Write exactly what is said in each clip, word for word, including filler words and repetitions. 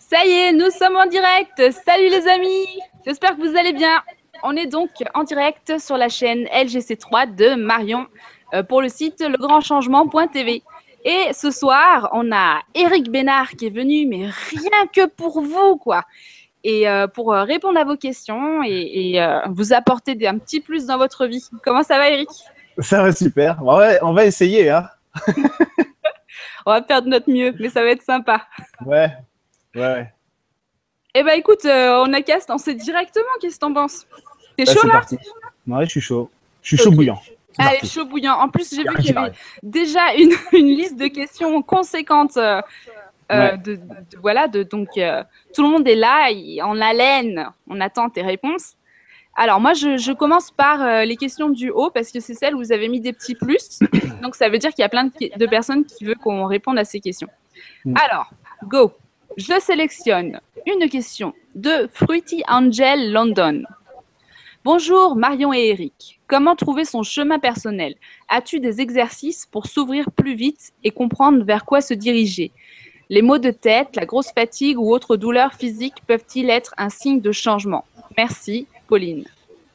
Ça y est, nous sommes en direct. Salut les amis. J'espère que vous allez bien. On est donc en direct sur la chaîne L G C trois de Marion euh, pour le site legrandchangement point t v. Et ce soir, on a Eric Bénard qui est venu, mais rien que pour vous, quoi. Et euh, pour euh, répondre à vos questions et, et euh, vous apporter des, un petit plus dans votre vie. Comment ça va, Eric? Ça va super. Bon, ouais, on va essayer, hein. On va faire de notre mieux, mais ça va être sympa. Ouais, ouais. Eh ben écoute, euh, on a qu'à se lancer directement. Qu'est-ce que t'en penses? T'es Bah, chaud c'est là? parti. Ouais, je suis chaud. Je suis chaud Ok. bouillant. C'est Allez, parti. chaud bouillant. En plus, j'ai Y a vu rien qu'il qui y avait m'arrête. déjà une, une liste de questions conséquente. euh, euh, Ouais. de, de- de- voilà, de, donc euh, tout le monde est là, il- en haleine. On attend tes réponses. Alors moi, je, je commence par euh, les questions du haut parce que c'est celles où vous avez mis des petits plus. Donc ça veut dire qu'il y a plein de, de personnes qui veulent qu'on réponde à ces questions. Mm. Alors, go. Je sélectionne une question de Fruity Angel London. Bonjour Marion et Eric. Comment trouver son chemin personnel? As-tu des exercices pour s'ouvrir plus vite et comprendre vers quoi se diriger? Les maux de tête, la grosse fatigue ou autres douleurs physiques peuvent-ils être un signe de changement? Merci, Pauline.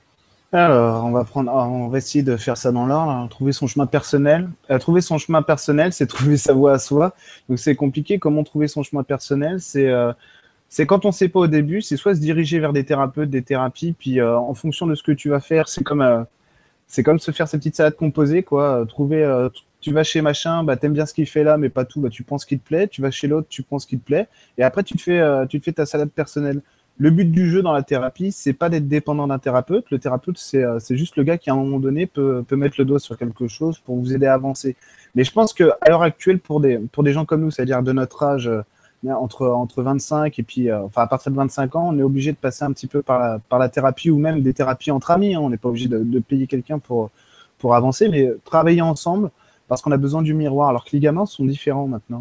Alors, on va prendre, ah, on va essayer de faire ça dans l'ordre, hein. Trouver son chemin personnel. Euh, trouver son chemin personnel, c'est trouver sa voie à soi. Donc c'est compliqué. Comment trouver son chemin personnel? C'est euh, c'est quand on ne sait pas au début, c'est soit se diriger vers des thérapeutes, des thérapies, puis euh, en fonction de ce que tu vas faire, c'est comme euh, c'est comme se faire sa petite salade composée, quoi. Euh, Trouver, euh, tu vas chez machin, bah t'aimes bien ce qu'il fait là, mais pas tout, bah tu penses qu'il te plaît. Tu vas chez l'autre, tu penses qu'il te plaît, et après tu te fais, euh, tu te fais ta salade personnelle. Le but du jeu dans la thérapie, c'est pas d'être dépendant d'un thérapeute. Le thérapeute, c'est euh, c'est juste le gars qui à un moment donné peut, peut mettre le doigt sur quelque chose pour vous aider à avancer. Mais je pense que à l'heure actuelle, pour des pour des gens comme nous, c'est-à-dire de notre âge, euh, entre entre vingt-cinq et puis euh, enfin à partir de vingt-cinq ans, on est obligé de passer un petit peu par la par la thérapie ou même des thérapies entre amis, hein. On n'est pas obligé de, de payer quelqu'un pour pour avancer, mais travailler ensemble parce qu'on a besoin du miroir. Alors que les gamins sont différents maintenant.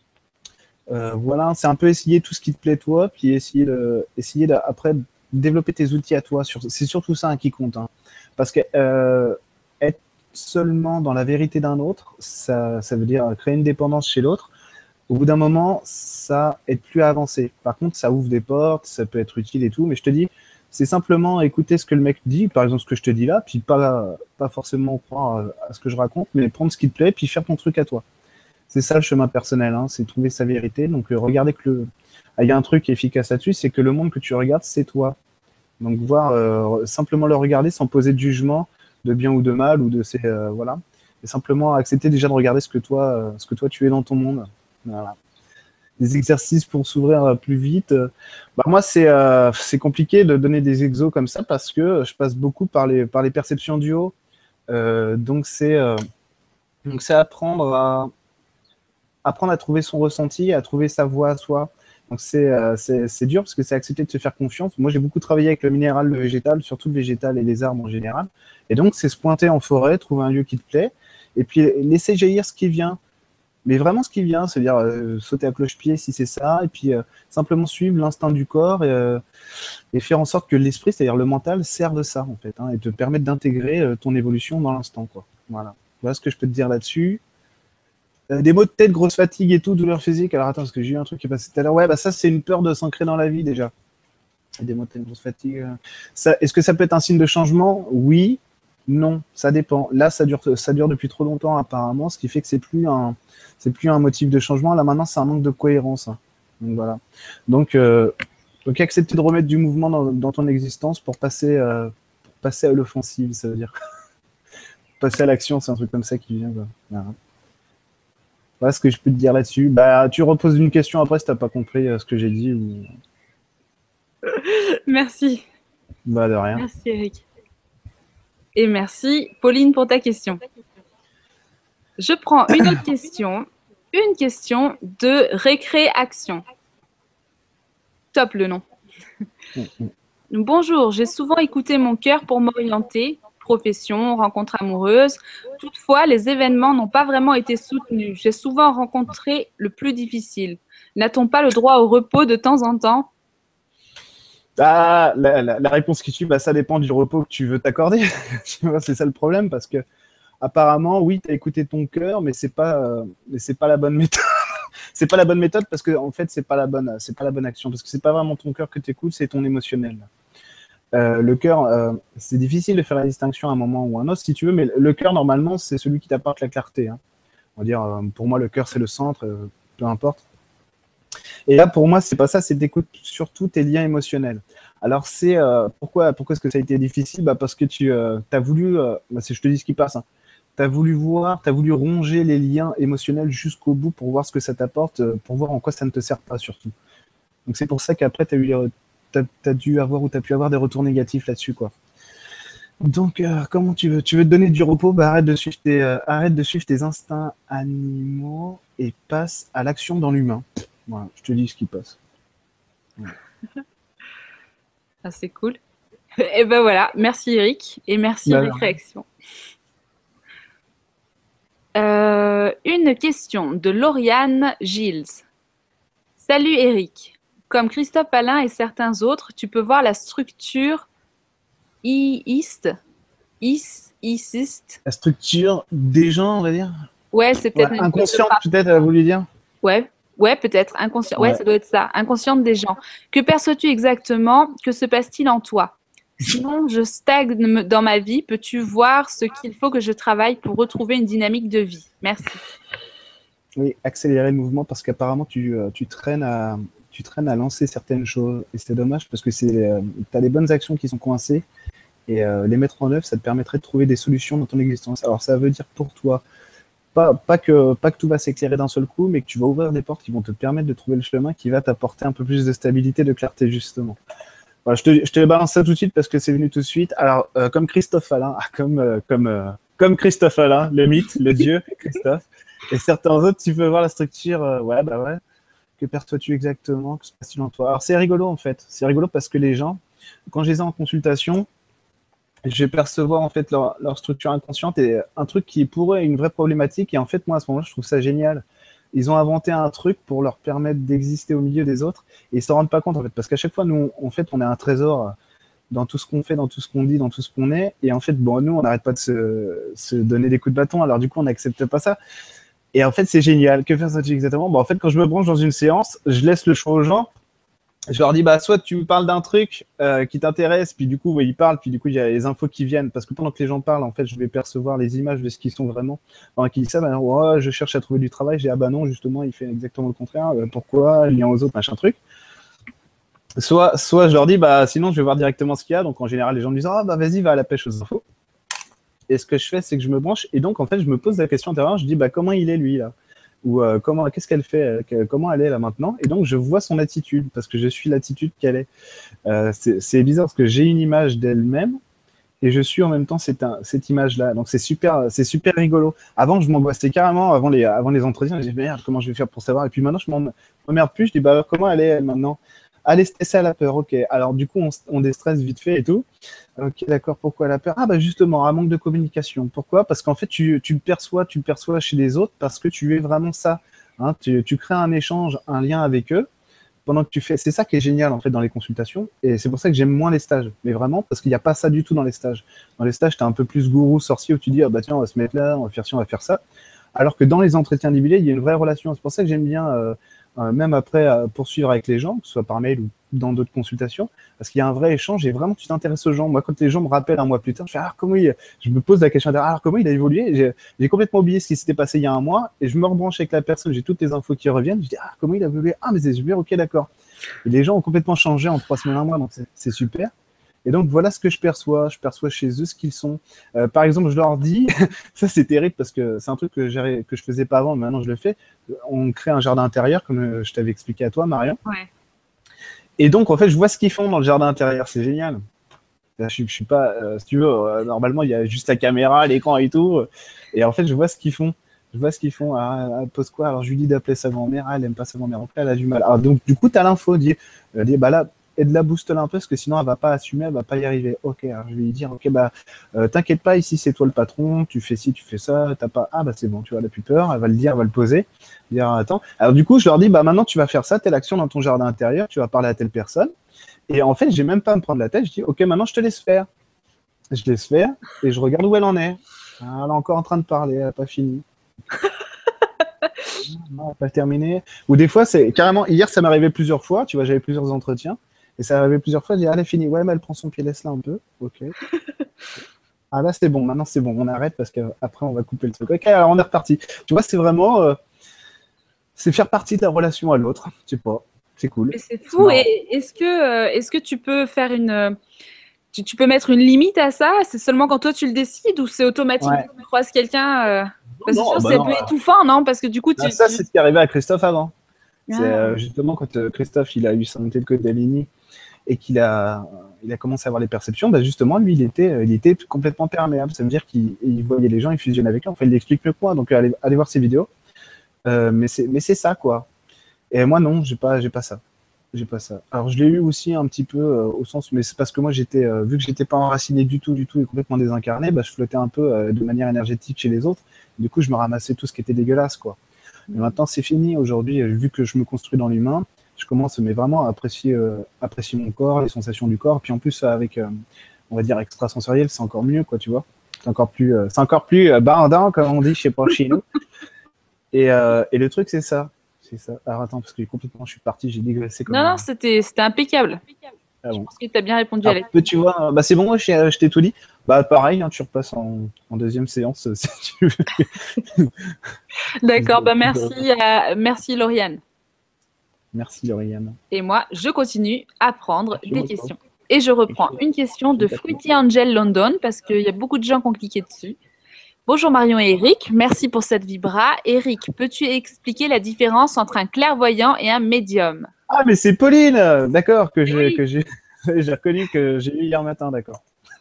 Euh, voilà, c'est un peu essayer tout ce qui te plaît toi, puis essayer de, essayer de, après développer tes outils à toi. Sur, c'est surtout ça, hein, qui compte, hein. Parce que euh, être seulement dans la vérité d'un autre, ça, ça veut dire créer une dépendance chez l'autre. Au bout d'un moment, ça aide plus à avancer. Par contre, ça ouvre des portes, ça peut être utile et tout, mais je te dis, c'est simplement écouter ce que le mec dit, par exemple ce que je te dis là, puis pas, pas forcément croire à ce que je raconte, mais prendre ce qui te plaît, puis faire ton truc à toi. C'est ça le chemin personnel, hein, c'est trouver sa vérité. Donc, euh, regardez que le. Ah, il y a un truc efficace là-dessus, c'est que le monde que tu regardes, c'est toi. Donc, voir, euh, simplement le regarder sans poser de jugement de bien ou de mal, ou de ces. Euh, voilà. Et simplement accepter déjà de regarder ce que toi, euh, ce que toi tu es dans ton monde. Voilà. Des exercices pour s'ouvrir euh, plus vite. Euh, bah, moi, c'est euh, c'est compliqué de donner des exos comme ça parce que je passe beaucoup par les, par les perceptions du haut. Euh, donc, c'est euh, donc c'est apprendre à apprendre à trouver son ressenti, à trouver sa voie à soi. Donc c'est euh, c'est dur parce que c'est accepter de se faire confiance. Moi, j'ai beaucoup travaillé avec le minéral, le végétal, surtout le végétal et les arbres en général. Et donc, c'est se pointer en forêt, trouver un lieu qui te plaît, et puis laisser jaillir ce qui vient. Mais vraiment ce qui vient, c'est-à-dire euh, sauter à cloche-pied si c'est ça, et puis euh, simplement suivre l'instinct du corps et, euh, et faire en sorte que l'esprit, c'est-à-dire le mental, serve ça en fait, hein, et te permettre d'intégrer euh, ton évolution dans l'instant, quoi. Voilà. Voilà ce que je peux te dire là-dessus. Euh, des maux de tête, grosse fatigue et tout, douleur physique. Alors attends, parce que j'ai eu un truc qui est passé tout à l'heure. Ouais, bah ça, c'est une peur de s'ancrer dans la vie déjà. Des maux de tête, grosse fatigue. euh. Ça, est-ce que ça peut être un signe de changement? Oui, non, ça dépend. Là, ça dure, ça dure depuis trop longtemps apparemment, ce qui fait que c'est plus un, c'est plus un motif de changement. Là maintenant, c'est un manque de cohérence, hein. Donc voilà. Donc, euh, donc accepter de remettre du mouvement dans, dans ton existence pour passer, euh, pour passer à l'offensive, ça veut dire passer à l'action, c'est un truc comme ça qui vient, quoi. Voilà. Voilà ce que je peux te dire là-dessus. Bah, tu reposes une question après si t'as pas compris euh, ce que j'ai dit ou. Merci. Bah, de rien. Merci, Eric. Et merci, Pauline, pour ta question. Je prends une autre question. Une question de Récréaction. Top le nom. Bonjour, j'ai souvent écouté mon cœur pour m'orienter. Profession, rencontre amoureuse. Toutefois, les événements n'ont pas vraiment été soutenus. J'ai souvent rencontré le plus difficile. N'a-t-on pas le droit au repos de temps en temps? Ah, la, la, la réponse qui suit, bah, ça dépend du repos que tu veux t'accorder. Tu vois, c'est ça le problème parce que apparemment, oui, tu as écouté ton cœur, mais c'est pas, euh, mais c'est pas la bonne méthode. c'est pas la bonne méthode parce que en fait, c'est pas la bonne, c'est pas la bonne action parce que c'est pas vraiment ton cœur que tu écoutes, c'est ton émotionnel. Euh, le cœur, euh, c'est difficile de faire la distinction à un moment ou à un autre, si tu veux, mais le cœur, normalement, c'est celui qui t'apporte la clarté. Hein. On va dire, euh, pour moi, le cœur, c'est le centre, euh, peu importe. Et là, pour moi, c'est pas ça, c'est d'écouter surtout tes liens émotionnels. Alors, c'est euh, pourquoi, pourquoi est-ce que ça a été difficile bah, parce que tu euh, as voulu, euh, bah, je te dis ce qui passe, hein. Tu as voulu voir, tu as voulu ronger les liens émotionnels jusqu'au bout pour voir ce que ça t'apporte, euh, pour voir en quoi ça ne te sert pas surtout. Donc, c'est pour ça qu'après, tu as eu T'as, t'as dû avoir ou t'as pu avoir des retours négatifs là-dessus, quoi. Donc, euh, comment tu veux Tu veux te donner du repos bah, arrête de suivre tes, euh, arrête de suivre tes instincts animaux et passe à l'action dans l'humain. Voilà, je te dis ce qui passe. Ouais. Ah, c'est cool. Et ben voilà, merci Eric et merci bah, Récréation. Euh, une question de Lauriane Gilles. Salut Eric. Comme Christophe Alain et certains autres, tu peux voir la structure iiste, is, isiste. La structure des gens, on va dire. Ouais, c'est peut-être ouais, inconsciente, peut-être, à voulu dire. Ouais, ouais, peut-être inconscient. Ouais. ouais, ça doit être ça, inconsciente des gens. Que perçois-tu exactement? Que se passe-t-il en toi? Sinon, je stagne dans ma vie. Peux-tu voir ce qu'il faut que je travaille pour retrouver une dynamique de vie? Merci. Oui, accélérer le mouvement parce qu'apparemment tu, tu traînes à tu traînes à lancer certaines choses et c'est dommage parce que c'est euh, tu as des bonnes actions qui sont coincées et euh, les mettre en œuvre, ça te permettrait de trouver des solutions dans ton existence. Alors ça veut dire pour toi pas, pas, que, pas que tout va s'éclairer d'un seul coup, mais que tu vas ouvrir des portes qui vont te permettre de trouver le chemin qui va t'apporter un peu plus de stabilité, de clarté justement. Voilà, je te, je te balance ça tout de suite parce que c'est venu tout de suite. Alors euh, comme Christophe Alain, comme, euh, comme, euh, comme Christophe Alain, le mythe, le dieu Christophe, et certains autres, tu peux voir la structure, euh, ouais, bah ouais. Que perçois-tu exactement? Que se passe-t-il en toi? Alors, c'est rigolo, en fait. C'est rigolo parce que les gens, quand je les ai en consultation, je vais percevoir, en fait, leur, leur structure inconsciente et un truc qui, pour eux, est une vraie problématique. Et en fait, moi, à ce moment-là, je trouve ça génial. Ils ont inventé un truc pour leur permettre d'exister au milieu des autres et ils s'en rendent pas compte, en fait. Parce qu'à chaque fois, nous, en fait, on est un trésor dans tout ce qu'on fait, dans tout ce qu'on dit, dans tout ce qu'on est. Et en fait, bon, nous, on n'arrête pas de se, se donner des coups de bâton. Alors, du coup, on n'accepte pas ça. Et en fait, c'est génial. Que faire ça exactement? Bon, en fait, quand je me branche dans une séance, je laisse le choix aux gens. Je leur dis, bah, soit tu me parles d'un truc euh, qui t'intéresse, puis du coup, ouais, ils parlent, puis du coup, il y a les infos qui viennent. Parce que pendant que les gens parlent, en fait, je vais percevoir les images de ce qu'ils sont vraiment. Pendant qu'ils disent ça, bah, ouais, je cherche à trouver du travail. J'ai, ah bah non, justement, il fait exactement le contraire. Euh, pourquoi? Lien aux autres, machin truc. Soit, soit je leur dis, bah, sinon, je vais voir directement ce qu'il y a. Donc, en général, les gens me disent, ah, bah, vas-y, va à la pêche aux infos. Et ce que je fais, c'est que je me branche et donc en fait, je me pose la question intérieure. Je dis bah comment il est lui là, ou euh, comment, qu'est-ce qu'elle fait, euh, comment elle est là maintenant. Et donc je vois son attitude parce que je suis l'attitude qu'elle est. Euh, c'est, c'est bizarre parce que j'ai une image d'elle-même et je suis en même temps cette, cette image-là. Donc c'est super, c'est super rigolo. Avant, je m'angoissais carrément avant les, avant les entretiens. Je dis merde, comment je vais faire pour savoir. Et puis maintenant, je m'emmerde plus. Je dis bah alors, comment elle est elle maintenant. Elle est stressée, elle a peur. Ok. Alors du coup, on, on déstresse vite fait et tout. Ok, d'accord. Pourquoi elle a peur? Ah bah justement, un manque de communication. Pourquoi? Parce qu'en fait, tu, tu le perçois, tu le perçois chez les autres parce que tu es vraiment ça. Hein, tu, tu crées un échange, un lien avec eux pendant que tu fais. C'est ça qui est génial en fait dans les consultations et c'est pour ça que j'aime moins les stages. Mais vraiment parce qu'il n'y a pas ça du tout dans les stages. Dans les stages, tu es un peu plus gourou, sorcier où tu dis ah bah tiens, on va se mettre là, on va faire ci, on va faire ça. Alors que dans les entretiens individuels, il y a une vraie relation. C'est pour ça que j'aime bien. Euh, Euh, même après euh, poursuivre avec les gens, que ce soit par mail ou dans d'autres consultations, parce qu'il y a un vrai échange et vraiment tu t'intéresses aux gens. Moi, quand les gens me rappellent un mois plus tard, je fais ah, comment il... je me pose la question alors comment il a évolué. J'ai, j'ai complètement oublié ce qui s'était passé il y a un mois et je me rebranche avec la personne, j'ai toutes les infos qui reviennent. Je dis ah comment il a évolué, ah mais c'est super, ok d'accord. Et les gens ont complètement changé en trois semaines, un mois, donc c'est, c'est super. Et donc, voilà ce que je perçois. Je perçois chez eux ce qu'ils sont. Euh, par exemple, je leur dis, ça c'est terrible parce que c'est un truc que, que je faisais pas avant, mais maintenant je le fais. On crée un jardin intérieur, comme je t'avais expliqué à toi, Marion. Ouais. Et donc, en fait, je vois ce qu'ils font dans le jardin intérieur. C'est génial. Je, je suis pas, euh, si tu veux, euh, normalement, il y a juste la caméra, l'écran et tout. Et en fait, je vois ce qu'ils font. Je vois ce qu'ils font. Ah, elle pose quoi? Alors, je lui dis d'appeler sa grand-mère. Ah, elle aime pas sa grand-mère. Donc là, elle a du mal. Alors, donc, du coup, tu as l'info. Dis, euh, dis, bah là, aide-la, booste-la un peu, parce que sinon, elle va pas assumer, elle va pas y arriver. Ok, alors je vais lui dire, ok, bah, euh, t'inquiète pas, ici, c'est toi le patron, tu fais ci, tu fais ça, t'as pas, ah, bah, c'est bon, tu vois, elle a plus peur, elle va le dire, elle va le poser, dire, attends. Alors, du coup, je leur dis, bah, maintenant, tu vas faire ça, telle action dans ton jardin intérieur, tu vas parler à telle personne. Et en fait, j'ai même pas à me prendre la tête, je dis, ok, maintenant, je te laisse faire. Je laisse faire, et je regarde où elle en est. Elle est encore en train de parler, elle n'a pas fini. non, pas terminé. Ou des fois, c'est carrément, hier, ça m'est arrivé plusieurs fois, tu vois, j'avais plusieurs entretiens, et ça arrivait plusieurs fois, je dis, allez, fini, ouais, mais elle prend son pied, laisse-la un peu, ok. Ah là, c'est bon, maintenant c'est bon, on arrête parce qu'après, on va couper le truc. Ok, alors on est reparti. Tu vois, c'est vraiment, euh, c'est faire partie de la relation à l'autre, je sais pas, c'est cool. Mais c'est fou. Et est-ce que, euh, est-ce que tu peux faire une, euh, tu, tu peux mettre une limite à ça? C'est seulement quand toi tu le décides ou c'est automatique Ouais. quand tu croises quelqu'un euh... Parce que Non, sinon, bah c'est un non, peu euh, étouffant, non? Parce que du coup, tu, ah, ça, tu... c'est ce qui est arrivé à Christophe avant. C'est Ah. euh, justement quand euh, Christophe, il a eu son tel code d'Aligny et qu'il a, il a commencé à avoir les perceptions, bah justement, lui, il était, euh, il était complètement perméable. Ça veut dire qu'il il voyait les gens, il fusionnait avec eux. Enfin, il l'explique mieux que moi, donc allez, allez voir ses vidéos. Euh, mais c'est, mais c'est ça, quoi. Et moi, non, j'ai pas, j'ai pas ça. J'ai pas ça. Alors, je l'ai eu aussi un petit peu euh, au sens, mais c'est parce que moi, j'étais, euh, vu que j'étais pas enraciné du tout, du tout et complètement désincarné, bah, je flottais un peu euh, de manière énergétique chez les autres. Du coup, je me ramassais tout ce qui était dégueulasse, quoi. Mais maintenant, c'est fini. Aujourd'hui, euh, vu que je me construis dans l'humain, je commence mais vraiment à apprécier, euh, apprécier mon corps, les sensations du corps. Puis en plus, avec, euh, on va dire, extrasensoriel, c'est encore mieux, quoi, tu vois. C'est encore plus, euh, c'est encore plus euh, bardant, comme on dit, je sais pas, chez nous. Et, euh, et le truc, c'est ça. C'est ça. Alors attends, parce que complètement, je suis parti, j'ai digressé comme Non, non, un- c'était, c'était impeccable. Ah Je bon. pense que tu as bien répondu à la Alors, peux- tu vois, bah c'est bon, moi, je, t'ai- je t'ai tout dit. Bah pareil, hein, tu repasses en, en deuxième séance euh, si tu veux. D'accord, bah merci, à... merci Lauriane. Merci Lauriane. Et moi, je continue à prendre Merci des beaucoup. questions. Et je reprends une question de Fruity Angel London parce qu'il y a beaucoup de gens qui ont cliqué dessus. Bonjour Marion et Eric, merci pour cette vibra. Eric, peux-tu expliquer la différence entre un clairvoyant et un médium? Ah mais c'est Pauline, euh, d'accord, que j'ai Oui. que j'ai j'ai reconnu que j'ai eu hier matin, d'accord.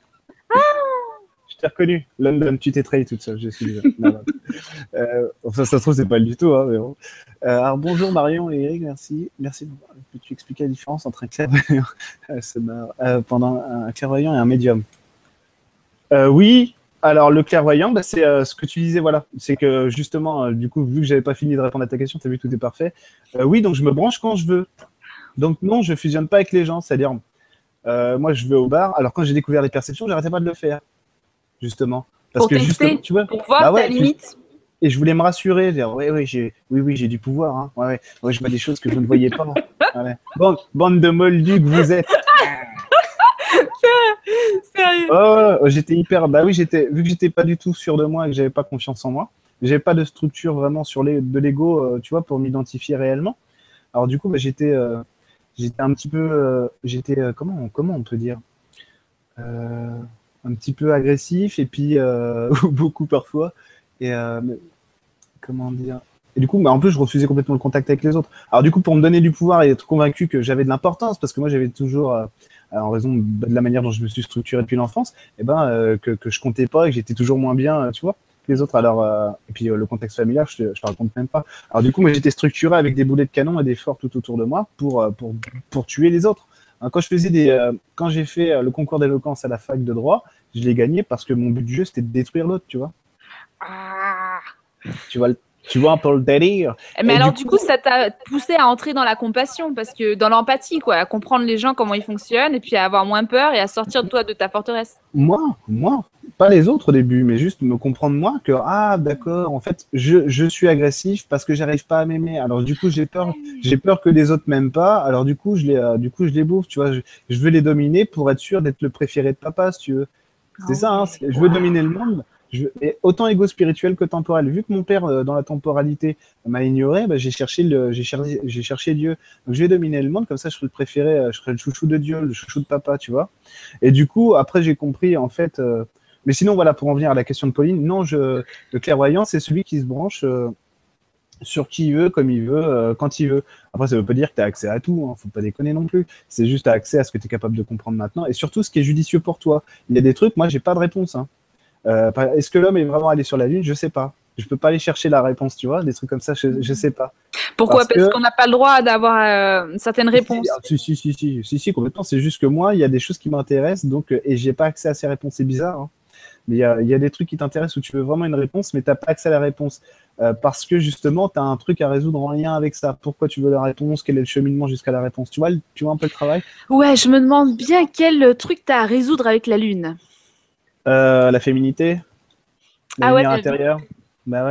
Je t'ai reconnu. London, tu t'es trahi toute seule, je suis désolé. Non, non. Euh, enfin, ça se trouve, c'est pas du tout. Hein, mais bon. euh, alors, bonjour Marion et Eric, merci. Merci. Peux-tu expliquer la différence entre un clairvoyant, euh, pendant un clairvoyant et un médium? euh, Oui. Alors, le clairvoyant, bah, c'est euh, ce que tu disais, voilà. C'est que justement, euh, du coup, vu que j'avais pas fini de répondre à ta question, tu as vu que tout est parfait. Euh, oui, donc je me branche quand je veux. Donc, non, je fusionne pas avec les gens. C'est-à-dire, euh, moi, je vais au bar. Alors, quand j'ai découvert les perceptions, j'arrêtais pas de le faire. Justement. Parce Pour que tester, justement, tu vois, pour voir bah ouais, ta limite. et je voulais me rassurer, dire ouais, ouais, j'ai, oui, oui, j'ai du pouvoir, hein. Ouais, ouais, ouais, je vois des choses que vous ne voyez pas. Ouais. Bon, bande de moldus que vous êtes. Sérieux. Oh, j'étais hyper, bah oui, j'étais, vu que j'étais pas du tout sûr de moi et que j'avais pas confiance en moi, j'avais pas de structure vraiment sur les, de l'ego, euh, tu vois, pour m'identifier réellement. Alors du coup, bah, j'étais, euh, j'étais un petit peu, euh, j'étais, euh, comment, comment on peut dire, euh, un petit peu agressif et puis euh, beaucoup parfois. Et euh, comment dire. Et du coup, bah, en plus, je refusais complètement le contact avec les autres. Alors du coup, pour me donner du pouvoir et être convaincu que j'avais de l'importance, parce que moi, j'avais toujours, euh, en raison de la manière dont je me suis structuré depuis l'enfance, eh ben, euh, que, que je comptais pas et que j'étais toujours moins bien, euh, tu vois, que les autres. Alors, euh, et puis euh, le contexte familial, je te, je te raconte même pas. Alors du coup, moi, j'étais structuré avec des boulets de canon et des forts tout autour de moi pour, euh, pour, pour tuer les autres. Hein, quand je faisais des, euh, quand j'ai fait euh, le concours d'éloquence à la fac de droit, je l'ai gagné parce que mon but du jeu, c'était de détruire l'autre, tu vois. Ah. Tu vois, le- tu vois un peu le délire. Mais Et alors, du du coup, coup, ça t'a poussé à entrer dans la compassion, parce que dans l'empathie, quoi, à comprendre les gens, comment ils fonctionnent, et puis à avoir moins peur et à sortir de toi de ta forteresse. moi, moi, pas les autres au début, mais juste me comprendre moi que, ah, d'accord, en fait, je, je suis agressif parce que j'arrive pas à m'aimer. Alors, du coup, j'ai peur, j'ai peur que les autres m'aiment pas. Alors, du coup, je les, euh, du coup, je les bouffe, tu vois. Je, je veux les dominer pour être sûr d'être le préféré de papa, si tu veux. C'est ça, hein, c'est- je veux dominer le monde. Je veux- et autant égo spirituel que temporel. Vu que mon père, euh, dans la temporalité, m'a ignoré, bah, j'ai cherché, le, j'ai, cherché, j'ai cherché Dieu. Donc je vais dominer le monde, comme ça je serai le préféré, euh, je serai le chouchou de Dieu, le chouchou de papa, tu vois. Et du coup, après j'ai compris, en fait... euh, mais sinon, voilà, pour en venir à la question de Pauline, non, je, le clairvoyant, c'est celui qui se branche euh, sur qui il veut, comme il veut, euh, quand il veut. Après, ça veut pas dire que tu as accès à tout, hein, faut pas déconner non plus. C'est juste accès à ce que tu es capable de comprendre maintenant, et surtout ce qui est judicieux pour toi. Il y a des trucs, moi, j'ai pas de réponse, hein. Euh, est-ce que l'homme est vraiment allé sur la Lune? Je sais pas. Je peux pas aller chercher la réponse, tu vois, des trucs comme ça, je, je sais pas. Pourquoi? Parce Parce que qu'on n'a pas le droit d'avoir euh, une certaine réponse. si, si, si, si, si, si, complètement. C'est juste que moi, il y a des choses qui m'intéressent, donc euh, et j'ai pas accès à ces réponses. C'est bizarre, hein. Mais il y a, il y a des trucs qui t'intéressent où tu veux vraiment une réponse, mais t'as pas accès à la réponse euh, parce que justement, tu as un truc à résoudre en lien avec ça. Pourquoi tu veux la réponse? Quel est le cheminement jusqu'à la réponse? Tu vois, le- tu vois un peu le travail? Ouais, je me demande bien quel truc t'as à résoudre avec la Lune. Euh, la féminité, la Ah ouais, lumière t'as- intérieure. Bah ouais.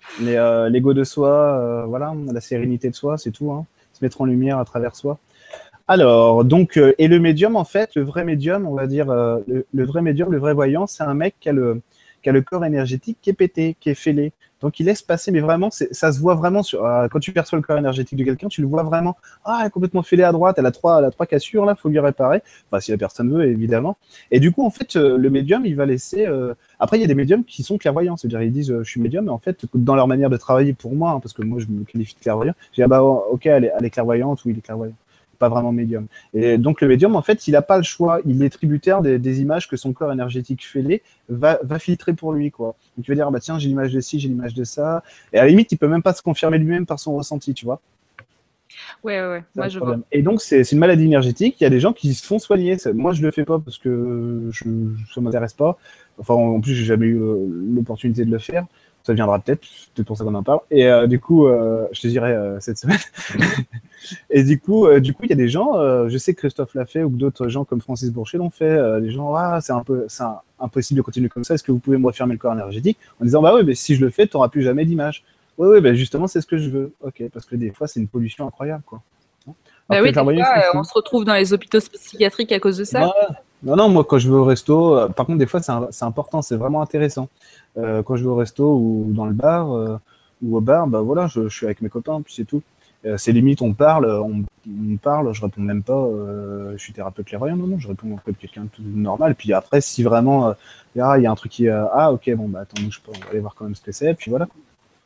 Mais euh, l'ego de soi, euh, voilà, la sérénité de soi, c'est tout, hein. Se mettre en lumière à travers soi. Alors, donc, euh, et le médium, en fait, le vrai médium, on va dire, euh, le, le vrai médium, le vrai voyant, c'est un mec qui a, le, qui a le corps énergétique qui est pété, qui est fêlé. Donc, il laisse passer, mais vraiment, ça se voit vraiment sur, euh, quand tu perçois le corps énergétique de quelqu'un, tu le vois vraiment. Ah, elle est complètement fêlée à droite, elle a trois, elle a trois cassures, là, il faut lui réparer. Enfin, si la personne veut, évidemment. Et du coup, en fait, euh, le médium, il va laisser. Euh... Après, il y a des médiums qui sont clairvoyants, c'est-à-dire, ils disent, euh, je suis médium, mais en fait, dans leur manière de travailler pour moi, hein, parce que moi, je me qualifie de clairvoyant, je dis, ah bah, ok, elle est, elle est clairvoyante ou il est clairvoyant. Pas vraiment médium. Et donc le médium, en fait, il n'a pas le choix. Il est tributaire des, des images que son corps énergétique fêlé va, va filtrer pour lui, quoi. Donc il va dire, ah bah tiens, j'ai l'image de ci, j'ai l'image de ça. Et à la limite, il peut même pas se confirmer lui-même par son ressenti, tu vois. Ouais, ouais, ouais. Moi, je vois. Et donc c'est une maladie énergétique. Il y a des gens qui se font soigner. Moi, je le fais pas parce que je, ça m'intéresse pas. Enfin, en plus, j'ai jamais eu l'opportunité de le faire. Ça viendra peut-être, c'est peut-être pour ça qu'on en parle. Et euh, du coup, euh, je te dirai euh, cette semaine. Et du coup, euh, du coup, il y a des gens, euh, je sais que Christophe l'a fait ou que d'autres gens comme Francis Bourcher l'ont fait. Euh, les gens, ah, c'est un peu, c'est un, impossible de continuer comme ça. Est-ce que vous pouvez me refermer le corps énergétique en disant, bah oui, mais si je le fais, tu n'auras plus jamais d'image. Oui, oui, bah justement, c'est ce que je veux. Ok, parce que des fois, c'est une pollution incroyable, quoi. Bah oui, des fois, euh, on se retrouve dans les hôpitaux psychiatriques à cause de ça. Ouais. Non, non, moi, quand je vais au resto, euh, par contre, des fois, c'est important, c'est vraiment intéressant. Euh, quand je vais au resto ou dans le bar, euh, ou au bar, bah voilà, je, je suis avec mes copains, puis c'est tout. Euh, c'est limite, on parle, on, on parle, je réponds même pas, euh, je suis thérapeute clairvoyant, non, non, je réponds comme quelqu'un de tout normal. Puis après, si vraiment, euh, ah, il y a un truc qui, euh, ah, ok, bon, bah attends, je peux, on va aller voir quand même ce que c'est, puis voilà.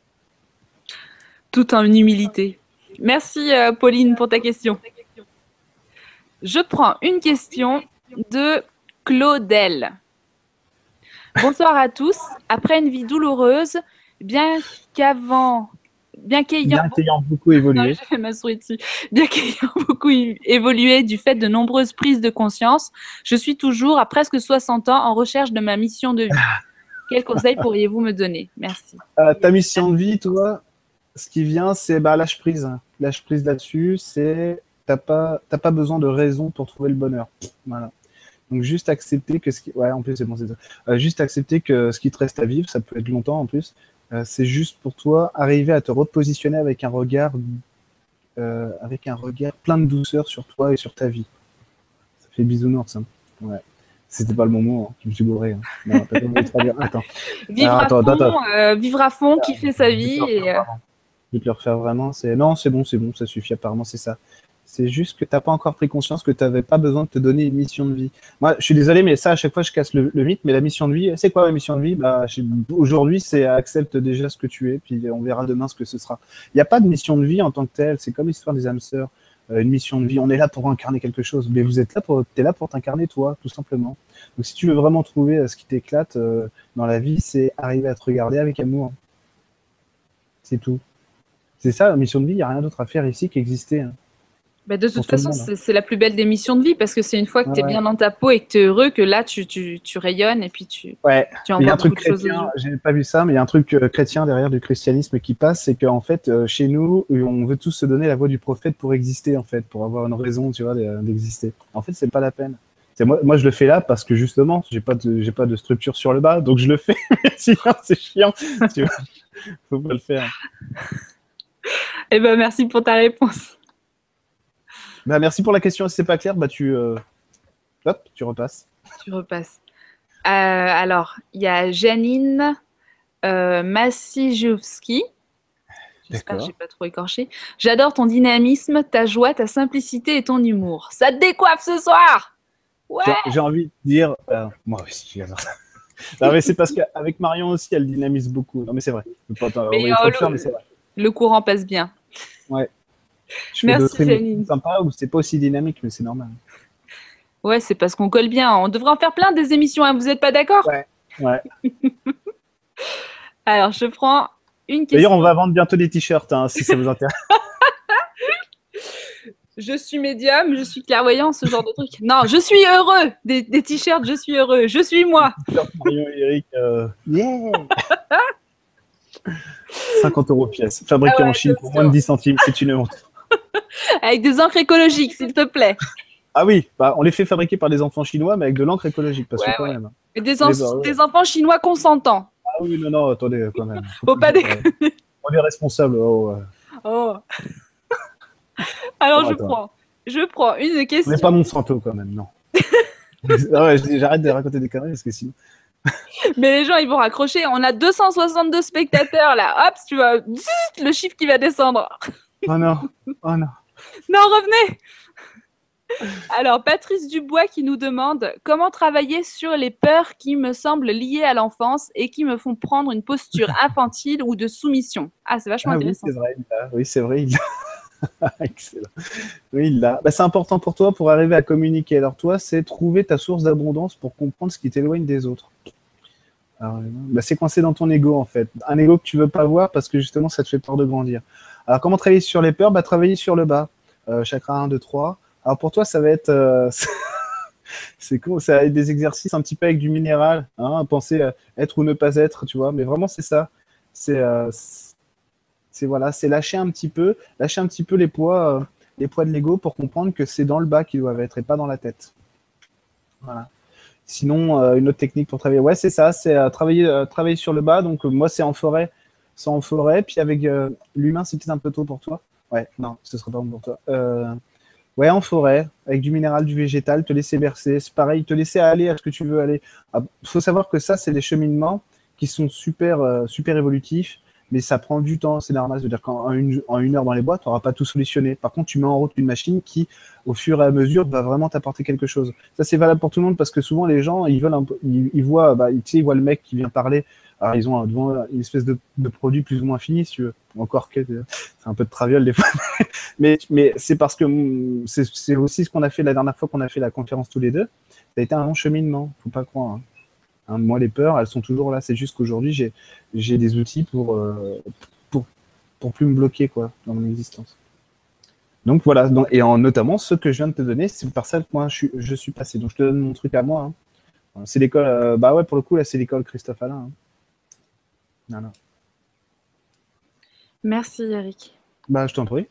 Tout en humilité. Merci, euh, Pauline, pour ta question. Je prends une question de Claudel. Bonsoir à tous. Après une vie douloureuse, bien qu'avant, bien qu'ayant beaucoup, beaucoup évolué, non, ma souris dessus. Bien qu'ayant beaucoup évolué du fait de nombreuses prises de conscience, je suis toujours à presque soixante ans en recherche de ma mission de vie. Quels conseils pourriez-vous me donner? Merci. Euh, ta mission de vie, toi, ce qui vient, c'est bah, lâche prise. Lâche prise là-dessus, c'est t'as pas, t'as pas besoin de raison pour trouver le bonheur. Voilà. Donc juste accepter que ce qui, ouais, en plus c'est bon, c'est ça. Euh, juste accepter que ce qui te reste à vivre, ça peut être longtemps en plus. Euh, c'est juste pour toi arriver à te repositionner avec un regard, euh, avec un regard plein de douceur sur toi et sur ta vie. Ça fait bisounours, hein. Ouais. C'était pas le moment, hein. Je me suis bourré. Hein. Non, attends. Vivre, Alors, à attends, fond, attends. Euh, vivre à fond, kiffer sa vie. Et, euh... Je vais te le refaire vraiment. C'est non, c'est bon, c'est bon, ça suffit. Apparemment, c'est ça. C'est juste que tu n'as pas encore pris conscience que tu n'avais pas besoin de te donner une mission de vie. Moi, je suis désolé, mais ça, à chaque fois, je casse le, le mythe. Mais la mission de vie, c'est quoi la mission de vie? Bah, aujourd'hui, c'est accepte déjà ce que tu es, puis on verra demain ce que ce sera. Il n'y a pas de mission de vie en tant que telle. C'est comme l'histoire des âmes sœurs. Euh, une mission de vie, on est là pour incarner quelque chose. Mais vous êtes là pour, t'es là pour t'incarner toi, tout simplement. Donc, si tu veux vraiment trouver ce qui t'éclate euh, dans la vie, c'est arriver à te regarder avec amour. C'est tout. C'est ça, la mission de vie. Il n'y a rien d'autre à faire ici qu'exister. Hein. Bah de toute façon, c'est la plus belle des missions de vie parce que c'est une fois que tu es ouais. bien dans ta peau et que tu es heureux que là, tu, tu, tu rayonnes et puis tu, ouais. tu envoies beaucoup de choses. J'ai pas vu ça, mais il y a un truc euh, chrétien derrière du christianisme qui passe, c'est qu'en fait, euh, chez nous, on veut tous se donner la voix du prophète pour exister, en fait, pour avoir une raison, tu vois, d'exister. En fait, c'est pas la peine. Moi, moi, je le fais là parce que justement, j'ai pas de, j'ai pas de structure sur le bas, donc je le fais. Sinon, c'est chiant. Tu vois, faut pas le faire. Eh ben, merci pour ta réponse. Bah, merci pour la question. Si c'est pas clair, bah tu, euh... hop, tu repasses. Tu repasses. Euh, alors, il y a Janine euh, Massijowski. J'espère que j'ai pas trop écorché. J'adore ton dynamisme, ta joie, ta simplicité et ton humour. Ça te décoiffe ce soir. Ouais. J'ai envie de dire, euh, moi aussi, j'adore ça. Non, mais c'est parce qu'avec Marion aussi, elle dynamise beaucoup. Non, mais c'est vrai. Pas mais, euh, le, faire, mais c'est vrai. Le courant passe bien. Ouais. Je Merci Janine. Sympa ou c'est pas aussi dynamique, mais c'est normal. Ouais, c'est parce qu'on colle bien. On devrait en faire plein des émissions. Hein. Vous n'êtes pas d'accord? Ouais. Ouais. Alors, je prends une question. D'ailleurs, on va vendre bientôt des t-shirts, hein, si ça vous intéresse. Je suis médium, je suis clairvoyant, ce genre de truc. Non, je suis heureux. Des, des t-shirts, je suis heureux. Je suis moi. Marion et Eric, euh... yeah. cinquante euros pièce. Fabriqué ah ouais, en Chine pour moins de dix centimes, c'est une honte. Avec des encres écologiques, s'il te plaît. Ah oui, bah, on les fait fabriquer par des enfants chinois, mais avec de l'encre écologique. Parce ouais, que quand ouais. même. Et des, en... des enfants chinois consentants. Ah oui, non, non, attendez, quand même. Faut Faut pas toujours, euh, déconner. on est responsable. Oh, ouais. Oh. Alors, Oh, je attends. prends, je prends une On n'est question. pas Monsanto, quand même, non. Ah ouais, je- j'arrête de raconter des conneries parce que sinon. Mais les gens, ils vont raccrocher. On a deux cent soixante-deux spectateurs là. Hop, tu vois, zut, le chiffre qui va descendre. Oh non, oh non. Non, revenez. Alors, Patrice Dubois qui nous demande comment travailler sur les peurs qui me semblent liées à l'enfance et qui me font prendre une posture infantile ou de soumission. Ah, c'est vachement Ah oui, intéressant. c'est vrai, il l'a. Oui, c'est vrai, il l'a. Excellent. Oui, il l'a. Bah, c'est important pour toi pour arriver à communiquer. Alors, toi, c'est trouver ta source d'abondance pour comprendre ce qui t'éloigne des autres. Alors, euh, bah, c'est coincé dans ton ego, en fait. Un ego que tu veux pas voir parce que justement, ça te fait peur de grandir. Alors, comment travailler sur les peurs? Bah, travailler sur le bas. Euh, chakra un, deux, trois. Alors, pour toi, ça va être. euh, c'est cool, ça va être des exercices un petit peu avec du minéral. Hein, penser à être ou ne pas être, tu vois. Mais vraiment, c'est ça. C'est. euh, c'est voilà, c'est lâcher un petit peu, lâcher un petit peu les poids, euh, les poids de l'ego pour comprendre que c'est dans le bas qu'ils doivent être et pas dans la tête. Voilà. Sinon, euh, une autre technique pour travailler, ouais, c'est ça, c'est euh, travailler, euh, travailler sur le bas. Donc, euh, moi, c'est en forêt, c'est en forêt. Puis avec euh, l'humain, c'est peut-être un peu tôt pour toi. Ouais, non, ce serait pas bon pour toi. Euh, ouais, en forêt, avec du minéral, du végétal, te laisser bercer. C'est pareil, te laisser aller à ce que tu veux aller. Il faut savoir que ça, c'est des cheminements qui sont super, euh, super évolutifs, mais ça prend du temps, c'est normal. C'est-à-dire qu'en une, en une heure dans les boîtes, tu n'auras pas tout solutionné. Par contre, tu mets en route une machine qui, au fur et à mesure, va vraiment t'apporter quelque chose. Ça, c'est valable pour tout le monde parce que souvent, les gens, ils veulent un peu, ils, ils voient, bah, tu sais, ils voient le mec qui vient parler. Alors, ils ont devant une espèce de, de produit plus ou moins fini, si tu veux. Encore que c'est un peu de traviole des fois. Mais, mais c'est parce que mm, c'est c'est aussi ce qu'on a fait la dernière fois qu'on a fait la conférence tous les deux. Ça a été un long cheminement, faut pas croire. Hein. Hein, moi, les peurs, elles sont toujours là. C'est juste qu'aujourd'hui, j'ai j'ai des outils pour, euh, pour, pour plus me bloquer quoi, dans mon existence. Donc voilà, donc, et en, notamment ce que je viens de te donner, c'est par ça que moi je suis, je suis passé. Donc je te donne mon truc à moi. Hein. Voilà, c'est l'école, euh, bah ouais, pour le coup, là, c'est l'école Christophe Alain. Hein. Voilà. Merci, Eric. Bah, je t'en prie.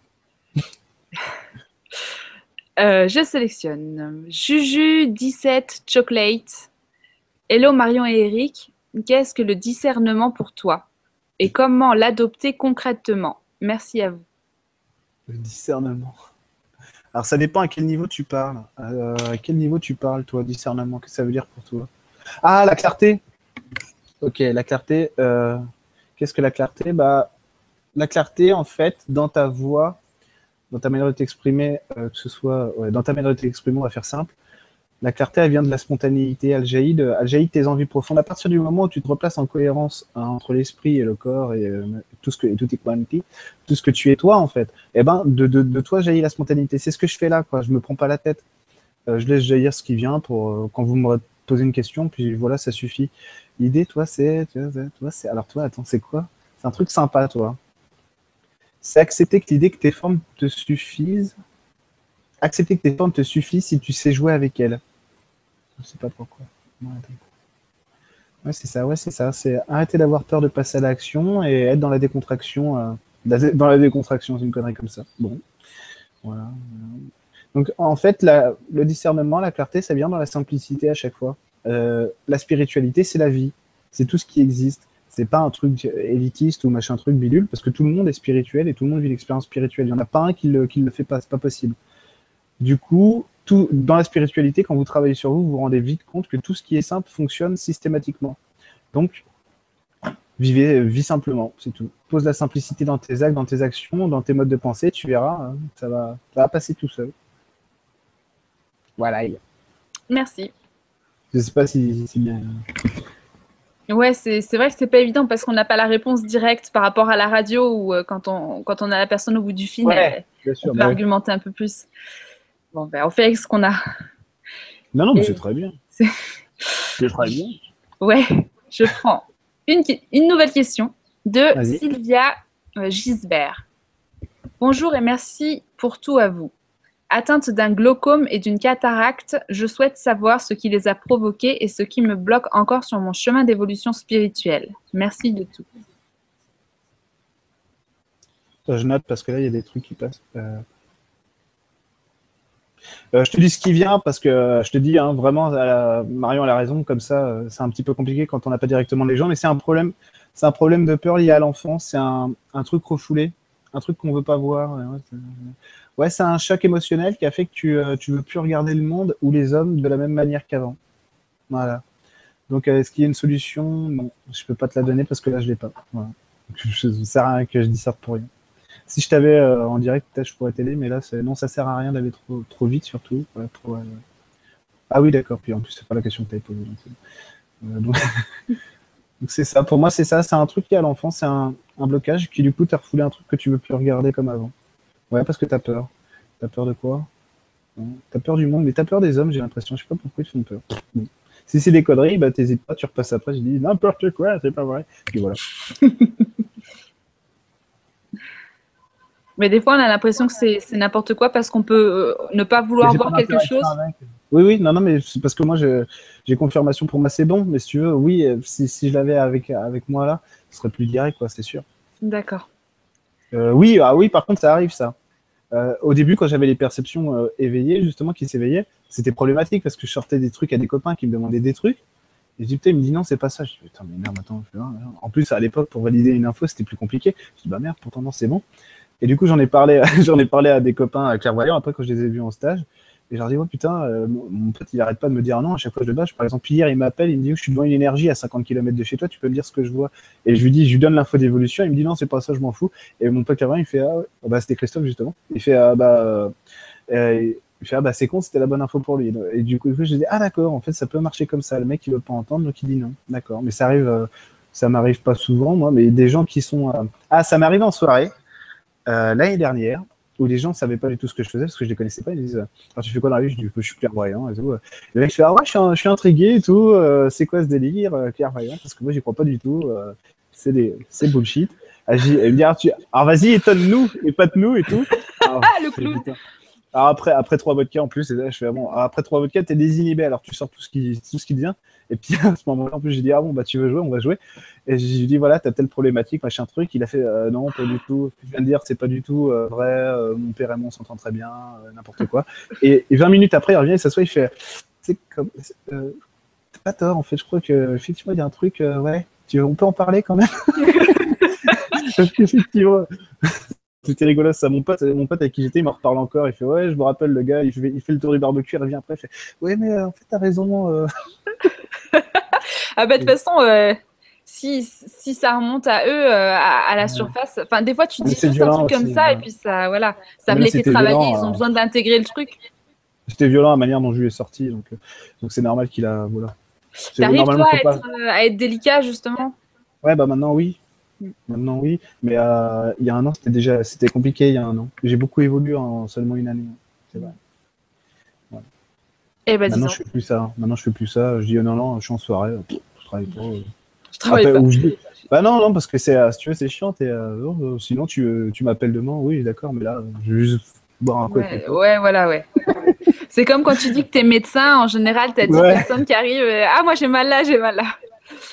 Euh, je sélectionne Juju dix-sept Chocolate. Hello Marion et Eric. Qu'est-ce que le discernement pour toi? Et comment l'adopter concrètement? Merci à vous. Le discernement. Alors, ça dépend à quel niveau tu parles. Euh, à quel niveau tu parles, toi, discernement? Qu'est-ce que ça veut dire pour toi? Ah, la clarté. Ok, la clarté. Euh, Qu'est-ce que la clarté? Bah, la clarté, en fait, dans ta voix, dans ta manière de t'exprimer, euh, que ce soit ouais, dans ta manière de t'exprimer, on va faire simple. La clarté, elle vient de la spontanéité, elle jaillit de, elle jaillit de tes envies profondes. À partir du moment où tu te replaces en cohérence hein, entre l'esprit et le corps et euh, tout ce que, et tout, est quanti, tout ce que tu es toi, en fait, eh ben, de, de, de toi jaillit la spontanéité. C'est ce que je fais là, quoi. Je me prends pas la tête. Euh, je laisse jaillir ce qui vient pour euh, quand vous me posez une question, puis voilà, ça suffit. L'idée, toi, c'est, tu vois, toi, c'est, alors toi, attends, c'est quoi? C'est un truc sympa, toi. C'est accepter que l'idée que tes formes te suffisent. Accepter que tes formes te suffisent si tu sais jouer avec elles. Je sais pas pourquoi. Non, ouais, c'est ça, ouais, c'est ça. C'est arrêter d'avoir peur de passer à l'action et être dans la décontraction. Euh, dans la décontraction, c'est une connerie comme ça. Bon, voilà. Donc, en fait, la, le discernement, la clarté, ça vient dans la simplicité à chaque fois. Euh, la spiritualité, c'est la vie. C'est tout ce qui existe. C'est pas un truc élitiste ou machin truc bidule, parce que tout le monde est spirituel et tout le monde vit l'expérience spirituelle. Il n'y en a pas un qui le, qui le fait pas, c'est pas possible. Du coup, tout, dans la spiritualité, quand vous travaillez sur vous, vous vous rendez vite compte que tout ce qui est simple fonctionne systématiquement. Donc, vivez, vis simplement, c'est tout. Pose la simplicité dans tes actes, dans tes actions, dans tes modes de pensée, tu verras, hein, ça, va, ça va passer tout seul. Voilà. Merci. Je sais pas si c'est bien. Ouais, c'est c'est vrai que c'est pas évident parce qu'on n'a pas la réponse directe par rapport à la radio ou euh, quand, on, quand on a la personne au bout du fil, Ouais, elle, bien on sûr. peut Bah, argumenter un peu plus. Bon, ben, on fait avec ce qu'on a. non, non, mais c'est Et très bien. c'est- C'est très bien. ouais, je prends une, qui- une nouvelle question de Vas-y. Sylvia euh, Gisbert. Bonjour et merci pour tout à vous. Atteinte d'un glaucome et d'une cataracte, je souhaite savoir ce qui les a provoqués et ce qui me bloque encore sur mon chemin d'évolution spirituelle. Merci de tout. Je note parce que là, il y a des trucs qui passent. Euh... Euh, je te dis ce qui vient parce que euh, je te dis hein, vraiment, elle a- Marion elle a raison, comme ça, euh, c'est un petit peu compliqué quand on n'a pas directement les gens, mais c'est un problème, c'est un problème de peur lié à l'enfance, c'est un, un truc refoulé, un truc qu'on veut pas voir. Ouais, c'est ouais, c'est un choc émotionnel qui a fait que tu, euh, tu veux plus regarder le monde ou les hommes de la même manière qu'avant. Voilà. Donc, euh, est-ce qu'il y a une solution? Non, je peux pas te la donner parce que là, je l'ai pas. Voilà. Donc, je ne sert à rien que je dis ça pour rien. Si je t'avais euh, en direct, peut-être je pourrais t'aider, mais là, non, ça sert à rien d'aller trop, trop vite, surtout. Voilà, trop, euh... Ah oui, d'accord. Puis en plus, c'est pas la question que tu avais posée. Donc, euh, donc... donc c'est ça. Pour moi, c'est ça. C'est un truc qui est à l'enfance, c'est un, un blocage qui, du coup, t'a refoulé un truc que tu veux plus regarder comme avant. Ouais, parce que t'as peur. T'as peur de quoi? T'as peur du monde, mais t'as peur des hommes, j'ai l'impression. Je sais pas pourquoi ils te font peur. Bon. Si c'est des conneries, bah t'hésites pas, tu repasses après, je dis n'importe quoi, c'est pas vrai. Puis voilà. Mais des fois, on a l'impression que c'est n'importe quoi parce qu'on peut euh, ne pas Mais vouloir j'ai pas voir quelque d'interaction chose. avec. Oui, oui, non, non, mais c'est parce que moi, j'ai confirmation pour moi, c'est bon. Mais si tu veux, oui, si, si je l'avais avec, avec moi là, ce serait plus direct, quoi, c'est sûr. D'accord. Euh, oui, ah oui, par contre, ça arrive, ça. Euh, au début, quand j'avais les perceptions euh, éveillées, justement, qui s'éveillaient, c'était problématique parce que je sortais des trucs à des copains qui me demandaient des trucs. Et je dis, putain, il me dit non, c'est pas ça. Je dis, putain, mais merde, attends. Je fais, ah, merde. En plus, à l'époque, pour valider une info, c'était plus compliqué. Je dis, bah merde, pourtant, non, c'est bon. Et du coup, j'en ai parlé, j'en ai parlé à des copains à clairvoyants après quand je les ai vus en stage. Et je leur dis, oh putain, euh, mon pote, il arrête pas de me dire non à chaque fois que je le bâche. Par exemple, hier, il m'appelle, il me dit, je suis devant une énergie à cinquante kilomètres de chez toi, tu peux me dire ce que je vois. Et je lui dis, je lui donne l'info d'évolution, il me dit, non, c'est pas ça, je m'en fous. Et mon pote clairvoyant, il fait, ah ouais, oh, bah, c'était Christophe, justement. Il fait, ah bah, euh, il fait, ah bah, c'est con, c'était la bonne info pour lui. Et du coup, je dis, ah d'accord, en fait, ça peut marcher comme ça. Le mec, il veut pas entendre, donc il dit non. D'accord. Mais ça arrive, euh, ça m'arrive pas souvent, moi, mais des gens qui sont, euh... ah, ça m'arrive en soirée. Euh, l'année dernière, où les gens ne savaient pas du tout ce que je faisais parce que je ne les connaissais pas. Ils disent, alors tu fais quoi dans la vie? Je dis, je suis clairvoyant et tout. Le mec fait, ah ouais, je suis, un, je suis intrigué et tout. Euh, c'est quoi ce délire, euh, clairvoyant? Parce que moi, j'y crois pas du tout. Euh, c'est bullshit. Ah, il me dit, alors, tu... alors vas-y, étonne-nous, épate-nous et tout. Alors, Ah, le clown. Alors après, après trois vodkas en plus, et là, je fais, ah bon, après trois vodkas, t'es désinhibé, alors tu sors tout ce qui, tout ce qui te vient. Et puis à ce moment-là, en plus, j'ai dit, ah bon, bah tu veux jouer, on va jouer. Et j'ai dit, voilà, t'as telle problématique, machin truc. Il a fait, euh, non, pas du tout. Ce que je viens de dire, c'est pas du tout euh, vrai. Euh, mon père et moi, on s'entend très bien, euh, n'importe quoi. Et, et vingt minutes après, il revient, il s'assoit, il fait, c'est comme, euh, t'as pas tort, en fait, je crois que, effectivement, il y a un truc, euh, ouais, tu, on peut en parler quand même. Parce qu'effectivement, c'était rigolo, ça. Mon pote, mon pote avec qui j'étais, il m'en reparle encore. Il fait, ouais, je me rappelle, le gars, il fait, il fait le tour du barbecue, il revient après, il fait, ouais, mais euh, en fait, t'as raison. Euh... Ah bah de toute façon, euh, si, si ça remonte à eux, euh, à, à la surface, enfin des fois tu dis juste un truc comme aussi, ça ouais. et puis ça, voilà, ça Mais me là, les fait c'était travailler, violent, ils ont euh, besoin d'intégrer le truc. C'était violent la manière dont je lui ai sorti, donc euh, donc c'est normal qu'il a, voilà. C'est- T'arrives Normalement, toi à faut pas. être, euh, à être délicat justement? Ouais, bah maintenant oui, maintenant oui. Mais euh, il y a un an, c'était déjà, c'était compliqué. Il y a un an, j'ai beaucoup évolué en seulement une année. C'est vrai. Ouais. Eh ben Maintenant, disons, je fais plus ça. Maintenant, je fais plus ça. Je dis, oh, non, non, je suis en soirée. Pff, je travaille pas. euh. je travaille Après, pas. ou je dis, bah non, non, parce que c'est, euh, si tu veux, c'est chiant. Et, euh, oh, sinon, tu, euh, tu m'appelles demain. Oui, d'accord, mais là, je vais juste boire un coup avec mes Ouais, potes. ouais, voilà, ouais. C'est comme quand tu dis que t'es médecin, en général, t'as dix Ouais. personnes qui arrivent, euh, ah moi j'ai mal là, j'ai mal là.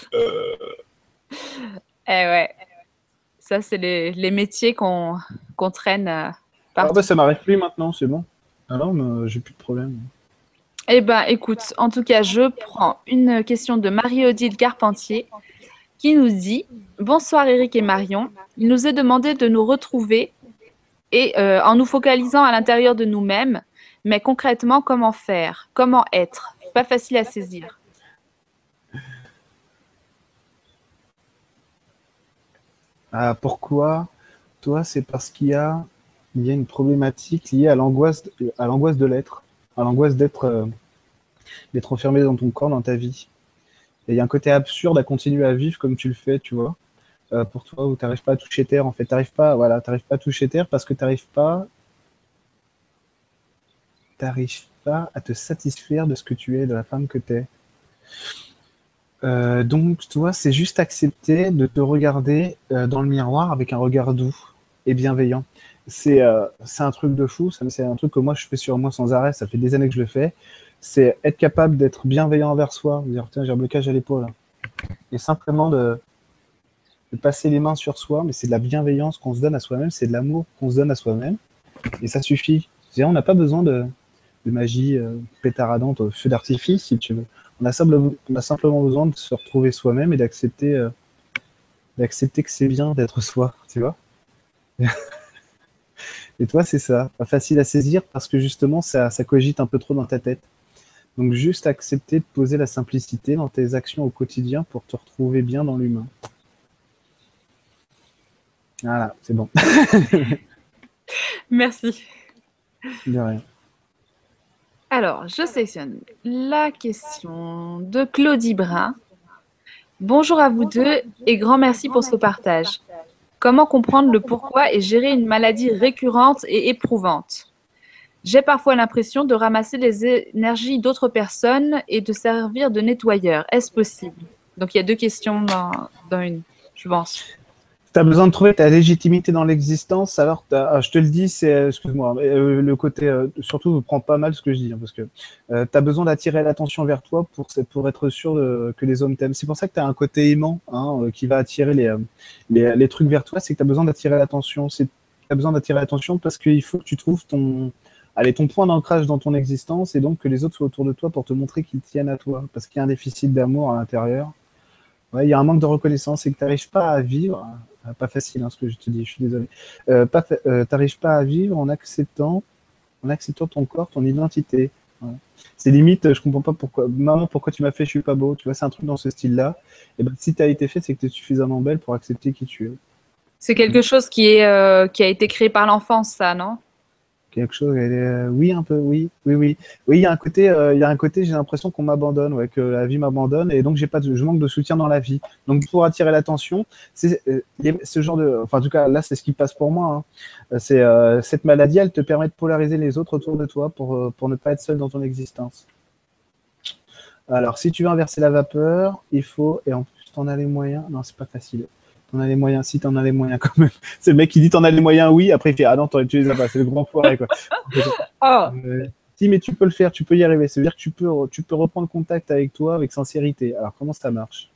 Eh ouais, ça c'est les, les métiers qu'on qu'on traîne euh, Ah partout. bah ça m'arrive plus maintenant, c'est bon. Ah non, mais euh, j'ai plus de problème. Eh ben, écoute, en tout cas, je prends une question de Marie-Odile Carpentier qui nous dit: Bonsoir Eric et Marion. Il nous est demandé de nous retrouver et euh, en nous focalisant à l'intérieur de nous-mêmes, mais concrètement, comment faire? Comment être? Pas facile à saisir. Ah, pourquoi? Toi, c'est parce qu'il y a, il y a une problématique liée à l'angoisse, à l'angoisse de l'être, à l'angoisse d'être, euh, d'être enfermé dans ton corps, dans ta vie. Et il y a un côté absurde à continuer à vivre comme tu le fais, tu vois. Euh, pour toi, où tu n'arrives pas à toucher terre, en fait, t'arrives pas, voilà, t'arrives pas à toucher terre parce que tu n'arrives pas, t'arrives pas à te satisfaire de ce que tu es, de la femme que tu es. Euh, donc, toi, c'est juste accepter de te regarder euh, dans le miroir avec un regard doux et bienveillant. C'est euh, c'est un truc de fou, c'est un truc que moi je fais sur moi sans arrêt, ça fait des années que je le fais. C'est être capable d'être bienveillant envers soi, dire tiens, j'ai un blocage à l'épaule. Et simplement de, de passer les mains sur soi, mais c'est de la bienveillance qu'on se donne à soi-même, c'est de l'amour qu'on se donne à soi-même. Et ça suffit. C'est-à-dire, on n'a pas besoin de, de magie euh, pétaradante au feu d'artifice, si tu veux. On a, simple, on a simplement besoin de se retrouver soi-même et d'accepter euh, d'accepter que c'est bien d'être soi, tu vois. Et toi, c'est ça, pas facile à saisir parce que justement, ça, ça cogite un peu trop dans ta tête. Donc juste accepter de poser la simplicité dans tes actions au quotidien pour te retrouver bien dans l'humain. Voilà, c'est bon. Merci. De rien. Alors, je sélectionne la question de Claudie Brun. Bonjour à vous deux et grand merci pour ce partage. Comment comprendre le pourquoi et gérer une maladie récurrente et éprouvante? J'ai parfois l'impression de ramasser les énergies d'autres personnes et de servir de nettoyeur. Est-ce possible? Donc, il y a deux questions dans, dans une, je pense. Tu as besoin de trouver ta légitimité dans l'existence, alors ah, je te le dis, c'est, excuse-moi, euh, le côté, euh, surtout, prends pas mal ce que je dis, hein, parce que euh, tu as besoin d'attirer l'attention vers toi pour, pour être sûr de, que les hommes t'aiment. C'est pour ça que tu as un côté aimant hein, euh, qui va attirer les, euh, les, les trucs vers toi, c'est que tu as besoin d'attirer l'attention. Tu as besoin d'attirer l'attention parce qu'il faut que tu trouves ton, allez, ton point d'ancrage dans ton existence et donc que les autres soient autour de toi pour te montrer qu'ils tiennent à toi, parce qu'il y a un déficit d'amour à l'intérieur. Ouais, il y a un manque de reconnaissance et que tu n'arrives pas à vivre, euh, pas facile hein, ce que je te dis, je suis désolé, euh, pas, euh, tu n'arrives pas à vivre en acceptant, en acceptant ton corps, ton identité. Ouais. C'est limite, je comprends pas pourquoi, maman, pourquoi tu m'as fait, je suis pas beau, tu vois, c'est un truc dans ce style-là. Et ben, si tu as été fait, c'est que tu es suffisamment belle pour accepter qui tu es. C'est quelque chose qui, est, euh, qui a été créé par l'enfance, ça, non? Quelque chose, euh, oui, un peu, oui, oui, oui. Oui, il y a un côté, euh, il y a un côté, j'ai l'impression qu'on m'abandonne, ouais, que la vie m'abandonne, et donc j'ai pas de, je manque de soutien dans la vie. Donc pour attirer l'attention, c'est euh, ce genre de, enfin en tout cas là c'est ce qui passe pour moi. Hein. C'est euh, cette maladie, elle te permet de polariser les autres autour de toi pour euh, pour ne pas être seul dans ton existence. Alors si tu veux inverser la vapeur, il faut, et en plus t'en as les moyens. Non, c'est pas facile. T'en as les moyens, si t'en as les moyens quand même. C'est le mec qui dit t'en as les moyens, oui, après il fait ah non, tu les as pas, c'est le grand foiré quoi. Oh. Euh, si, mais tu peux le faire, tu peux y arriver. Ça veut dire que tu peux, tu peux reprendre contact avec toi avec sincérité. Alors comment ça marche?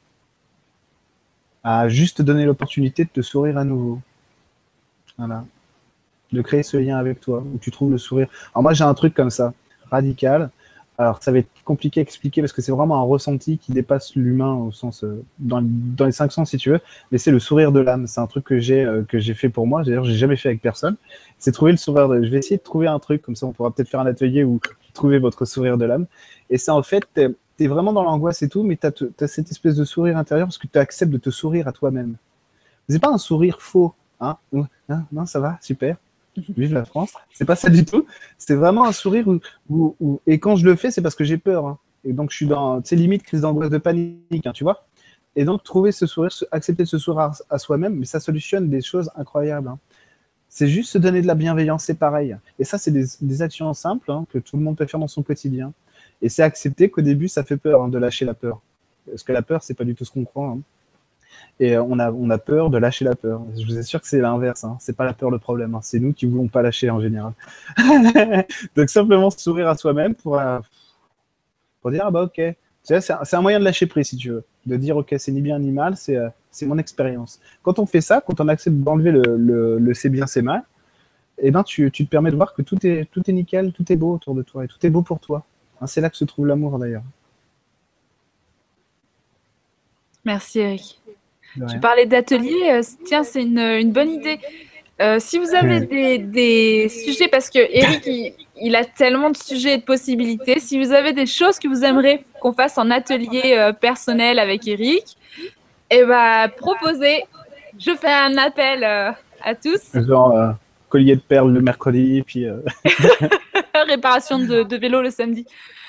À juste te donner l'opportunité de te sourire à nouveau. Voilà. De créer ce lien avec toi, où tu trouves le sourire. Alors moi j'ai un truc comme ça, radical. Alors ça va être compliqué à expliquer parce que c'est vraiment un ressenti qui dépasse l'humain au sens euh, dans, dans les cinq sens si tu veux, mais c'est le sourire de l'âme. C'est un truc que j'ai euh, que j'ai fait pour moi. D'ailleurs j'ai jamais fait avec personne. C'est trouver le sourire. De... Je vais essayer de trouver un truc comme ça. On pourra peut-être faire un atelier où trouver votre sourire de l'âme. Et c'est en fait t'es, t'es vraiment dans l'angoisse et tout, mais t'as, t'as cette espèce de sourire intérieur parce que tu acceptes de te sourire à toi-même. C'est pas un sourire faux, hein, hein non ça va super. Vive la France. C'est pas ça du tout. C'est vraiment un sourire où, où, où... et quand je le fais, c'est parce que j'ai peur. Hein. Et donc je suis dans, tu sais, limite crise d'angoisse, de panique, hein, tu vois. Et donc trouver ce sourire, accepter ce sourire à, à soi-même, mais ça solutionne des choses incroyables. Hein. C'est juste se donner de la bienveillance, c'est pareil. Et ça, c'est des, des actions simples hein, que tout le monde peut faire dans son quotidien. Et c'est accepter qu'au début, ça fait peur hein, de lâcher la peur. Parce que la peur, c'est pas du tout ce qu'on croit. Hein. Et on a, on a peur de lâcher la peur. Je vous assure que c'est l'inverse. Hein. C'est pas la peur le problème. Hein. C'est nous qui voulons pas lâcher en général. Donc simplement se sourire à soi-même pour, euh, pour dire ah bah ok. Tu sais, c'est, un, c'est un moyen de lâcher prise si tu veux. De dire ok c'est ni bien ni mal, c'est, euh, c'est mon expérience. Quand on fait ça, quand on accepte d'enlever le, le, le c'est bien c'est mal, eh ben tu, tu te permets de voir que tout est, tout est nickel, tout est beau autour de toi et tout est beau pour toi. Hein, c'est là que se trouve l'amour d'ailleurs. Merci Eric. Tu parlais d'atelier, euh, tiens, c'est une, une bonne idée. Euh, si vous avez des, des sujets, parce que Eric, il, il a tellement de sujets et de possibilités, si vous avez des choses que vous aimeriez qu'on fasse en atelier euh, personnel avec Eric, eh ben, proposez. Je fais un appel euh, à tous. Genre euh, collier de perles le mercredi, puis... Euh... réparation de, de vélo le samedi.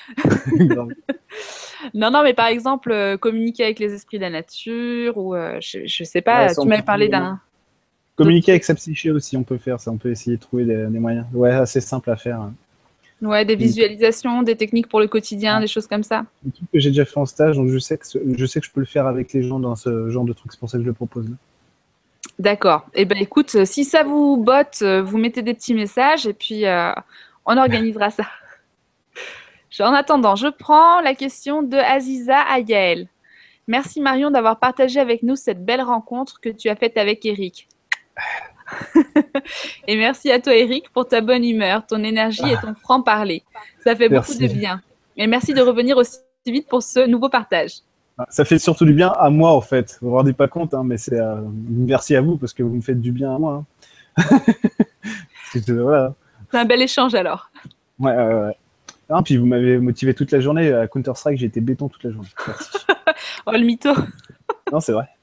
Non, non, mais par exemple, euh, communiquer avec les esprits de la nature, ou euh, je, je sais pas, ouais, tu m'avais parlé d'un... Communiquer avec sa psyché aussi, on peut faire ça, on peut essayer de trouver des, des moyens. Ouais, assez simple à faire. Ouais, des visualisations, des techniques pour le quotidien, ouais. Des choses comme ça. Un truc que j'ai déjà fait en stage, donc je sais, que je sais que je peux le faire avec les gens dans ce genre de truc, c'est pour ça que je le propose. Là. D'accord. Eh bien, écoute, si ça vous botte, vous mettez des petits messages et puis euh, on organisera ça. En attendant, je prends la question de Aziza à Yael. Merci Marion d'avoir partagé avec nous cette belle rencontre que tu as faite avec Eric. Et merci à toi, Eric, pour ta bonne humeur, ton énergie et ton franc-parler. Ça fait beaucoup Merci. de bien. Et merci de revenir aussi vite pour ce nouveau partage. Ça fait surtout du bien à moi, en fait. Vous vous rendez pas compte, hein, mais c'est euh, merci à vous parce que vous me faites du bien à moi. Hein. C'est voilà. un bel échange alors. Ouais, ouais, ouais. Ah, puis vous m'avez motivé toute la journée. À Counter-Strike, j'ai été béton toute la journée. Merci. Oh, le mytho. Non, c'est vrai.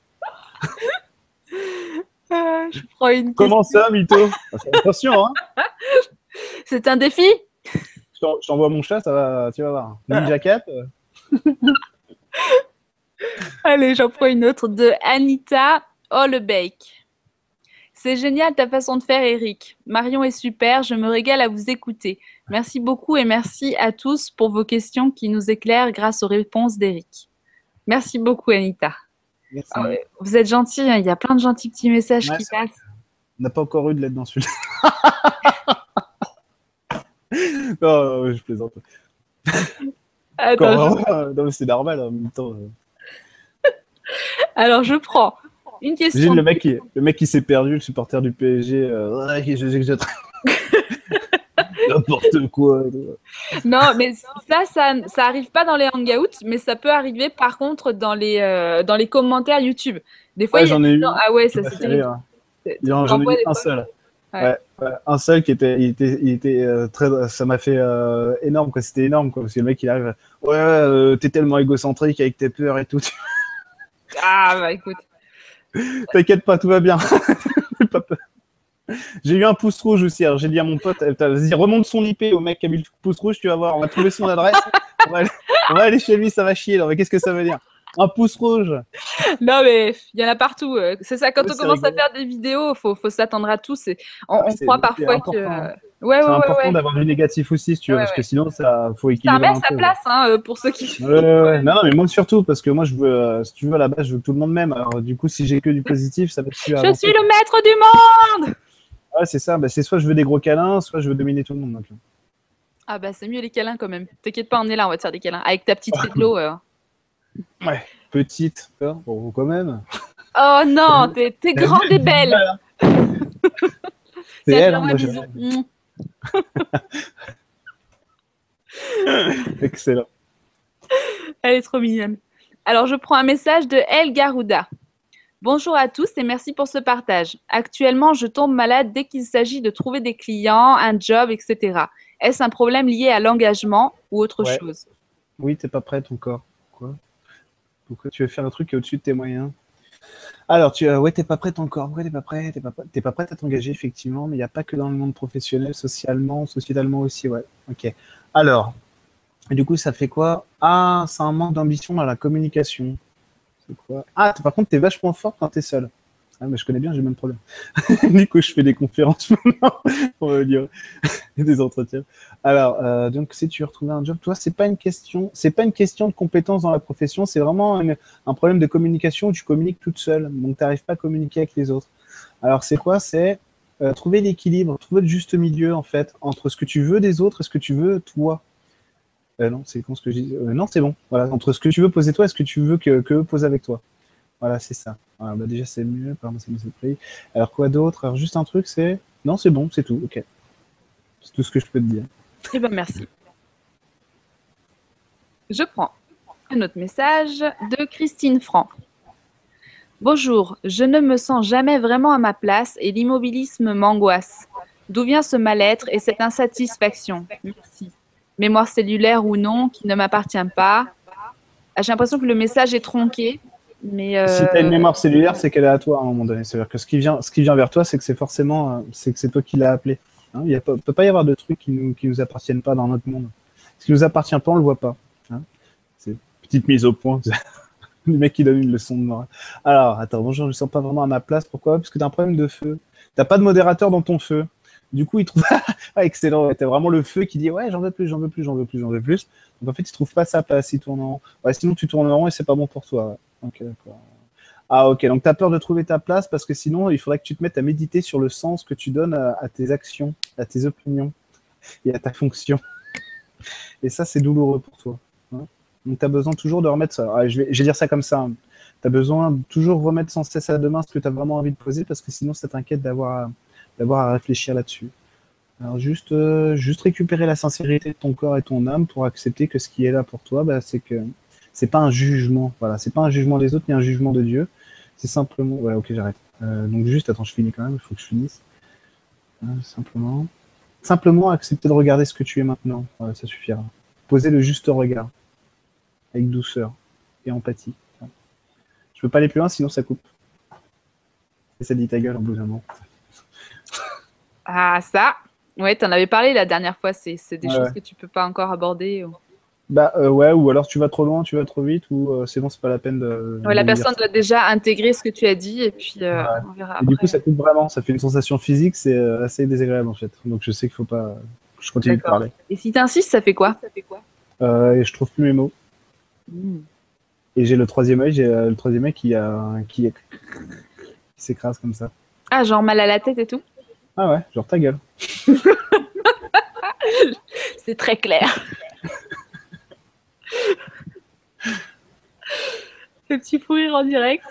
Ah, je prends une Comment question. ça, mytho? Attention, hein. C'est un défi? Je t'envoie mon chat, ça va, tu vas voir. Ninja Cat. Allez, j'en prends une autre de Anita Hollebeck. C'est génial ta façon de faire, Eric. Marion est super, je me régale à vous écouter. Merci beaucoup et merci à tous pour vos questions qui nous éclairent grâce aux réponses d'Eric. Merci beaucoup, Anita. Merci. Ah ouais, vous êtes gentils, hein, il y a plein de gentils petits messages Ouais, qui c'est vrai. passent. On n'a pas encore eu de l'aide dans celui-là. non, non, je plaisante. Attends, je... Quand- Non, mais c'est normal en même temps. Alors, je prends une question. J'imagine le mec, qui, le mec qui s'est perdu, le supporter du P S G. Euh, ouais, je, je, je... N'importe quoi. Non, mais ça, ça, ça arrive pas dans les hangouts, mais ça peut arriver par contre dans les, euh, dans les commentaires YouTube. Des fois, Ouais, il y a j'en ai des eu. gens... Ah ouais, Qui ça m'a c'est fait terrible. rire. C'est- J'en t'en ai vois eu des un fois. seul. Ouais. Ouais, ouais, un seul qui était, il était, il était euh, très, ça m'a fait euh, énorme quoi. C'était énorme quoi, parce que le mec il arrive, ouais, euh, t'es tellement égocentrique avec tes peurs et tout. Ah bah écoute. T'inquiète pas, tout va bien. Pas peur. J'ai eu un pouce rouge aussi. Alors j'ai dit à mon pote, vas-y remonte son I P au mec qui a mis le pouce rouge, tu vas voir, on va trouver son adresse, on va aller, on va aller chez lui, ça va chier. Alors, mais qu'est-ce que ça veut dire? Un pouce rouge. Non mais il y en a partout. euh, C'est ça, quand Ouais, on c'est commence à rigolo. faire des vidéos, faut, faut s'attendre à tout. C'est- On, Ouais, on c'est croit c'est parfois que... important. Hein. Ouais, ouais, C'est ouais, important ouais. d'avoir du négatif aussi, si tu veux, Ouais, parce que ouais. sinon ça, faut Ça équilibrer remet à un sa peu. place, hein, euh, pour ceux qui... Ouais, ouais, ouais. Non, non, mais moi surtout, parce que moi, je veux, euh, si tu veux, à la base, je veux que tout le monde m'aime. Alors, du coup, si j'ai que du positif, ça va plus Je suis avancer. le maître du monde! Ouais, c'est ça. Bah, c'est soit je veux des gros câlins, soit je veux dominer tout le monde. Donc. Ah bah c'est mieux les câlins quand même. T'inquiète pas, on est là, on va te faire des câlins. Avec ta petite fédelo. euh. Ouais, petite, hein, bon, quand même. Oh non, t'es t'es grande et belle. C'est Tiens, elle, je hein, t'envoie un moi, je... bisou. Mouah. Excellent. Elle est trop mignonne. Alors, je prends un message de El Garouda. Bonjour à tous et merci pour ce partage. Actuellement, je tombe malade dès qu'il s'agit de trouver des clients, un job, et cetera. Est-ce un problème lié à l'engagement ou autre Ouais. chose? Oui, t'es pas prête encore. Quoi? Pourquoi tu veux faire un truc qui est au-dessus de tes moyens? Alors, tu, euh, ouais, t'es pas prête encore. Pourquoi t'es pas prête? T'es pas, prête- t'es pas prête à t'engager, effectivement, mais il n'y a pas que dans le monde professionnel, socialement, sociétalement aussi, ouais. Ok. Alors, et du coup, ça fait quoi? Ah, c'est un manque d'ambition dans la communication. C'est quoi? Ah, t- par contre, t'es vachement fort quand t'es seul. Ah, mais je connais bien, j'ai le même problème. Du coup, je fais des conférences maintenant, on va dire, des entretiens. Alors, euh, donc, si tu veux retrouver un job, toi, c'est pas une question, c'est pas une question de compétence dans la profession, c'est vraiment une- un problème de communication où tu communiques toute seule, donc tu n'arrives pas à communiquer avec les autres. Alors, c'est quoi? C'est euh, trouver l'équilibre, trouver le juste milieu, en fait, entre ce que tu veux des autres et ce que tu veux toi. Euh, non, c'est con ce que je dis. Euh, non, c'est bon. Voilà, entre ce que tu veux poser toi et ce que tu veux que, que eux posent avec toi. Voilà, c'est ça. Voilà, bah déjà, c'est mieux. Pardon, c'est mieux, c'est pris. Alors, quoi d'autre? Alors, juste un truc, c'est. Non, c'est bon, c'est tout. Ok. C'est tout ce que je peux te dire. Eh bien, merci. Je prends un autre message de Christine Franck. Bonjour, je ne me sens jamais vraiment à ma place et l'immobilisme m'angoisse. D'où vient ce mal-être et cette insatisfaction? Merci. Mémoire cellulaire ou non, qui ne m'appartient pas. Ah, j'ai l'impression que le message est tronqué, mais... euh, Si tu as une mémoire cellulaire, c'est qu'elle est à toi à un moment donné. C'est-à-dire que ce qui vient, ce qui vient vers toi, c'est que c'est forcément, euh, c'est que c'est toi qui l'as appelé. Hein, il ne peut pas y avoir de trucs qui nous, qui nous appartiennent pas dans notre monde. Ce qui nous appartient pas, on le voit pas. Hein. C'est une petite mise au point. Le mec qui donne une leçon de morale. Alors, attends, bonjour, je ne me sens pas vraiment à ma place. Pourquoi? Parce que tu as un problème de feu. Tu n'as pas de modérateur dans ton feu. Du coup, il trouve. Ah, excellent. Ouais, tu as vraiment le feu qui dit ouais, j'en veux plus, j'en veux plus, j'en veux plus, j'en veux plus. Donc en fait, il trouve pas sa place. Il tourne en rond. Ouais, sinon, tu tournes en rond et c'est pas bon pour toi. Ouais. Ok, d'accord. Ah, ok. Donc, tu as peur de trouver ta place parce que sinon, il faudrait que tu te mettes à méditer sur le sens que tu donnes à, à tes actions, à tes opinions et à ta fonction. Et ça, c'est douloureux pour toi. Hein. Donc, tu as besoin toujours de remettre ça. Ah, je, vais, je vais dire ça comme ça. Hein. Tu as besoin de toujours remettre sans cesse à demain ce que tu as vraiment envie de poser parce que sinon, ça t'inquiète d'avoir d'avoir à réfléchir là-dessus. Alors juste, euh, juste récupérer la sincérité de ton corps et ton âme pour accepter que ce qui est là pour toi, bah, c'est que c'est pas un jugement. Voilà, c'est pas un jugement des autres ni un jugement de Dieu. C'est simplement. Ouais, ok, j'arrête. Euh, donc juste, attends, je finis quand même. Il faut que je finisse. Euh, simplement, simplement accepter de regarder ce que tu es maintenant. Voilà, ça suffira. Poser le juste regard avec douceur et empathie. Je peux pas aller plus loin, sinon ça coupe. Et ça dit ta gueule au bout d'un moment. Ah, ça. Ouais, t'en avais parlé la dernière fois. C'est c'est des Ouais, choses ouais. que tu peux pas encore aborder. ou- Bah euh, ouais, ou alors tu vas trop loin, tu vas trop vite, ou euh, c'est bon, c'est pas la peine de, Ouais, de la me dire personne ça. doit déjà intégrer ce que tu as dit et puis euh, Ouais. on verra Et du coup, après. ça coupe vraiment, ça fait une sensation physique, c'est euh, assez désagréable en fait. Donc je sais qu'il faut pas que je continue de D'accord. parler. Et si t'insistes, ça fait quoi? Euh, et je trouve plus mes mots. Hmm. Et j'ai le troisième œil, j'ai euh, le troisième œil qui, a, qui, qui s'écrase comme ça. Ah, genre mal à la tête et tout? Ah ouais, genre ta gueule. C'est très clair. Le petit fou rire en direct.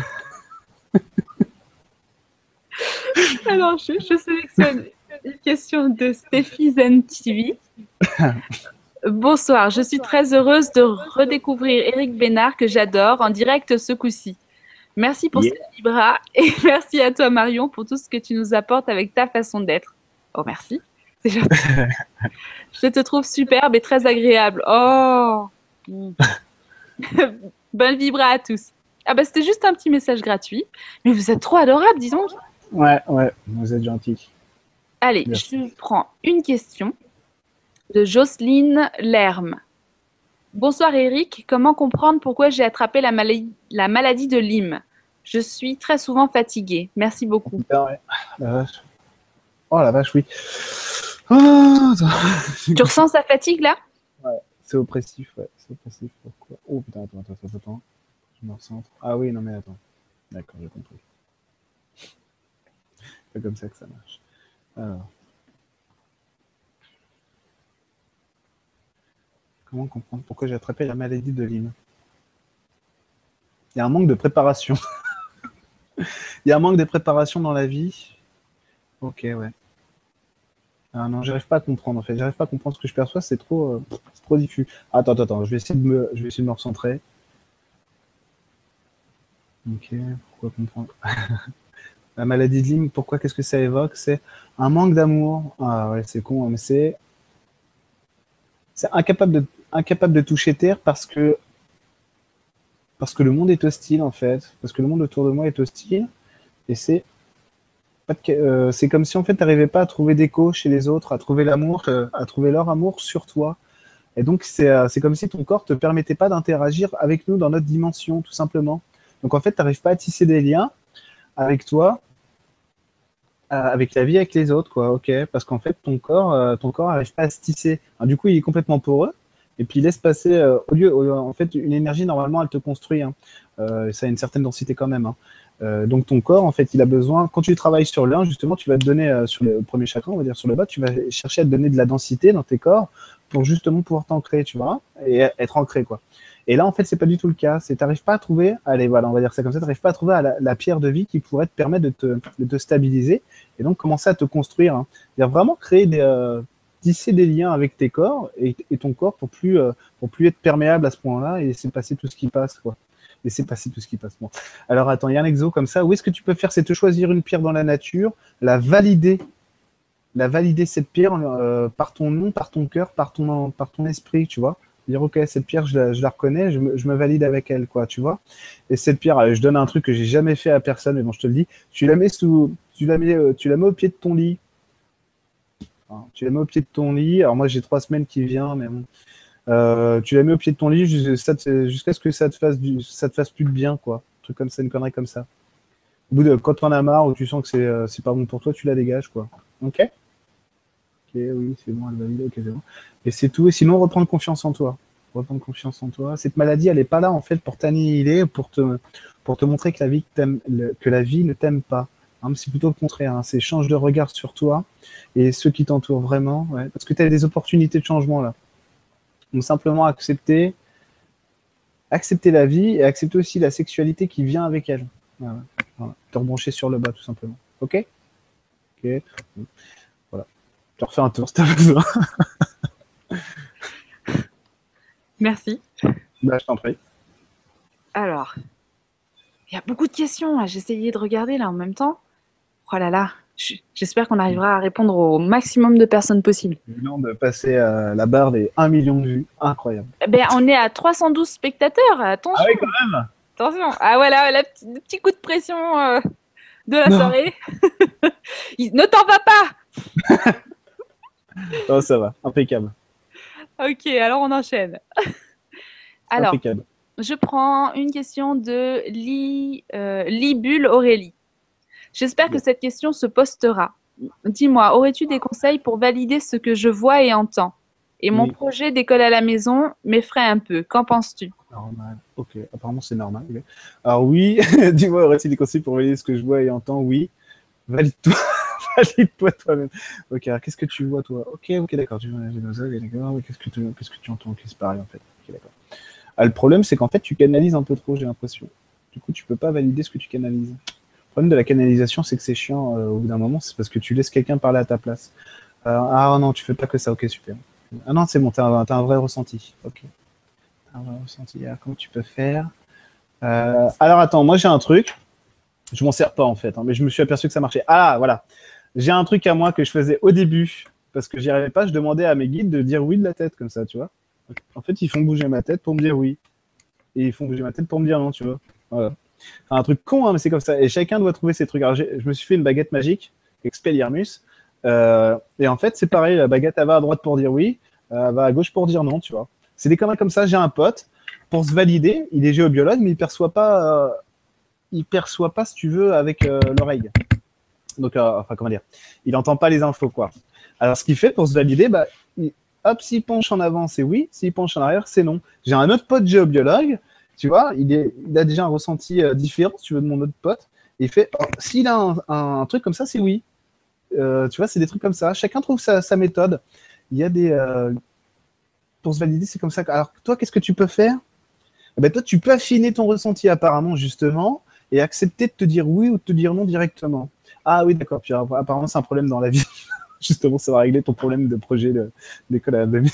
Alors, je, je sélectionne une question de Steffi Zen T V. Bonsoir, je suis très heureuse de redécouvrir Eric Bénard que j'adore en direct ce coup-ci. Merci pour Yeah. cette vibra et merci à toi Marion pour tout ce que tu nous apportes avec ta façon d'être. Oh merci, c'est gentil. Je te trouve superbe et très agréable. Oh. Mm. Bonne vibra à tous. Ah bah c'était juste un petit message gratuit, mais vous êtes trop adorables, dis donc. Ouais, ouais, vous êtes gentil. Allez, Merci. je prends une question de Jocelyne Lerme. Bonsoir Eric, comment comprendre pourquoi j'ai attrapé la maladie, la maladie de Lyme? Je suis très souvent fatiguée. Merci beaucoup. Putain, ouais. La vache. Oh la vache, oui. Oh, Tu ressens sa fatigue là? ouais, c'est oppressif, ouais. C'est oppressif. Pourquoi? Oh putain, attends, attends, attends, attends. Je me recentre. Ah oui, non mais attends. D'accord, j'ai compris. C'est comme ça que ça marche. Alors, comment comprendre pourquoi j'ai attrapé la maladie de Lyme? Il y a un manque de préparation. Il y a un manque de préparation dans la vie. Ok, ouais. Ah non, j'arrive pas à comprendre en fait. J'arrive pas à comprendre ce que je perçois. C'est trop, euh, c'est trop diffus. Attends, attends, attends. Je vais essayer de me, je vais essayer de me recentrer. Ok, pourquoi comprendre? La maladie de Lyme, pourquoi? Qu'est-ce que ça évoque? C'est un manque d'amour. Ah ouais, c'est con, hein, mais c'est, c'est incapable de, incapable de toucher terre parce que, parce que le monde est hostile en fait. Parce que le monde autour de moi est hostile. Et c'est pas de- euh, c'est comme si en fait tu n'arrivais pas à trouver d'écho chez les autres, à trouver l'amour, euh, à trouver leur amour sur toi. Et donc c'est euh, c'est comme si ton corps te permettait pas d'interagir avec nous dans notre dimension, tout simplement. Donc en fait, tu n'arrives pas à tisser des liens avec toi, euh, avec la vie, avec les autres, quoi. Ok, parce qu'en fait ton corps, euh, ton corps n'arrive pas à se tisser. Alors, du coup, il est complètement poreux. Et puis il laisse passer, euh, au lieu, au- en fait, une énergie normalement, elle te construit. Hein. Euh, ça a une certaine densité quand même. Hein. Euh, donc ton corps, en fait, il a besoin. Quand tu travailles sur l'un, justement, tu vas te donner euh, sur le premier chakra, on va dire sur le bas, tu vas chercher à te donner de la densité dans tes corps pour justement pouvoir t'ancrer, tu vois, et être ancré, quoi. Et là, en fait, c'est pas du tout le cas. C'est t'arrives pas à trouver. Allez, voilà, on va dire ça comme ça. T'arrives pas à trouver à la, la pierre de vie qui pourrait te permettre de te, de te stabiliser et donc commencer à te construire. Hein. C'est-à-dire vraiment créer des euh, tisser des liens avec tes corps et, et ton corps pour plus euh, pour plus être perméable à ce point-là et laisser passer tout ce qui passe, quoi. Laisser passer tout ce qui passe. Bon. Alors attends, il y a un exo comme ça. Où est-ce que tu peux faire? C'est te choisir une pierre dans la nature, la valider, la valider cette pierre euh, par ton nom, par ton cœur, par ton par ton esprit, tu vois. Dire ok, cette pierre, je la, je la reconnais, je me, je me valide avec elle, quoi, tu vois. Et cette pierre, allez, je donne un truc que j'ai jamais fait à personne, mais bon, je te le dis. Tu la mets sous, tu la mets, euh, tu la mets au pied de ton lit. Hein, tu la mets au pied de ton lit. Alors moi, j'ai trois semaines qui vient, mais bon. Euh, tu la mets au pied de ton lit jusqu'à ce que ça te fasse du, ça te fasse plus de bien, quoi. Un truc comme ça, une connerie comme ça. Au bout de, quand t'en as marre ou tu sens que c'est, euh, c'est pas bon pour toi, tu la dégages, quoi. Ok? Ok, oui, c'est bon, elle valide, ok, c'est bon. Et c'est tout. Et sinon, reprendre confiance en toi. Reprendre confiance en toi. Cette maladie, elle est pas là, en fait, pour t'annihiler, pour te, pour te montrer que la vie, t'aime, le, que la vie ne t'aime pas. Hein, c'est plutôt le contraire. Hein, c'est change de regard sur toi et ceux qui t'entourent vraiment. Ouais, parce que tu as des opportunités de changement, là. Donc, simplement accepter, accepter la vie et accepter aussi la sexualité qui vient avec elle. Voilà. Voilà. Te rebrancher sur le bas, tout simplement. Ok? Ok. Voilà. Je te refais un tour si tu as besoin. Merci. Bah, je t'en prie. Alors, il y a beaucoup de questions. J'ai essayé de regarder là en même temps. Oh là là, j'espère qu'on arrivera à répondre au maximum de personnes possible. Venant de passer à la barre des un million de vues. Incroyable. Eh ben, on est à trois cent douze spectateurs. Attention. Ah oui, quand même. Attention. Ah voilà, la petit, le petit coup de pression euh, de la Non. soirée. Il, ne t'en va pas. Oh, ça va. Impeccable. Ok, alors on enchaîne. Alors, Impeccable. je prends une question de Li, euh, Libule Aurélie. J'espère que cette question se postera. Dis-moi, aurais-tu des conseils pour valider ce que je vois et entends? Et mon Oui. projet d'école à la maison m'effraie un peu. Qu'en penses-tu? Normal. Ok, apparemment c'est normal. Okay. Alors oui, dis-moi, aurais-il des conseils pour valider ce que je vois et entends? Oui. Valide-toi. Valide-toi toi-même. Ok, alors qu'est-ce que tu vois toi? Ok, ok, d'accord. Tu vois les dinosaures, d'accord. Qu'est-ce que tu, qu'est-ce que tu entends? Ok, c'est pareil en fait. Ok, d'accord. Ah, le problème, c'est qu'en fait, tu canalises un peu trop, j'ai l'impression. Du coup, tu peux pas valider ce que tu canalises. Le problème de la canalisation, c'est que c'est chiant euh, au bout d'un moment, c'est parce que tu laisses quelqu'un parler à ta place. Euh, ah non, tu fais pas que ça. Ok, super. Ah non, c'est bon, t'as un, t'as un vrai ressenti. Ok. T'as un vrai ressenti. Alors, comment tu peux faire? euh, Alors, attends, moi j'ai un truc. Je m'en sers pas en fait, hein, mais je me suis aperçu que ça marchait. Ah, voilà. J'ai un truc à moi que je faisais au début parce que j'y arrivais pas. Je demandais à mes guides de dire oui de la tête comme ça, tu vois. En fait, ils font bouger ma tête pour me dire oui. Et ils font bouger ma tête pour me dire non, tu vois. Voilà. Enfin, un truc con, hein, mais c'est comme ça. Et chacun doit trouver ses trucs. Alors, je me suis fait une baguette magique, Expelliarmus. Euh, et en fait, c'est pareil. La baguette, elle va à droite pour dire oui, elle va à gauche pour dire non, tu vois. C'est des conneries comme ça. J'ai un pote, pour se valider, il est géobiologue, mais il perçoit pas, euh, il perçoit pas, si tu veux, avec euh, l'oreille. Donc, euh, enfin, comment dire, il n'entend pas les infos, quoi. Alors, ce qu'il fait pour se valider, bah, il, hop, s'il penche en avant, c'est oui, s'il penche en arrière, c'est non. J'ai un autre pote géobiologue, tu vois, il, est, il a déjà un ressenti euh, différent, si tu veux, de mon autre pote. Et il fait, oh, s'il a un, un, un, truc comme ça, c'est oui. Euh, tu vois, c'est des trucs comme ça. Chacun trouve sa, sa méthode. Il y a des. Euh, pour se valider, c'est comme ça. Alors, toi, qu'est-ce que tu peux faire? Eh ben, toi, tu peux affiner ton ressenti, apparemment, justement, et accepter de te dire oui ou de te dire non directement. Ah oui, d'accord. Puis apparemment, c'est un problème dans la vie. Justement, ça va régler ton problème de projet d'école à la maison.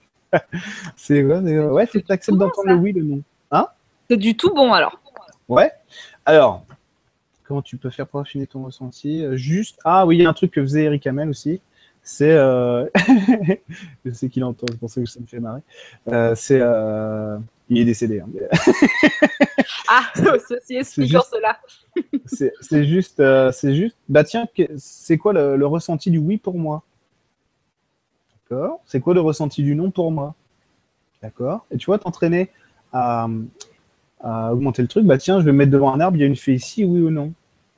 C'est ouais, ouais, faut que tu acceptes d'entendre le oui, le non. Hein? C'est du tout bon alors. Ouais. Alors, comment tu peux faire pour affiner ton ressenti? Juste, ah oui, il y a un truc que faisait Eric Hamel aussi. C'est, euh... je sais qu'il entend, c'est pour ça que ça me fait marrer. Euh, c'est, euh... il est décédé. Hein. Ah, ceci explique juste... cela. c'est juste, euh, c'est juste. Bah tiens, c'est quoi le, le ressenti du oui pour moi? D'accord. C'est quoi le ressenti du non pour moi? D'accord. Et tu vois, t'entraîner à, à augmenter le truc. Bah tiens, je vais me mettre devant un arbre. Il y a une fée ici, oui ou non?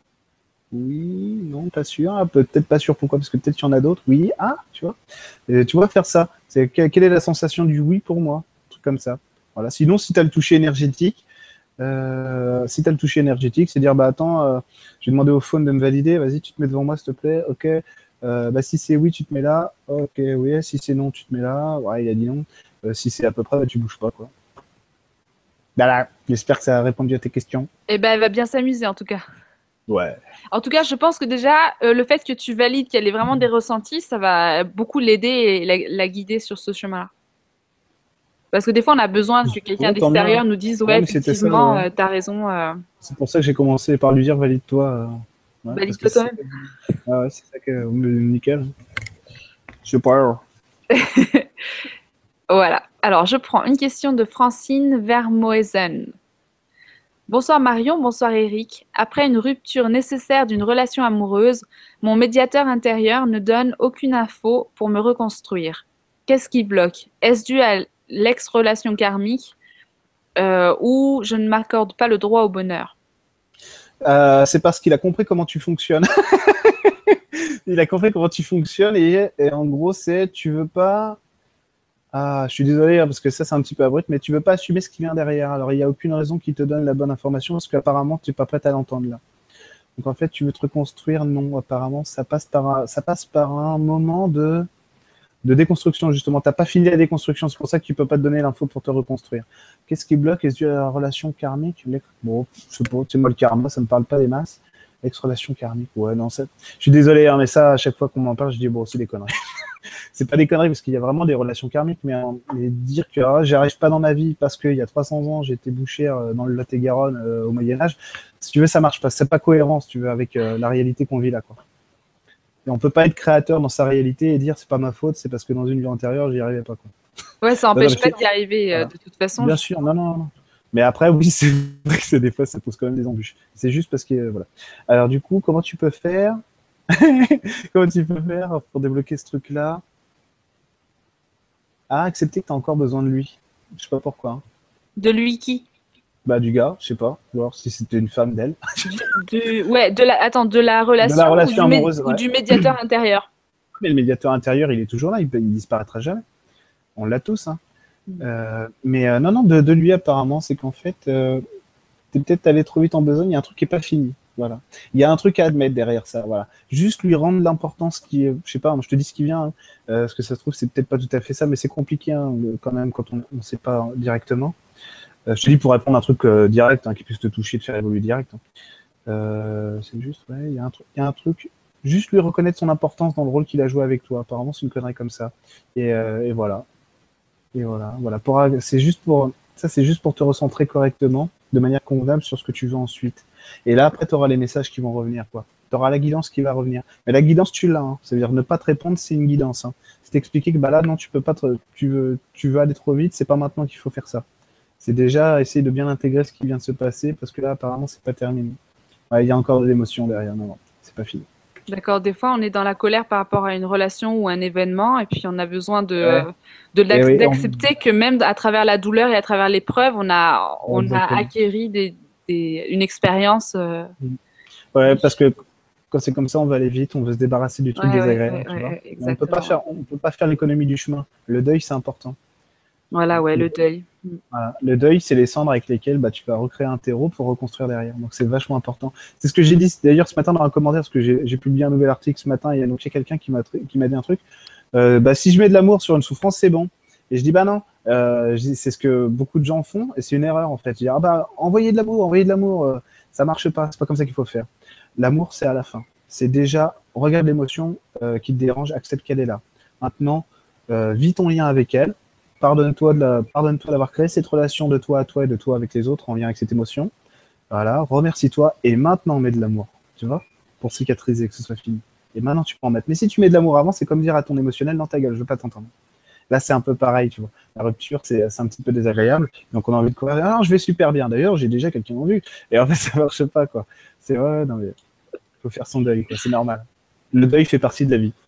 Oui, non, pas sûr. Ah, peut-être pas sûr. Pourquoi? Parce que peut-être qu'il y en a d'autres. Oui, ah, tu vois. Et tu vois faire ça. C'est quelle est la sensation du oui pour moi? Un truc comme ça. Voilà. Sinon, si tu as le toucher énergétique, euh, si tu as le toucher énergétique, c'est dire bah attends, euh, je vais demander au phone de me valider. Vas-y, tu te mets devant moi, s'il te plaît. Ok. Euh, bah si c'est oui, tu te mets là. Ok, oui. Si c'est non, tu te mets là. Ouais, il a dit non. Euh, si c'est à peu près, bah, tu bouges pas quoi. Voilà. J'espère que ça a répondu à tes questions. Eh ben, elle va bien s'amuser en tout cas. Ouais. En tout cas, je pense que déjà, euh, le fait que tu valides qu'elle ait vraiment des ressentis, ça va beaucoup l'aider et la, la guider sur ce chemin-là. Parce que des fois, on a besoin que quelqu'un Ouais, d'extérieur hein. nous dise ouais, ouais effectivement, ouais. euh, t'as raison. Euh... C'est pour ça que j'ai commencé par lui dire valide-toi. Euh... Ouais, valide-toi toi-même. Ah ouais, c'est ça que nickel. Je sais pas. Voilà. Alors, je prends une question de Francine Vermoesen. Bonsoir Marion, bonsoir Eric. Après une rupture nécessaire d'une relation amoureuse, mon médiateur intérieur ne donne aucune info pour me reconstruire. Qu'est-ce qui bloque? Est-ce dû à l'ex-relation karmique euh, ou je ne m'accorde pas le droit au bonheur? euh, C'est parce qu'il a compris comment tu fonctionnes. Il a compris comment tu fonctionnes et, et en gros, c'est tu veux pas. Ah, je suis désolé parce que ça, c'est un petit peu abrupt, mais tu veux pas assumer ce qui vient derrière. Alors, il n'y a aucune raison qui te donne la bonne information parce qu'apparemment, tu n'es pas prête à l'entendre là. Donc, en fait, tu veux te reconstruire. Non, apparemment, ça passe par un, ça passe par un moment de, de déconstruction, justement. Tu n'as pas fini la déconstruction. C'est pour ça que tu ne peux pas te donner l'info pour te reconstruire. Qu'est-ce qui bloque? Est-ce dû à la relation karmique? Bon, je sais pas, c'est moi le karma, ça ne me parle pas des masses. Ex-relation karmique, ouais, non, ça... je suis désolé, hein, mais ça, à chaque fois qu'on m'en parle, je dis, bon, c'est des conneries. C'est pas des conneries, parce qu'il y a vraiment des relations karmiques, mais, hein, mais dire que ah, j'arrive pas dans ma vie parce qu'il y a trois cents ans, j'étais bouchère euh, dans le Lot-et-Garonne euh, au Moyen-Âge, si tu veux, ça marche pas. C'est pas cohérent, si tu veux, avec euh, la réalité qu'on vit là, quoi. Et on peut pas être créateur dans sa réalité et dire, c'est pas ma faute, c'est parce que dans une vie antérieure, j'y arrivais pas, quoi. Ouais, ça Non, non, n'empêche mais pas c'est- d'y arriver euh, voilà. de toute façon. Bien sûr, non, non, non. Mais après, oui, c'est vrai que c'est- des fois, ça pose quand même des embûches. C'est juste parce que, euh, voilà. Alors, du coup, comment tu peux faire comment tu peux faire pour débloquer ce truc-là? Ah, accepter que tu as encore besoin de lui. Je sais pas pourquoi, hein. De lui qui? Bah, du gars, je sais pas. Ou alors si c'était une femme d'elle. Du, du- ouais, de la, attends, de la De la relation ou relation du, mé- amoureuse, ou ouais. du médiateur intérieur? Mais le médiateur intérieur, il est toujours là, il, il disparaîtra jamais. On l'a tous, hein. Euh, mais euh, non, non, de, de lui, apparemment, c'est qu'en fait, euh, t'es peut-être allé trop vite en besogne, il y a un truc qui est pas fini. Voilà. Il y a un truc à admettre derrière ça. Voilà. Juste lui rendre l'importance qui est, je sais pas, je te dis ce qui vient, hein, euh, parce que ça se trouve, c'est peut-être pas tout à fait ça, mais c'est compliqué hein, le- quand même quand on ne sait pas directement. Euh, je te dis pour répondre à un truc euh, direct, hein, qui puisse te toucher, te faire évoluer direct. Hein. Euh, c'est juste, ouais, il y a un truc, il y a un truc. Juste lui reconnaître son importance dans le rôle qu'il a joué avec toi. Apparemment, c'est une connerie comme ça. Et, euh, et voilà. Et voilà, voilà. Pour, c'est juste pour, ça, c'est juste pour te recentrer correctement, de manière convenable sur ce que tu veux ensuite. Et là, après, tu auras les messages qui vont revenir, quoi. Tu auras la guidance qui va revenir. Mais la guidance, tu l'as. Hein. C'est-à-dire ne pas te répondre, c'est une guidance. Hein. C'est t'expliquer que bah là, non, tu peux pas. Te, tu veux, tu veux aller trop vite. C'est pas maintenant qu'il faut faire ça. C'est déjà essayer de bien intégrer ce qui vient de se passer, parce que là, apparemment, c'est pas terminé. Ouais, il y a encore de l'émotion derrière. Non, non, c'est pas fini. D'accord, des fois on est dans la colère par rapport à une relation ou un événement et puis on a besoin de, Ouais. euh, de Et l'ac- oui, on... d'accepter que même à travers la douleur et à travers l'épreuve, on a, on a exactement. acquéri des, des, une expérience. euh, Ouais, parce que quand c'est comme ça, on va aller vite, on veut se débarrasser du truc Ouais, ouais, désagréable, ouais, tu ouais, vois. ouais, Mais on peut pas exactement. faire, on peut pas faire l'économie du chemin. Le deuil, c'est important. Voilà, ouais, Le, le deuil. voilà. Le deuil, c'est les cendres avec lesquelles bah, tu vas recréer un terreau pour reconstruire derrière. Donc c'est vachement important. C'est ce que j'ai dit d'ailleurs ce matin dans un commentaire, parce que j'ai publié un nouvel article ce matin, et il y a donc il y a quelqu'un qui m'a qui m'a dit un truc. Euh, bah, si je mets de l'amour sur une souffrance, c'est bon. Et je dis bah non. Euh, c'est ce que beaucoup de gens font, et c'est une erreur en fait. Je dis ah bah envoyez de l'amour, envoyez de l'amour, euh, ça marche pas. C'est pas comme ça qu'il faut faire. L'amour, c'est à la fin. C'est déjà, regarde l'émotion euh, qui te dérange, accepte qu'elle est là. Maintenant, euh, vis ton lien avec elle. Pardonne-toi de la, pardonne-toi d'avoir créé cette relation de toi à toi et de toi avec les autres en lien avec cette émotion. Voilà, remercie-toi et maintenant mets de l'amour, tu vois, pour cicatriser, que ce soit fini. Et maintenant tu peux en mettre. Mais si tu mets de l'amour avant, c'est comme dire à ton émotionnel dans ta gueule, je veux pas t'entendre. Là, c'est un peu pareil, tu vois. La rupture, c'est un petit peu désagréable. Donc, on a envie de courir. Ah, non, je vais super bien. D'ailleurs, j'ai déjà quelqu'un en vue. Et en fait, ça marche pas, quoi. C'est ouais, non, mais faut faire son deuil, quoi. C'est normal. Le deuil fait partie de la vie.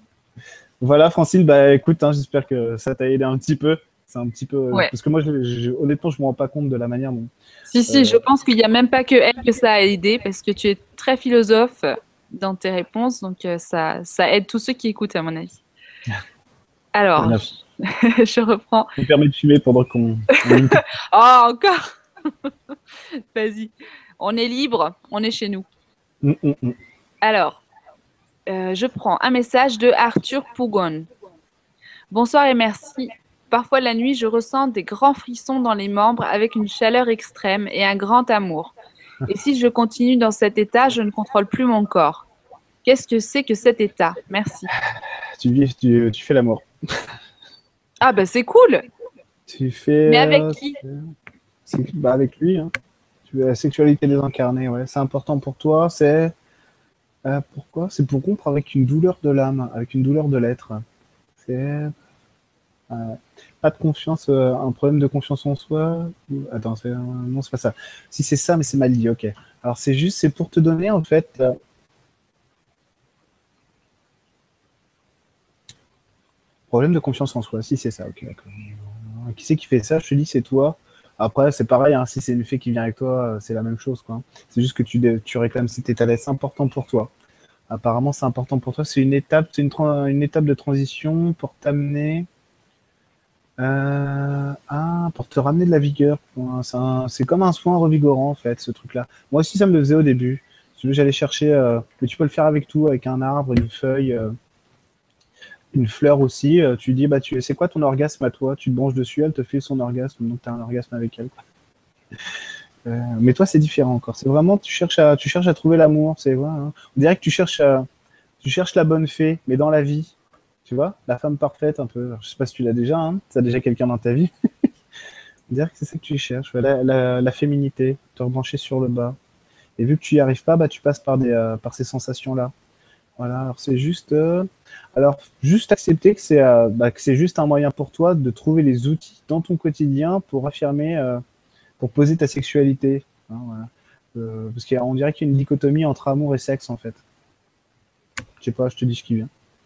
Voilà, Francine, bah écoute, hein, j'espère que ça t'a aidé un petit peu. C'est un petit peu. Ouais. Parce que moi, je, je, honnêtement, je me rends pas compte de la manière dont. Si, si, Euh, je pense qu'il n'y a même pas que elle que ça a aidé parce que tu es très philosophe dans tes réponses, donc euh, ça, ça aide tous ceux qui écoutent, à mon avis. Alors, je, je reprends. Ça me permet de fumer pendant qu'on. On... Oh, encore. Vas-y. On est libre, on est chez nous. Mm, mm, mm. Alors, euh, je prends un message de Arthur Pougon. Bonsoir et merci. Parfois la nuit, je ressens des grands frissons dans les membres avec une chaleur extrême et un grand amour. Et si je continue dans cet état, je ne contrôle plus mon corps. Qu'est-ce que c'est que cet état? Merci. Tu, vis, tu, tu fais l'amour. Ah bah c'est cool. Tu fais. Mais avec euh, qui? bah, avec lui. Hein. Tu veux la sexualité désincarnée, ouais. C'est important pour toi. C'est. Euh, pourquoi? C'est pour rompre avec une douleur de l'âme, avec une douleur de l'être. C'est. Euh, pas de confiance, euh, un problème de confiance en soi. Attends, c'est, euh, non, c'est pas ça. Si c'est ça, mais c'est mal dit, ok. Alors c'est juste, c'est pour te donner en fait. Euh, problème de confiance en soi, si c'est ça, ok, d'accord. Qui c'est qui fait ça? Je te dis, c'est toi. Après, c'est pareil, hein, si c'est une fée qui vient avec toi, c'est la même chose, quoi. C'est juste que tu, tu réclames cet état-là, c'est important pour toi. Apparemment, c'est important pour toi. C'est une étape, c'est une, une étape de transition pour t'amener. Euh, ah, pour te ramener de la vigueur. C'est comme un soin revigorant, en fait, ce truc-là. Moi aussi, ça me le faisait au début. J'allais chercher, euh, mais tu peux le faire avec tout, avec un arbre, une feuille, euh, une fleur aussi. Euh, tu dis, bah, tu, c'est quoi ton orgasme à toi? Tu te branches dessus, elle te fait son orgasme, donc tu as un orgasme avec elle. Euh, mais toi, c'est différent encore. C'est vraiment, tu cherches à, tu cherches à trouver l'amour. C'est ouais, hein. On dirait que tu cherches, à, tu cherches la bonne fée, mais dans la vie. Tu vois, la femme parfaite, un peu. Alors, je sais pas si tu l'as déjà. Hein. Tu as déjà quelqu'un dans ta vie. On dirait que c'est ça que tu cherches. Ouais, la, la, la féminité, te rebrancher sur le bas. Et vu que tu y arrives pas, bah, tu passes par des, euh, par ces sensations-là. Voilà. Alors c'est juste, euh, alors juste accepter que c'est, euh, bah, que c'est juste un moyen pour toi de trouver les outils dans ton quotidien pour affirmer. Euh, pour poser ta sexualité. Hein, voilà. euh, parce qu'on dirait qu'il y a une dichotomie entre amour et sexe, en fait. Je sais pas, je te dis ce qui vient.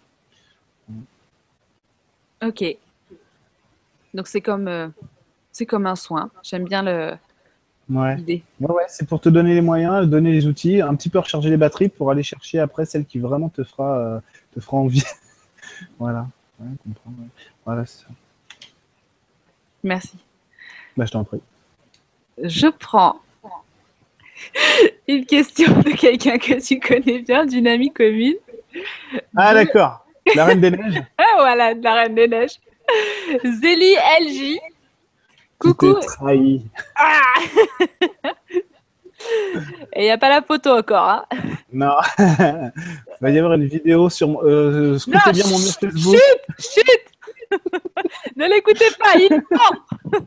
Ok. Donc c'est comme, euh, c'est comme un soin. J'aime bien le, Ouais. l'idée. Ouais, ouais, c'est pour te donner les moyens, donner les outils, un petit peu recharger les batteries pour aller chercher après celle qui vraiment te fera, euh, te fera envie. Voilà. Ouais, comprends, ouais. Voilà, c'est ça. Merci. Bah, je t'en prie. Je prends une question de quelqu'un que tu connais bien, d'une amie commune. Ah, De... d'accord. La Reine des Neiges Ah, voilà, de la Reine des Neiges. Zélie L J. qui Coucou. te trahit. Ah Et il n'y a pas la photo encore. Hein. Non. Il va y avoir une vidéo sur. Euh, scrutez bien mon mur Facebook. Chut, chut Ne l'écoutez pas, il est mort.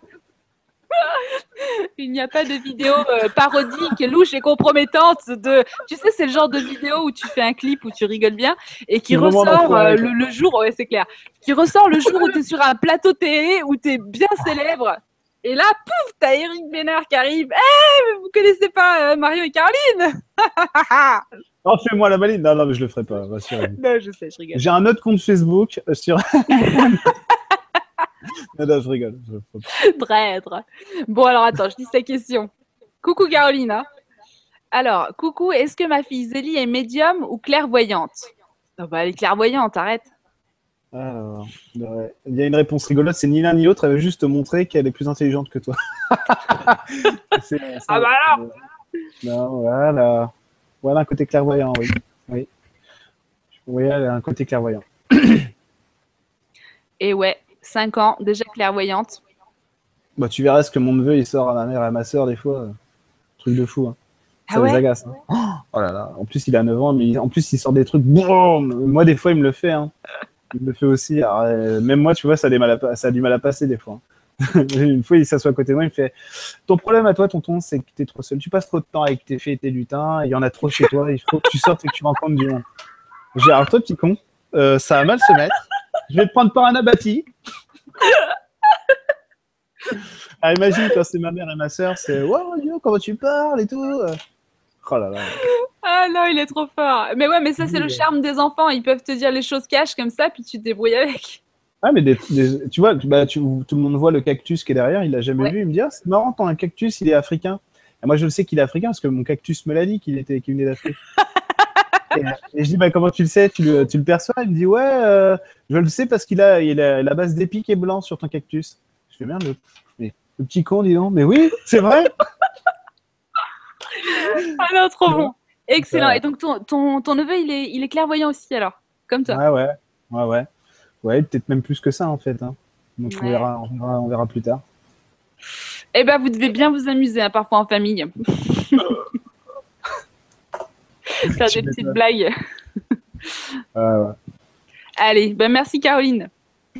Il n'y a pas de vidéo euh, parodique, louche et compromettante. De... Tu sais, c'est le genre de vidéo où tu fais un clip où tu rigoles bien et qui C'est vraiment ressort euh, l'enfoiré, le, quoi. le jour, ouais, c'est clair, qui ressort le jour où tu es sur un plateau télé, où tu es bien célèbre. Et là, pouf, t'as Eric Bénard qui arrive. Eh, hey, vous connaissez pas euh, Mario et Caroline? Oh, fais-moi la maline. Non, non, mais je le ferai pas, rassurez-vous. Non, je sais, je rigole. J'ai un autre compte Facebook euh, sur. Non, non, je rigole. Je... Traître. Bon, alors attends, je dis sa question. Coucou Caroline. Hein. Alors, coucou, est-ce que ma fille Zélie est médium ou clairvoyante? Oh, bah, elle est clairvoyante, arrête. Alors, ouais. Il y a une réponse rigolote, c'est ni l'un ni l'autre, elle veut juste te montrer qu'elle est plus intelligente que toi. c'est, c'est, Ah bah alors euh, non, voilà. Voilà un côté clairvoyant, oui. Oui, oui, elle a un côté clairvoyant. Et ouais, cinq ans, déjà clairvoyante. Bah, tu verras ce que mon neveu, il sort à ma mère et à ma soeur, des fois. euh, Truc de fou, hein. Ça Ah les ouais? agace. Hein. Oh là là. En plus, il a neuf ans, mais il- en plus, il sort des trucs. Boum. Moi, des fois, il me le fait. Hein. Il me le fait aussi. Alors, euh, même moi, tu vois, ça a, des mal à, ça a du mal à passer, des fois. Une fois, il s'assoit à côté de moi, il me fait ton problème à toi, tonton, c'est que tu es trop seul. Tu passes trop de temps avec tes fées et tes lutins, il y en a trop chez toi, il faut que tu sortes et que tu rencontres du monde. Je dis alors, toi, petit con, euh, ça va mal se mettre. Je vais te prendre par un abattis. Ah, imagine quand c'est ma mère et ma soeur, c'est wow, Yo, comment tu parles et tout. Oh là là. Ah non, il est trop fort. Mais ouais, mais ça, c'est le charme des enfants. Ils peuvent te dire les choses cash comme ça, puis tu te débrouilles avec. Ah, mais des, des, tu vois, bah, tu, tout le monde voit le cactus qui est derrière, il l'a jamais Ouais. vu. Il me dit, ah, c'est marrant, ton cactus, il est africain. Et moi, je le sais qu'il est africain parce que mon cactus me l'a dit qu'il était, qu'il venait d'Afrique. et, et je dis, bah, comment tu le sais, tu le, tu le perçois? Il me dit, ouais, euh, je le sais parce qu'il a, il a la base d'épi qui est blanc sur ton cactus. Je fais merde, le, mais, le petit con, dis donc. Mais oui, c'est vrai. Ah non, trop bon. Excellent. Ouais. Et donc, ton, ton, ton neveu, il est, il est clairvoyant aussi, alors, comme toi. Ouais, ouais, ouais, ouais. Ouais, peut-être même plus que ça, en fait. Hein. Donc, on, Ouais. verra, on, verra, on verra plus tard. Eh ben, vous devez bien vous amuser, hein, parfois en famille. Faire des petites blagues. Ouais, ouais. Allez, ben merci Caroline.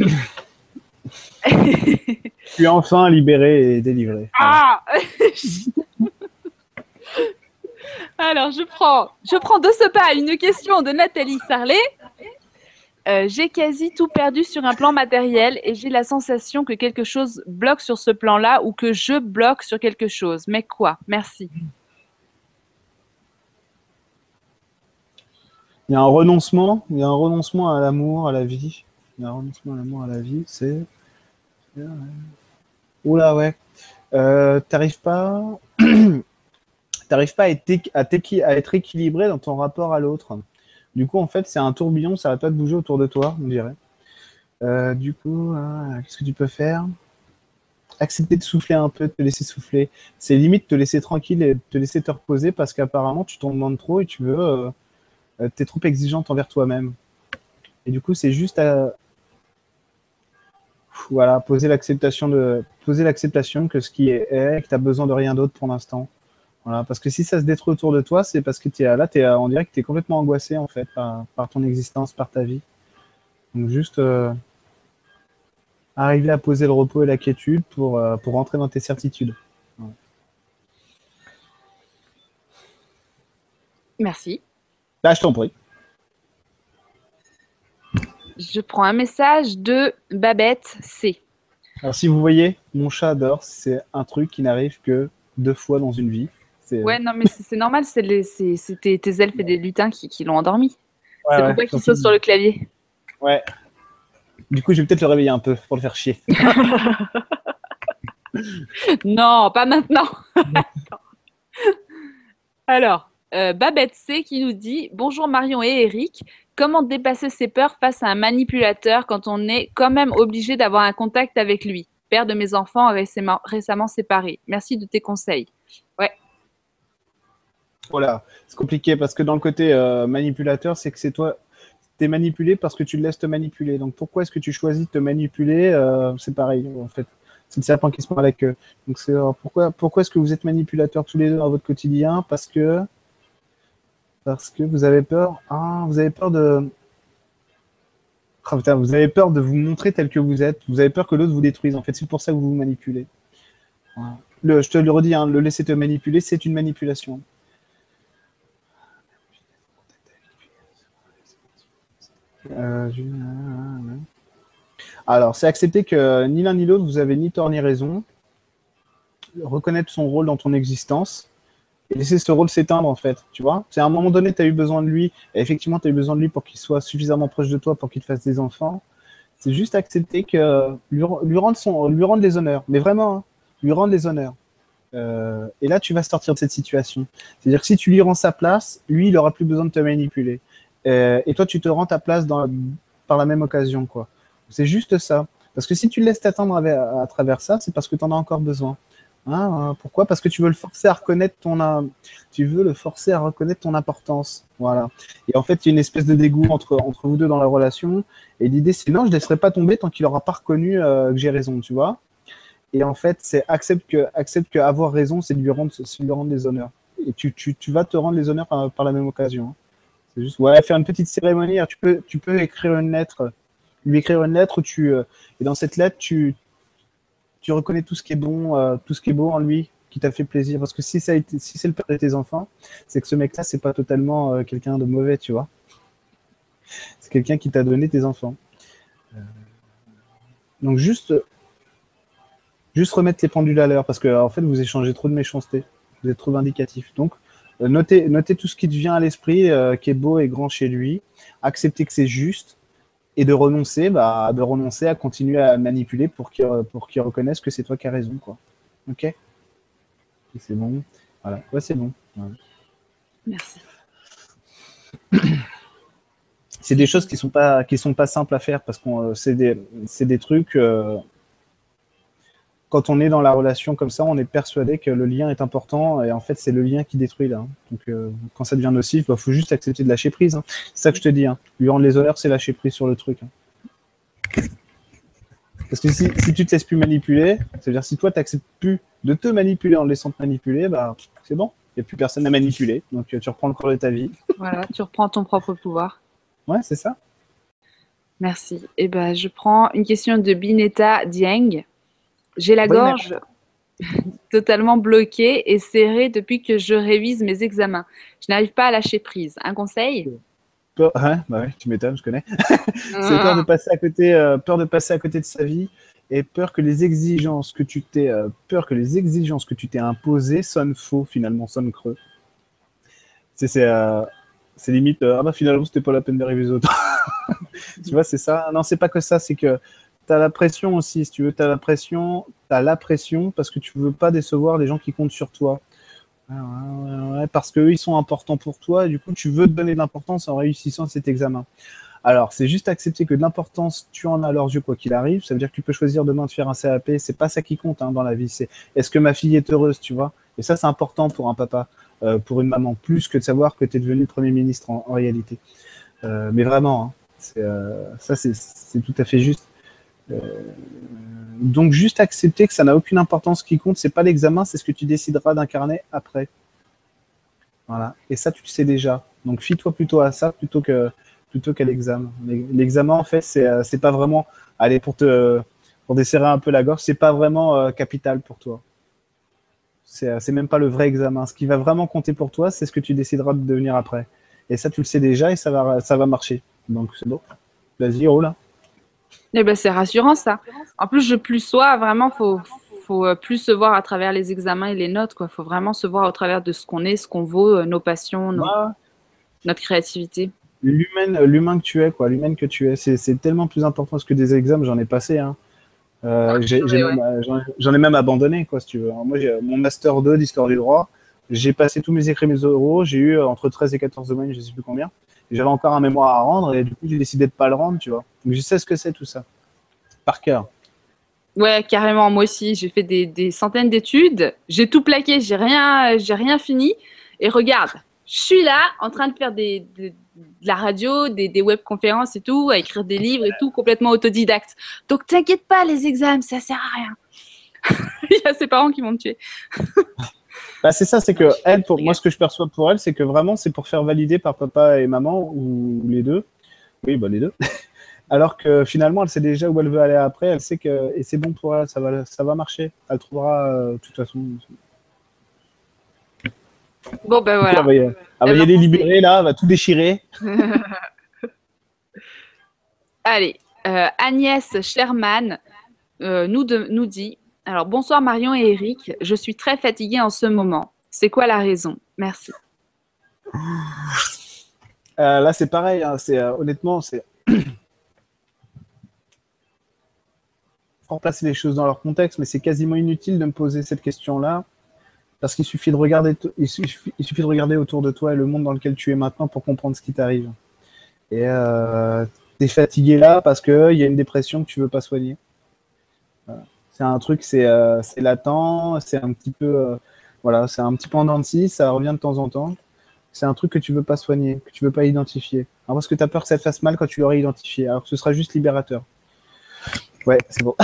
Je suis enfin libéré et délivré. Ah Alors, je prends, je prends de ce pas une question de Nathalie Sarlet. Euh, j'ai quasi tout perdu sur un plan matériel et j'ai la sensation que quelque chose bloque sur ce plan-là ou que je bloque sur quelque chose. Mais quoi? Merci. Il y a un renoncement, il y a un renoncement à l'amour, à la vie. Il y a un renoncement à l'amour, à la vie, c'est... Oula, ouais. Euh, t'arrives pas... T'arrives pas à être, à, à être équilibré dans ton rapport à l'autre. Du coup, en fait, c'est un tourbillon, ça va pas te bouger autour de toi, on dirait. Euh, du coup, euh, qu'est-ce que tu peux faire? Accepter de souffler un peu, de te laisser souffler. C'est limite te laisser tranquille et te laisser te reposer parce qu'apparemment, tu t'en demandes trop et tu veux... Euh, euh, t'es trop exigeante envers toi-même. Et du coup, c'est juste à... Voilà, poser l'acceptation de poser l'acceptation que ce qui est est, que tu as besoin de rien d'autre pour l'instant. Voilà, parce que si ça se détruit autour de toi, c'est parce que tu es là, t'es, on dirait que tu es complètement angoissé en fait par, par ton existence, par ta vie. Donc juste euh, arriver à poser le repos et la quiétude pour, euh, pour rentrer dans tes certitudes. Voilà. Merci. Là, je t'en prie. Je prends un message de Babette C. Alors si vous voyez, mon chat adore, c'est un truc qui n'arrive que deux fois dans une vie. C'est... Ouais, non, mais c'est c'est normal, c'est les- c'est- c'est tes, tes elfes et des lutins qui, qui l'ont endormi. Ouais, C'est ouais, pourquoi j'en qu'il fais- saute sur le clavier. ouais. Du coup, je vais peut-être le réveiller un peu pour le faire chier. Non, pas maintenant. Alors, euh, Babette C qui nous dit: Bonjour Marion et Eric, comment dépasser ses peurs face à un manipulateur quand on est quand même obligé d'avoir un contact avec lui, père de mes enfants récemment, récemment séparés. Merci de tes conseils. Ouais, Voilà, c'est compliqué parce que dans le côté euh, manipulateur, c'est que c'est toi, t'es manipulé parce que tu le laisses te manipuler. Donc pourquoi est-ce que tu choisis de te manipuler? Euh, c'est pareil en fait. C'est le serpent qui se mord la queue. Donc c'est euh, pourquoi pourquoi est-ce que vous êtes manipulateurs tous les deux dans votre quotidien? Parce que parce que vous avez peur. Ah, vous avez peur de. Ah, putain, vous avez peur de vous montrer tel que vous êtes. Vous avez peur que l'autre vous détruise. En fait, c'est pour ça que vous vous manipulez. Voilà. Le, je te le redis, hein, le laisser te manipuler, c'est une manipulation. Euh, je- Alors, c'est accepter que ni l'un ni l'autre, vous avez ni tort ni raison. Reconnaître son rôle dans ton existence et laisser ce rôle s'éteindre, en fait. Tu vois, c'est à un moment donné, tu as eu besoin de lui. Et effectivement, tu as eu besoin de lui pour qu'il soit suffisamment proche de toi pour qu'il te fasse des enfants. C'est juste accepter que lui, lui, rendre son, lui rendre les honneurs. Mais vraiment, hein, lui rendre les honneurs. Euh, et là, tu vas sortir de cette situation. C'est-à-dire que si tu lui rends sa place, lui, il n'aura plus besoin de te manipuler. Euh, et toi, tu te rends ta place dans, par la même occasion, quoi. C'est juste ça. Parce que si tu le laisses t'attendre à, à travers ça, c'est parce que tu en as encore besoin. Hein, pourquoi? Parce que tu veux le forcer à reconnaître ton, tu veux le forcer à reconnaître ton importance. Voilà. Et en fait, il y a une espèce de dégoût entre, entre vous deux dans la relation. Et l'idée, c'est non, je ne laisserai pas tomber tant qu'il n'aura pas reconnu euh, que j'ai raison, tu vois. Et en fait, c'est accepte que, accepte que avoir raison, c'est de lui rendre, c'est de lui rendre les honneurs. Et tu, tu, tu vas te rendre les honneurs par, par la même occasion. Hein. C'est juste, ouais, faire une petite cérémonie. Alors, tu peux, tu peux écrire une lettre, lui écrire une lettre où tu, euh, et dans cette lettre, tu, tu reconnais tout ce qui est bon, euh, tout ce qui est beau en lui, qui t'a fait plaisir. Parce que si ça a été, si c'est le père de tes enfants, c'est que ce mec-là, c'est pas totalement euh, quelqu'un de mauvais, tu vois. C'est quelqu'un qui t'a donné tes enfants. Euh, donc juste, juste remettre les pendules à l'heure, parce que en fait, vous échangez trop de méchanceté, vous êtes trop vindicatif. Donc, euh, notez, notez tout ce qui te vient à l'esprit, euh, qui est beau et grand chez lui, acceptez que c'est juste, et de renoncer, bah, de renoncer à continuer à manipuler pour qu'il pour qu'il reconnaisse que c'est toi qui as raison, quoi. Ok? C'est bon. Voilà. Ouais, c'est bon. Ouais. merci. C'est des choses qui sont pas qui sont pas simples à faire parce que euh, c'est des c'est des trucs. Euh, quand on est dans la relation comme ça, on est persuadé que le lien est important et en fait c'est le lien qui détruit là. Hein. Donc euh, quand ça devient nocif, il bah, faut juste accepter de lâcher prise. Hein. C'est ça que je te dis. Hein. Lui rendre les honneurs, c'est lâcher prise sur le truc. Hein. Parce que si, si tu te laisses plus manipuler, c'est-à-dire si toi tu n'acceptes plus de te manipuler en le laissant te manipuler, bah c'est bon, il n'y a plus personne à manipuler. Donc tu reprends le cours de ta vie. Voilà, tu reprends ton propre pouvoir. Ouais, c'est ça. Merci. Et ben, je prends une question de Bineta Dieng. J'ai la Oui, gorge totalement bloquée et serrée depuis que je révise mes examens. Je n'arrive pas à lâcher prise. Un conseil? Peur, hein, bah ouais, tu m'étonnes, je connais. C'est peur de passer à côté, euh, peur de passer à côté de sa vie et peur que les exigences que tu t'es, euh, peur que les exigences que tu t'es imposées sonnent faux finalement, sonnent creux. C'est, c'est, euh, c'est limite, euh, ah bah finalement c'était pas la peine de réviser autant. Tu vois, c'est ça. Non, c'est pas que ça, c'est que t'as la pression aussi, si tu veux, t'as la pression, t'as la pression parce que tu veux pas décevoir les gens qui comptent sur toi. Ouais, ouais, ouais, parce qu'eux, ils sont importants pour toi et du coup, tu veux te donner de l'importance en réussissant cet examen. Alors, c'est juste accepter que de l'importance, tu en as à leurs yeux quoi qu'il arrive. Ça veut dire que tu peux choisir demain de faire un C A P. C'est pas ça qui compte hein, dans la vie. C'est est-ce que ma fille est heureuse, tu vois. Et ça, c'est important pour un papa, euh, pour une maman, plus que de savoir que tu es devenu Premier ministre en, en réalité. Euh, mais vraiment, hein, c'est, euh, ça, c'est, c'est tout à fait juste. Euh, donc, juste accepter que ça n'a aucune importance. Ce qui compte, c'est pas l'examen, c'est ce que tu décideras d'incarner après. Voilà. Et ça, tu le sais déjà. Donc, fie-toi plutôt à ça plutôt que plutôt qu'à l'examen. L'examen, en fait, c'est euh, c'est pas vraiment, allez, pour te pour desserrer un peu la gorge, c'est pas vraiment euh, capital pour toi. C'est euh, c'est même pas le vrai examen. Ce qui va vraiment compter pour toi, c'est ce que tu décideras de devenir après. Et ça, tu le sais déjà et ça va ça va marcher. Donc, c'est bon. Vas-y, roule. Eh ben, c'est rassurant ça. En plus, je plus sois, vraiment, faut, faut euh, plus se voir à travers les examens et les notes, quoi. Faut vraiment se voir au travers de ce qu'on est, ce qu'on vaut, euh, nos passions, nos- Moi, notre créativité. l'humaine, l'humain que tu es, quoi, l'humaine que tu es, c'est c'est tellement plus important que des examens. J'en ai passé, hein. Euh, j'ai j'ai Ouais, ouais. même, euh, j'en j'en ai même abandonné, quoi, si tu veux. Alors, moi, j'ai mon master deux d'histoire du droit. J'ai passé tous mes écrits, mes oraux. J'ai eu euh, entre treize et quatorze domaines, je sais plus combien. Et j'avais encore un mémoire à rendre et du coup, j'ai décidé de pas le rendre, tu vois. Donc, je sais ce que c'est tout ça, par cœur. Ouais, carrément. Moi aussi, j'ai fait des, des centaines d'études. J'ai tout plaqué. J'ai rien, j'ai rien fini. Et regarde, je suis là en train de faire des, de, de la radio, des, des webconférences et tout, à écrire des livres et tout, complètement autodidacte. Donc, t'inquiète pas, les examens, ça sert à rien. Il y a ses parents qui vont me tuer. Bah, c'est ça, c'est que elle, pour moi, ce que je perçois pour elle, c'est que vraiment, c'est pour faire valider par papa et maman ou les deux. Oui, bah les deux. Alors que finalement, elle sait déjà où elle veut aller après. Elle sait que et c'est bon pour elle, ça va, ça va marcher. Elle trouvera euh, de toute façon. Bon, ben Du coup, elle voilà. va y, elle Eh va y ben, aller on sait. libérer là, elle va tout déchirer. Allez, euh, Agnès Sherman euh, nous, de- nous dit, alors bonsoir Marion et Eric, je suis très fatiguée en ce moment. C'est quoi la raison? Merci. Euh, là, c'est pareil. Hein, c'est euh, honnêtement, c'est faut replacer les choses dans leur contexte, mais c'est quasiment inutile de me poser cette question-là parce qu'il suffit de regarder, il suffit, il suffit de regarder autour de toi et le monde dans lequel tu es maintenant pour comprendre ce qui t'arrive. Et euh, t'es fatigué là parce que il y a une dépression que tu veux pas soigner. Voilà. C'est un truc, c'est euh, c'est latent, c'est un petit peu, euh, voilà, c'est un petit peu en dents de scie, ça revient de temps en temps. C'est un truc que tu veux pas soigner, que tu veux pas identifier. Alors parce que tu as peur que ça te fasse mal quand tu l'aurais identifié, alors que ce sera juste libérateur. Ouais, c'est bon.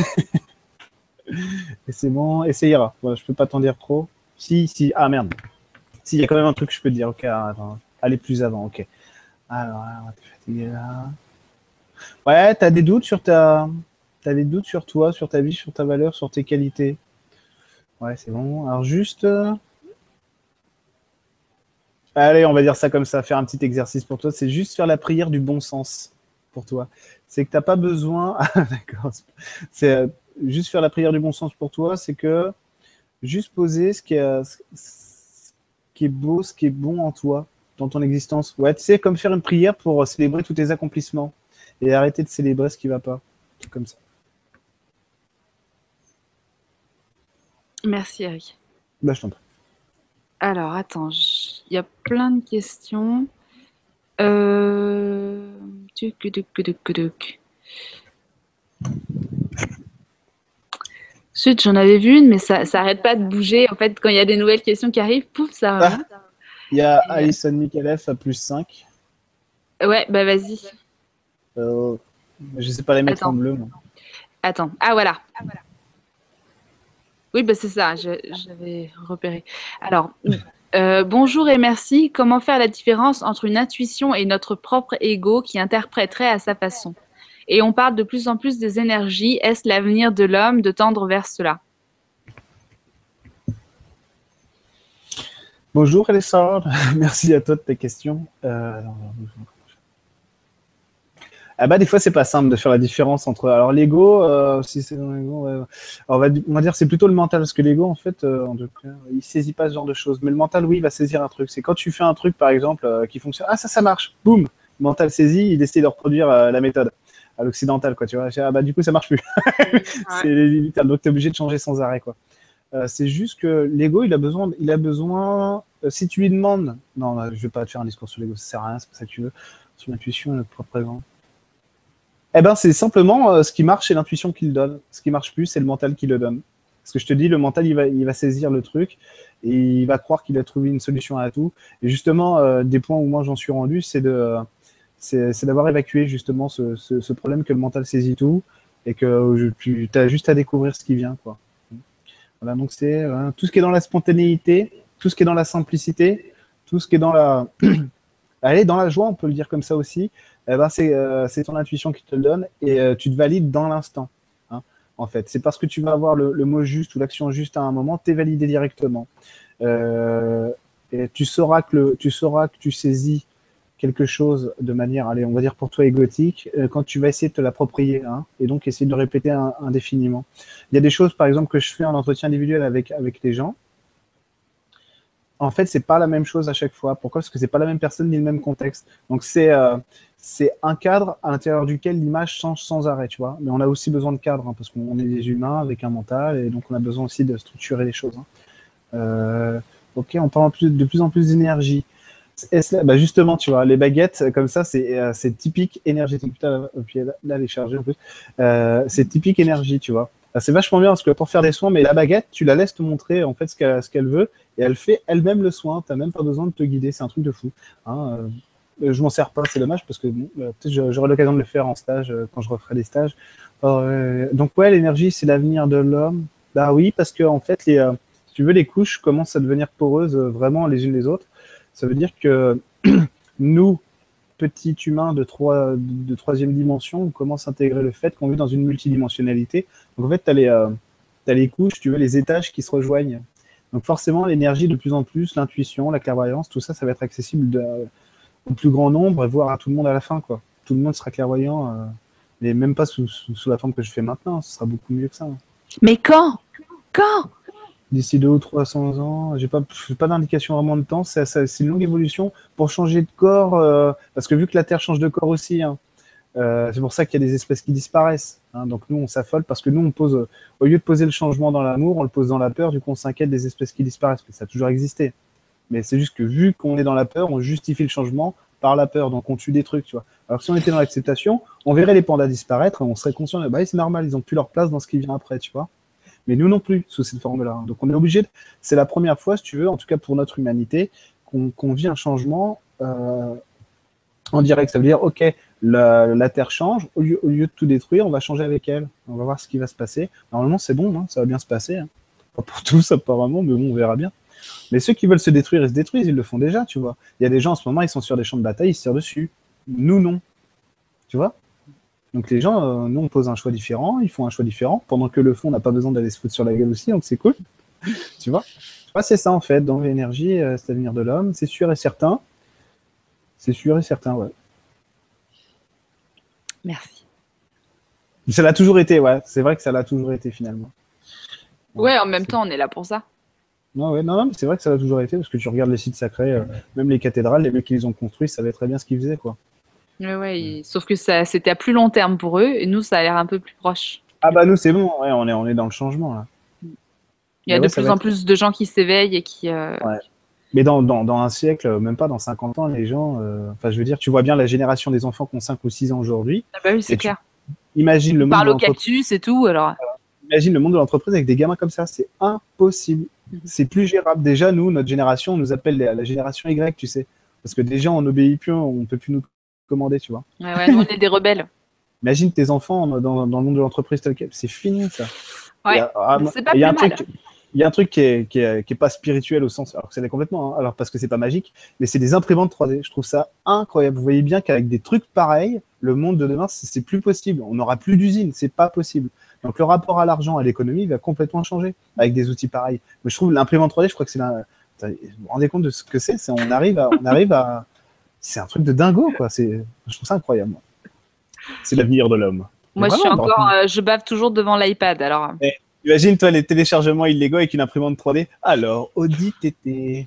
Et c'est bon, et ça ira. Voilà, je peux pas t'en dire trop. Si, si, ah merde. Si, il y a quand même un truc que je peux te dire. Ok, attends, allez plus avant, ok. Alors, alors t'es fatigué là. Ouais, t'as des doutes sur ta, t'as des doutes sur toi, sur ta vie, sur ta valeur, sur tes qualités. Ouais, c'est bon. Alors juste, euh, allez, on va dire ça comme ça, faire un petit exercice pour toi. C'est juste faire la prière du bon sens pour toi. C'est que t'as pas besoin. Ah, d'accord. C'est euh, juste faire la prière du bon sens pour toi. C'est que juste poser ce qui est, ce qui est beau, ce qui est bon en toi, dans ton existence. Ouais, tu sais, comme faire une prière pour célébrer tous tes accomplissements et arrêter de célébrer ce qui va pas. Comme ça. Merci Eric. Bah, je t'en prie. Alors, attends, j- il y a plein de questions. Euh... tuc, tuc, tuc, tuc, tuc. Ensuite, j'en avais vu une, mais ça, ça arrête pas de bouger. En fait, quand il y a des nouvelles questions qui arrivent, pouf, ça Ah, remonte. il y a Et, Alison Mikalev à plus cinq. euh, ouais, bah vas-y. Euh, je sais pas les mettre en Attends, bleu, moi. attends. Ah voilà. Oui, bah c'est ça, je- j'avais repéré. Alors, euh, bonjour et merci. Comment faire la différence entre une intuition et notre propre ego qui interpréterait à sa façon? Et on parle de plus en plus des énergies. Est-ce l'avenir de l'homme de tendre vers cela? Bonjour Alessandre, merci à toi de tes questions. Euh, alors, ah bah des fois c'est pas simple de faire la différence entre alors l'ego, euh, si c'est dans l'ego, ouais. Alors, on va on va dire c'est plutôt le mental parce que l'ego en fait, euh, en tout cas, il saisit pas ce genre de choses. Mais le mental oui, il va saisir un truc. C'est quand tu fais un truc par exemple euh, qui fonctionne, ah ça ça marche, boum, le mental saisit, il essaie de reproduire euh, la méthode à l'occidental quoi, tu vois. Ah bah du coup ça marche plus. Ouais. C'est littéral, donc t'es obligé de changer sans arrêt quoi. Euh, c'est juste que l'ego, il a besoin, il a besoin. Euh, si tu lui demandes, non, je vais pas te faire un discours sur l'ego, ça sert à rien, c'est pas ça que tu veux. Sur l'intuition, le propre présent. Eh ben, c'est simplement euh, ce qui marche, c'est l'intuition qui le donne. Ce qui marche plus, c'est le mental qui le donne. Parce que je te dis, le mental, il va, il va saisir le truc et il va croire qu'il a trouvé une solution à tout. Et justement, euh, des points où moi j'en suis rendu, c'est de, c'est, c'est d'avoir évacué justement ce, ce, ce problème que le mental saisit tout et que je- tu as juste à découvrir ce qui vient, quoi. Voilà, donc c'est euh, tout ce qui est dans la spontanéité, tout ce qui est dans la simplicité, tout ce qui est dans la, allez, dans la joie, on peut le dire comme ça aussi. Eh ben, c'est euh, c'est ton intuition qui te le donne et euh, tu te valides dans l'instant. Hein, en fait, c'est parce que tu vas avoir le, le mot juste ou l'action juste à un moment, tu es validé directement. Euh, et tu sauras que le, tu sauras que tu saisis quelque chose de manière, allez, on va dire pour toi égotique, euh, quand tu vas essayer de te l'approprier, hein, et donc essayer de le répéter un- indéfiniment. Il y a des choses, par exemple, que je fais en entretien individuel avec, avec les gens. En fait, c'est pas la même chose à chaque fois. Pourquoi? Parce que c'est pas la même personne ni le même contexte. Donc c'est euh, c'est un cadre à l'intérieur duquel l'image change sans arrêt, tu vois. Mais on a aussi besoin de cadre, hein, parce qu'on est des humains avec un mental, et donc on a besoin aussi de structurer les choses. Hein. Euh, ok, on parle en plus, de plus en plus d'énergie. Est-ce là- bah justement, tu vois, les baguettes comme ça, c'est euh, c'est typique énergétique. Putain, puis là, là, elle est chargée en plus. Euh, c'est typique énergie, tu vois. Ah, c'est vachement bien parce que pour faire des soins, mais la baguette, tu la laisses te montrer en fait ce qu'elle ce qu'elle veut et elle fait elle-même le soin. T'as même pas besoin de te guider. C'est un truc de fou. Hein, euh, je m'en sers pas, c'est dommage parce que bon, euh, peut-être j'aurai l'occasion de le faire en stage euh, quand je referai des stages. Euh, donc ouais, l'énergie, c'est l'avenir de l'homme. Bah oui, parce que en fait, les, euh, si tu veux, les couches commencent à devenir poreuses euh, vraiment les unes les autres. Ça veut dire que nous, petits humains de, trois, de troisième dimension, on commence à intégrer le fait qu'on vit dans une multidimensionnalité. Donc en fait, tu as les, euh, t'as les couches, tu veux, les étages qui se rejoignent. Donc forcément, l'énergie de plus en plus, l'intuition, la clairvoyance, tout ça, ça va être accessible de, au plus grand nombre, voire à tout le monde à la fin, quoi. Tout le monde sera clairvoyant, euh, mais même pas sous, sous, sous la forme que je fais maintenant, ce sera beaucoup mieux que ça. Mais quand? Quand? D'ici deux ou trois cents ans, j'ai pas, pas d'indication vraiment de temps. C'est, c'est une longue évolution pour changer de corps, euh, parce que vu que la Terre change de corps aussi, hein, euh, c'est pour ça qu'il y a des espèces qui disparaissent. Hein, donc nous, on s'affole parce que nous, on pose, euh, au lieu de poser le changement dans l'amour, on le pose dans la peur. Du coup, on s'inquiète des espèces qui disparaissent, mais ça a toujours existé. Mais c'est juste que vu qu'on est dans la peur, on justifie le changement par la peur, donc on tue des trucs, tu vois. Alors que si on était dans l'acceptation, on verrait les pandas disparaître, et on serait conscient, de, bah, c'est normal, ils ont plus leur place dans ce qui vient après, tu vois. Mais nous non plus, sous cette forme-là. Donc on est obligé, de... c'est la première fois, si tu veux, en tout cas pour notre humanité, qu'on qu'on vit un changement euh, en direct. Ça veut dire, ok, la, la Terre change, au lieu, au lieu de tout détruire, on va changer avec elle. On va voir ce qui va se passer. Normalement, c'est bon, hein, ça va bien se passer. Hein. Pas pour tous, apparemment, mais bon, on verra bien. Mais ceux qui veulent se détruire, ils se détruisent, ils le font déjà, tu vois. Il y a des gens en ce moment, ils sont sur des champs de bataille, ils se tirent dessus. Nous, non. Tu vois. Donc les gens, euh, nous, on pose un choix différent, ils font un choix différent, pendant que le fond n'a pas besoin d'aller se foutre sur la gueule aussi, donc c'est cool. Tu vois, tu vois c'est ça en fait, dans l'énergie, euh, c'est l'avenir de l'homme, c'est sûr et certain. C'est sûr et certain, ouais. Merci. Ça l'a toujours été, ouais. C'est vrai que ça l'a toujours été finalement. Ouais, en même temps, on est là pour ça. Non, ouais, non, non, mais c'est vrai que ça l'a toujours été, parce que tu regardes les sites sacrés, euh, même les cathédrales, les mecs qui les ont construits savaient très bien ce qu'ils faisaient, quoi. Ouais, ouais, et- sauf que ça, c'était à plus long terme pour eux, et nous, ça a l'air un peu plus proche. Ah bah nous, c'est bon, ouais, on est, on est dans le changement, là. Il y a Mais de ouais, ça plus va en être... plus de gens qui s'éveillent et qui. euh, Ouais. Mais dans, dans, dans un siècle, même pas dans cinquante ans, les gens, euh, enfin, je veux dire, tu vois bien la génération des enfants qui ont cinq ou six ans aujourd'hui. Ah bah oui, c'est Et tu clair. imagines le On monde de parle au l'entreprise. cactus et tout, alors. Imagine le monde de l'entreprise avec des gamins comme ça, c'est impossible. Mhm. C'est plus gérable. Déjà, nous, notre génération, on nous appelle la, la génération Y, tu sais. Parce que déjà, on n'obéit plus, on peut plus nous commander, tu vois. Ouais, ouais, nous, on est des rebelles. Imagine tes enfants dans, dans le monde de l'entreprise tel quel. C'est fini, ça. Il y Ouais, a, ah, mais c'est pas il y a plus un mal. truc, il y a un truc qui est, qui est, qui est pas spirituel au sens, alors que ça l'est complètement, hein, alors parce que c'est pas magique, mais c'est des imprimantes trois D. Je trouve ça incroyable. Vous voyez bien qu'avec des trucs pareils, le monde de demain, c'est c'est plus possible. On n'aura plus d'usines, c'est pas possible. Donc le rapport à l'argent, à l'économie, va complètement changer avec des outils pareils. Mais je trouve l'imprimante trois D, je crois que c'est la... Vous vous rendez compte de ce que c'est? C'est- On arrive à, on arrive à, c'est un truc de dingo, quoi. C'est, je trouve ça incroyable. moi. C'est l'avenir de l'homme. Mais Moi, je suis vraiment, on aura encore. plus- euh, je bave toujours devant l'iPad, alors. Eh, imagine, toi, les téléchargements illégaux avec une imprimante trois D. Alors, Audi T T.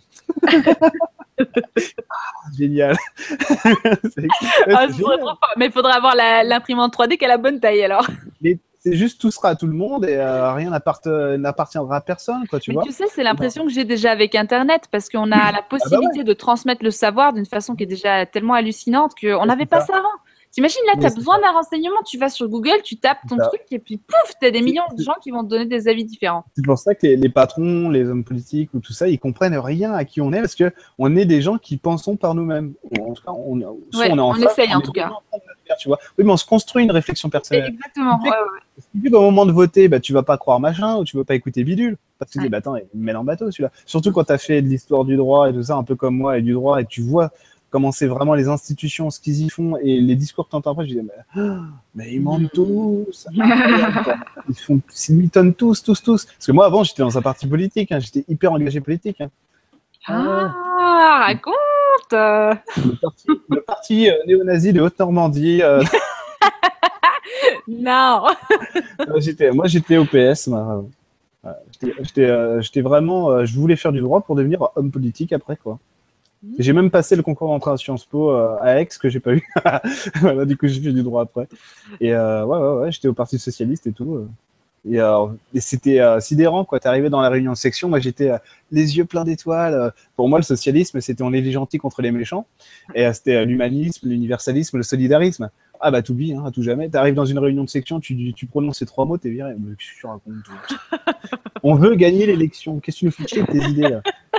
Génial. C'est- ouais, Ah, c'est ce serait génial. trop fort. Mais il faudrait avoir la- l'imprimante trois D qui a la bonne taille, alors. Mais c'est juste, tout sera à tout le monde et euh, rien n'apparte- n'appartiendra à personne, quoi, tu Mais vois. tu sais, c'est l'impression que j'ai déjà avec Internet, parce qu'on a la Ah bah ouais, possibilité de transmettre le savoir d'une façon qui est déjà tellement hallucinante qu'on mais n'avait c'est pas ça. ça avant. T'imagines, là, tu Mais as c'est besoin ça. d'un renseignement, tu vas sur Google, tu tapes C'est ton ça. truc, et puis pouf, tu as des C'est- millions de c'est- gens qui vont te donner des avis différents. C'est pour ça que les, les patrons, les hommes politiques ou tout ça, ils comprennent rien à qui on est parce que on est des gens qui pensons par nous-mêmes. Ou en tout cas, on, soit Ouais, on est en on phase, essaye on en est tout déjà cas. en train de le faire, tu vois. Oui, mais on se construit une réflexion personnelle. Exactement. Ouais, ouais. Ce qui fait qu'au moment de voter, bah, tu vas pas croire machin ou tu vas pas écouter bidule. Parce que tu dis, Ouais. bah, attends, il me met en bateau celui-là. Surtout quand tu as fait de l'histoire du droit et tout ça, un peu comme moi, et du droit, et tu vois comment c'est vraiment les institutions, ce qu'ils y font, et les discours que tu entends après, je dis, mais, mais ils mentent tous, incroyable, quoi. Ils, font, ils mitonnent tous, tous, tous. Parce que moi, avant, j'étais dans un parti politique, hein, j'étais hyper engagé politique. Hein. Ah, Ah, raconte. le parti, le parti euh, néo-nazi de Haute-Normandie. Euh, Non. j'étais, moi, j'étais au P S. Moi. J'étais euh, vraiment, euh, je voulais faire du droit pour devenir homme politique après, quoi. J'ai même passé le concours d'entrée à Sciences Po euh, à Aix que j'ai pas eu. Voilà, du coup, j'ai fait du droit après. Et euh, ouais, ouais, ouais, j'étais au Parti socialiste et tout. Euh. Et, euh, et c'était euh, sidérant, quoi. T'es arrivé dans la réunion de section, moi j'étais euh, les yeux pleins d'étoiles. Pour moi, le socialisme, c'était on est les gentils contre les méchants. Et euh, c'était euh, l'humanisme, l'universalisme, le solidarisme. Ah bah t'oublies, hein, à tout jamais. T'arrives dans une réunion de section, tu, tu prononces ces trois mots, t'es viré. Mais qu'est-ce que tu racontes? On veut gagner l'élection. Qu'est-ce que tu nous fous chier avec tes idées là?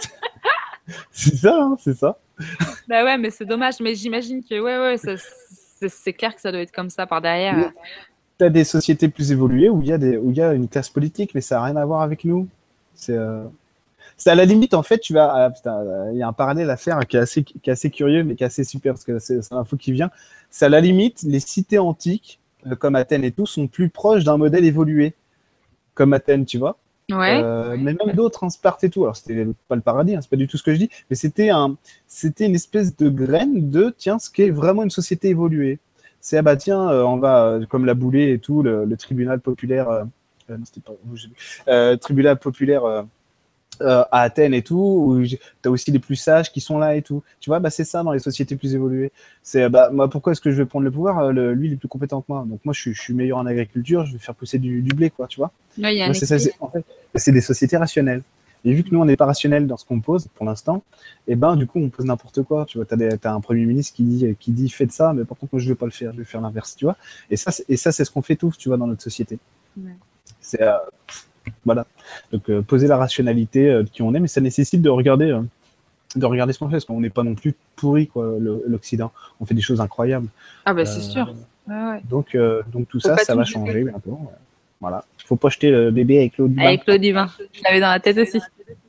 C'est ça, hein, c'est ça. Bah ouais, mais c'est dommage. Mais j'imagine que ouais, ouais, c'est clair que ça doit être comme ça par derrière. Tu as des sociétés plus évoluées où il y a des, où il y a une classe politique, mais ça n'a rien à voir avec nous. C'est euh... à la limite, en fait, tu vas. Ah, putain, il y a un parallèle à faire qui est assez, qui est assez curieux, mais qui est assez super parce que c'est l'info qui vient. C'est à la limite, les cités antiques, euh, comme Athènes et tout, sont plus proches d'un modèle évolué, comme Athènes, tu vois. Ouais. Euh, mais même d'autres, hein, Sparte et tout. Alors, c'était pas le paradis, hein, c'est pas du tout ce que je dis, mais c'était un, c'était une espèce de graine de, tiens, ce qu'est vraiment une société évoluée. C'est, ah bah tiens, euh, on va, euh, comme la Boulée et tout, le, le tribunal populaire, euh, euh, non, c'était pas, euh, tribunal populaire euh, euh, à Athènes et tout, où tu as aussi les plus sages qui sont là et tout. Tu vois, bah c'est ça dans les sociétés plus évoluées. C'est, bah, moi, pourquoi est-ce que je vais prendre le pouvoir? le, Lui, il est plus compétent que moi. Donc, moi, je suis, je suis meilleur en agriculture, je vais faire pousser du, du blé, quoi, tu vois. Ouais, y a Moi, c'est ça, en fait, c'est des sociétés rationnelles. Et vu que nous, on n'est pas rationnel dans ce qu'on pose pour l'instant, et eh ben du coup, on pose n'importe quoi. Tu vois, tu as, as un premier ministre qui dit, qui dit faites ça, mais par contre, moi, je ne vais pas le faire, je vais faire l'inverse, tu vois. Et ça, et ça, c'est ce qu'on fait tous, tu vois, dans notre société. Ouais. C'est euh, voilà. Donc, euh, poser la rationalité euh, de qui on est, mais ça nécessite de regarder, euh, de regarder ce qu'on fait, parce qu'on n'est pas non plus pourri, quoi, l'Occident. On fait des choses incroyables. Ah bah c'est euh, sûr. Ouais, ouais. Donc, euh, donc tout Faut ça, ça va changer bientôt. Ouais. Voilà. Il faut pas jeter le bébé avec l'eau du bain. Avec l'eau du bain. Je l'avais dans la tête aussi.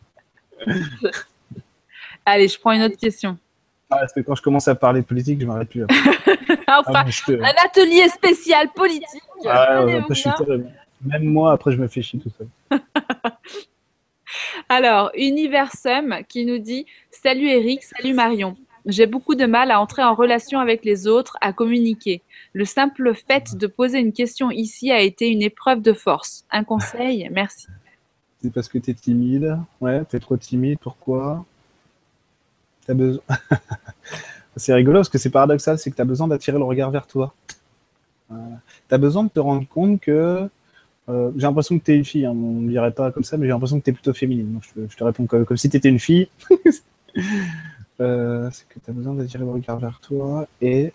Allez, je prends une autre question. Ah, parce que quand je commence à parler de politique, je m'arrête plus. Enfin, ah, te... un atelier spécial politique. Ah, ouais, après, je suis terrible. Même moi, après, je me fais chier tout seul. Alors, Universum qui nous dit « Salut Eric, salut Marion. J'ai beaucoup de mal à entrer en relation avec les autres, à communiquer. Le simple fait de poser une question ici a été une épreuve de force. Un conseil? Merci. » C'est parce que tu es timide. Ouais, tu es trop timide. Pourquoi? Tu as besoin... C'est rigolo parce que c'est paradoxal, c'est que tu as besoin d'attirer le regard vers toi. Voilà. Tu as besoin de te rendre compte que... Euh, j'ai l'impression que tu es une fille, hein. On ne dirait pas comme ça, mais j'ai l'impression que tu es plutôt féminine. Donc je, te, je te réponds comme, comme si tu étais une fille. euh, c'est que tu as besoin d'attirer le regard vers toi et...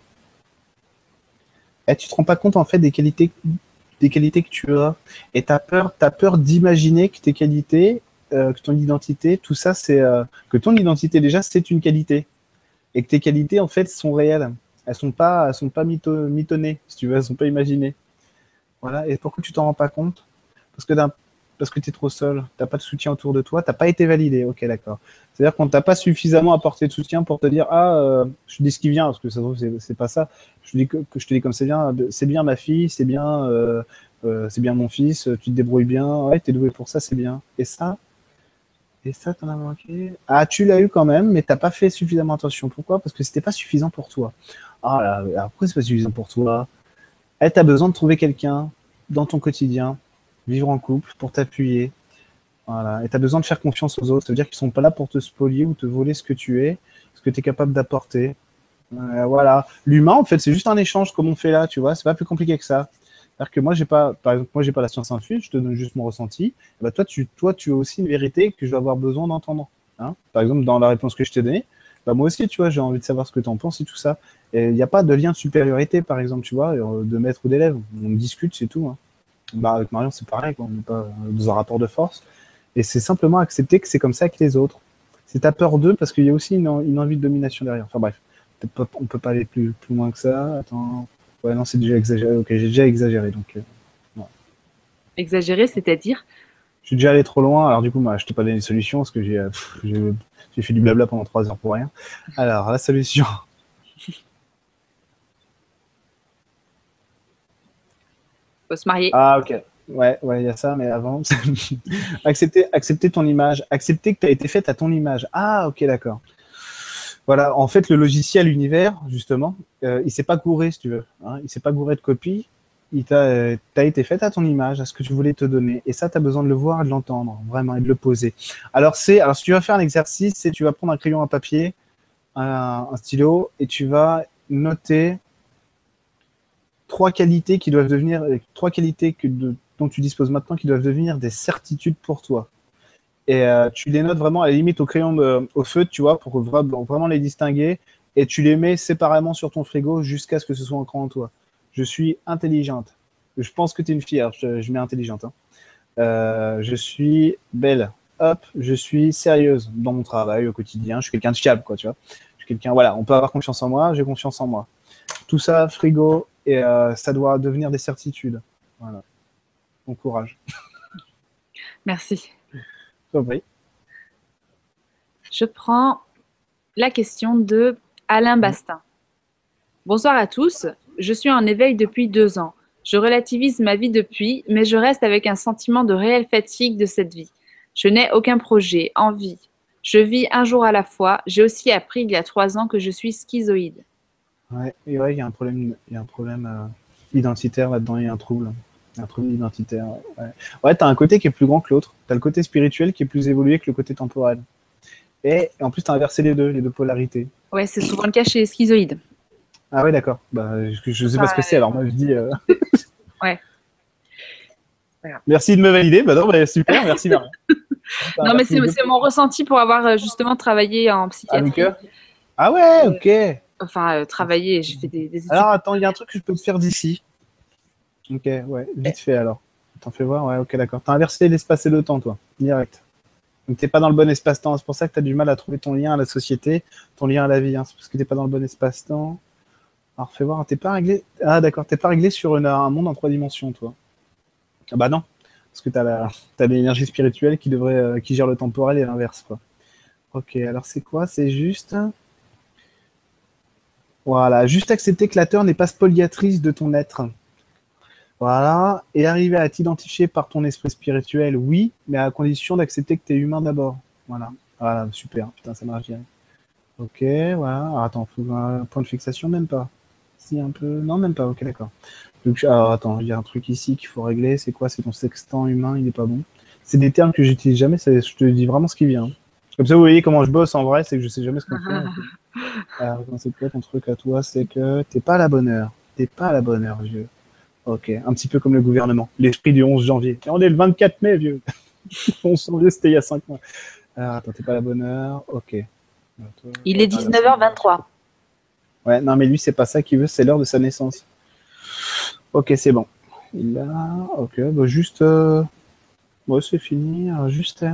et tu te rends pas compte en fait des qualités, des qualités que tu as. Et tu as peur, t'as peur d'imaginer que tes qualités, euh, que ton identité, tout ça, c'est... Euh, que ton identité déjà, c'est une qualité. Et que tes qualités, en fait, sont réelles. Elles sont pas, elles sont pas mytho, mitonnées, si tu veux, elles sont pas imaginées. Voilà. Et pourquoi tu t'en rends pas compte? Parce que parce que tu es trop seul, tu n'as pas de soutien autour de toi, tu n'as pas été validé. Ok, d'accord. C'est-à-dire qu'on ne t'a pas suffisamment apporté de soutien pour te dire, ah, euh, je dis ce qui vient, parce que ça se trouve, c'est pas ça. Je te dis que, que je te dis comme c'est bien, c'est bien ma fille, c'est bien, euh, euh, c'est bien mon fils, tu te débrouilles bien, ouais, tu es doué pour ça, c'est bien. Et ça, et ça, t'en as manqué. Ah, tu l'as eu quand même, mais t'as pas fait suffisamment attention. Pourquoi? Parce que c'était pas suffisant pour toi. Ah là, alors pourquoi c'est pas suffisant pour toi? Eh, t'as besoin de trouver quelqu'un dans ton quotidien, vivre en couple, pour t'appuyer. Voilà. Et t'as besoin de faire confiance aux autres. Ça veut dire qu'ils sont pas là pour te spolier ou te voler ce que tu es, ce que tu es capable d'apporter. Euh, voilà. L'humain, en fait, c'est juste un échange comme on fait là, tu vois. C'est pas plus compliqué que ça. C'est-à-dire que moi, j'ai pas, par exemple, moi, j'ai pas la science infuse, je te donne juste mon ressenti. Et bah, toi, tu, toi, tu as aussi une vérité que je vais avoir besoin d'entendre. Hein, par exemple, dans la réponse que je t'ai donnée, bah, moi aussi, tu vois, j'ai envie de savoir ce que tu en penses et tout ça. Et il n'y a pas de lien de supériorité, par exemple, tu vois, de maître ou d'élève. On discute, c'est tout. Hein. Bah, avec Marion, c'est pareil, quoi. On n'est pas dans un rapport de force. Et c'est simplement accepter que c'est comme ça avec les autres. C'est ta peur d'eux parce qu'il y a aussi une, une envie de domination derrière. Enfin bref, pas, on peut pas aller plus, plus loin que ça. Attends. Ouais, non, c'est déjà exagéré. Ok, j'ai déjà exagéré. Donc, euh, ouais. Exagéré, c'est-à-dire? Je suis déjà allé trop loin. Alors, du coup, moi, je t'ai pas donné de solution parce que j'ai euh, pff, j'ai j'ai fait du blabla pendant trois heures pour rien. Alors, la solution. Faut se marier. Ah, ok. Ouais, ouais, il y a ça, mais avant, accepter, accepter ton image, accepter que tu as été faite à ton image. Ah, ok, d'accord. Voilà, en fait, le logiciel univers, justement, euh, il s'est pas gouré, si tu veux. Hein, il s'est pas gouré de copies. Il t'a euh, t'as été fait à ton image, à ce que tu voulais te donner. Et ça, tu as besoin de le voir et de l'entendre, vraiment, et de le poser. Alors, c'est, alors, si tu vas faire un exercice, c'est tu vas prendre un crayon à papier, un, un stylo, et tu vas noter trois qualités qui doivent devenir, trois qualités que de, dont tu disposes maintenant qui doivent devenir des certitudes pour toi. Et euh, tu les notes vraiment à la limite au crayon de, au feutre, tu vois, pour vraiment les distinguer. Et tu les mets séparément sur ton frigo jusqu'à ce que ce soit ancré en toi. Je suis intelligente. Je pense que tu es une fille. Je, je mets intelligente. Hein. Euh, je suis belle. Hop, je suis sérieuse dans mon travail au quotidien. Je suis quelqu'un de fiable, quoi, tu vois. Je suis quelqu'un, voilà, on peut avoir confiance en moi. J'ai confiance en moi. Tout ça, frigo, et euh, ça doit devenir des certitudes. Voilà. Bon courage. Merci. Oui. Je prends la question de Alain Bastin. Bonsoir à tous. Je suis en éveil depuis deux ans. Je relativise ma vie depuis, mais je reste avec un sentiment de réelle fatigue de cette vie. Je n'ai aucun projet, envie. Je vis un jour à la fois. J'ai aussi appris il y a trois ans que je suis schizoïde. Ouais, et ouais, il y a un problème, il y a un problème euh, identitaire là-dedans, il y a un trouble. Un trouble identitaire. Ouais, ouais tu as un côté qui est plus grand que l'autre. Tu as le côté spirituel qui est plus évolué que le côté temporel. Et, et en plus, tu as inversé les deux, les deux polarités. Ouais, c'est souvent le cas chez les schizoïdes. Ah ouais, d'accord. Bah, je ne sais pas ce que c'est, alors moi je dis. Euh... Ouais. Voilà. Merci de me valider. Bah non, bah, super, merci Marie. Non, mais c'est mon ressenti pour avoir justement travaillé en psychiatrie. Avec eux ah ouais, ok. Euh, enfin, euh, travailler, j'ai fait des, des études. Alors attends, il y a un truc que je peux te faire d'ici. Ok, ouais, vite fait alors. T'en fais voir, ouais, ok, d'accord. T'as inversé l'espace et le temps, toi, direct. Donc t'es pas dans le bon espace-temps. C'est pour ça que t'as du mal à trouver ton lien à la société, ton lien à la vie. Hein. C'est parce que t'es pas dans le bon espace-temps. Alors fais voir, t'es pas réglé. Ah d'accord, t'es pas réglé sur une, un monde en trois dimensions, toi. Ah bah non, parce que t'as la, t'as l'énergie spirituelle qui devrait, euh, qui gère le temporel et l'inverse, quoi. Ok, alors c'est quoi? C'est juste. Voilà, juste accepter que la peur n'est pas spoliatrice de ton être. Voilà, et arriver à t'identifier par ton esprit spirituel, oui, mais à condition d'accepter que tu es humain d'abord. Voilà, voilà, super, putain, ça marche bien. Ok, voilà, alors, attends, faut un point de fixation, même pas. Si, un peu, non, même pas, ok, d'accord. Donc, alors attends, il y a un truc ici qu'il faut régler, c'est quoi? C'est ton sextant humain, il est pas bon. C'est des termes que j'utilise jamais, ça, je te dis vraiment ce qui vient. Comme ça, vous voyez comment je bosse en vrai, c'est que je sais jamais ce qu'on fait. En fait. Alors, c'est quoi ton truc à toi? C'est que t'es pas à la bonne heure. T'es pas à la bonne heure, vieux. Ok, un petit peu comme le gouvernement. L'esprit du onze janvier. Et on est le vingt-quatre mai, vieux. onze janvier, c'était il y a cinq mois. Alors, attends, t'es pas à la bonne heure. Ok. Alors, toi, il est dix-neuf heures vingt-trois. Ouais, non, mais lui, c'est pas ça qu'il veut, c'est l'heure de sa naissance. Ok, c'est bon. Il a. Ok, bah juste. Euh... Bon, c'est fini. Alors, juste. Euh...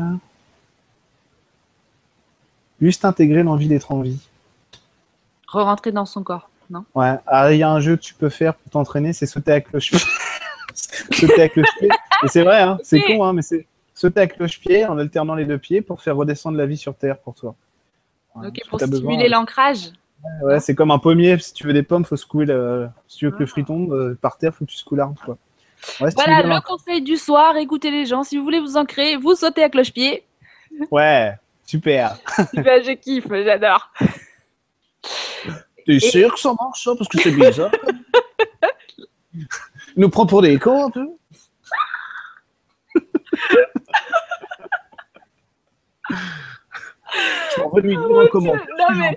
Juste intégrer l'envie d'être en vie. Re-rentrer dans son corps, non? Ouais. Alors, il y a un jeu que tu peux faire pour t'entraîner, c'est sauter à cloche-pied. sauter à cloche-pied. Et c'est vrai, hein, okay. C'est con, hein, mais c'est sauter à cloche-pied en alternant les deux pieds pour faire redescendre la vie sur Terre pour toi. Ouais, ok, pour stimuler l'ancrage. Ouais, ouais c'est comme un pommier. Si tu veux des pommes, faut secouer le... Si tu veux que le fruit tombe euh, par terre, faut que tu secoues l'arbre, quoi. Ouais, voilà, le conseil du soir, écoutez les gens. Si vous voulez vous ancrer, vous sautez à cloche-pied. Ouais, super. Super, je kiffe, j'adore. T'es Et... sûr que ça marche, ça? Parce que c'est bizarre. Il nous prend pour des cons, un peu. Je m'en veux lui dire un commentaire. Non, mais...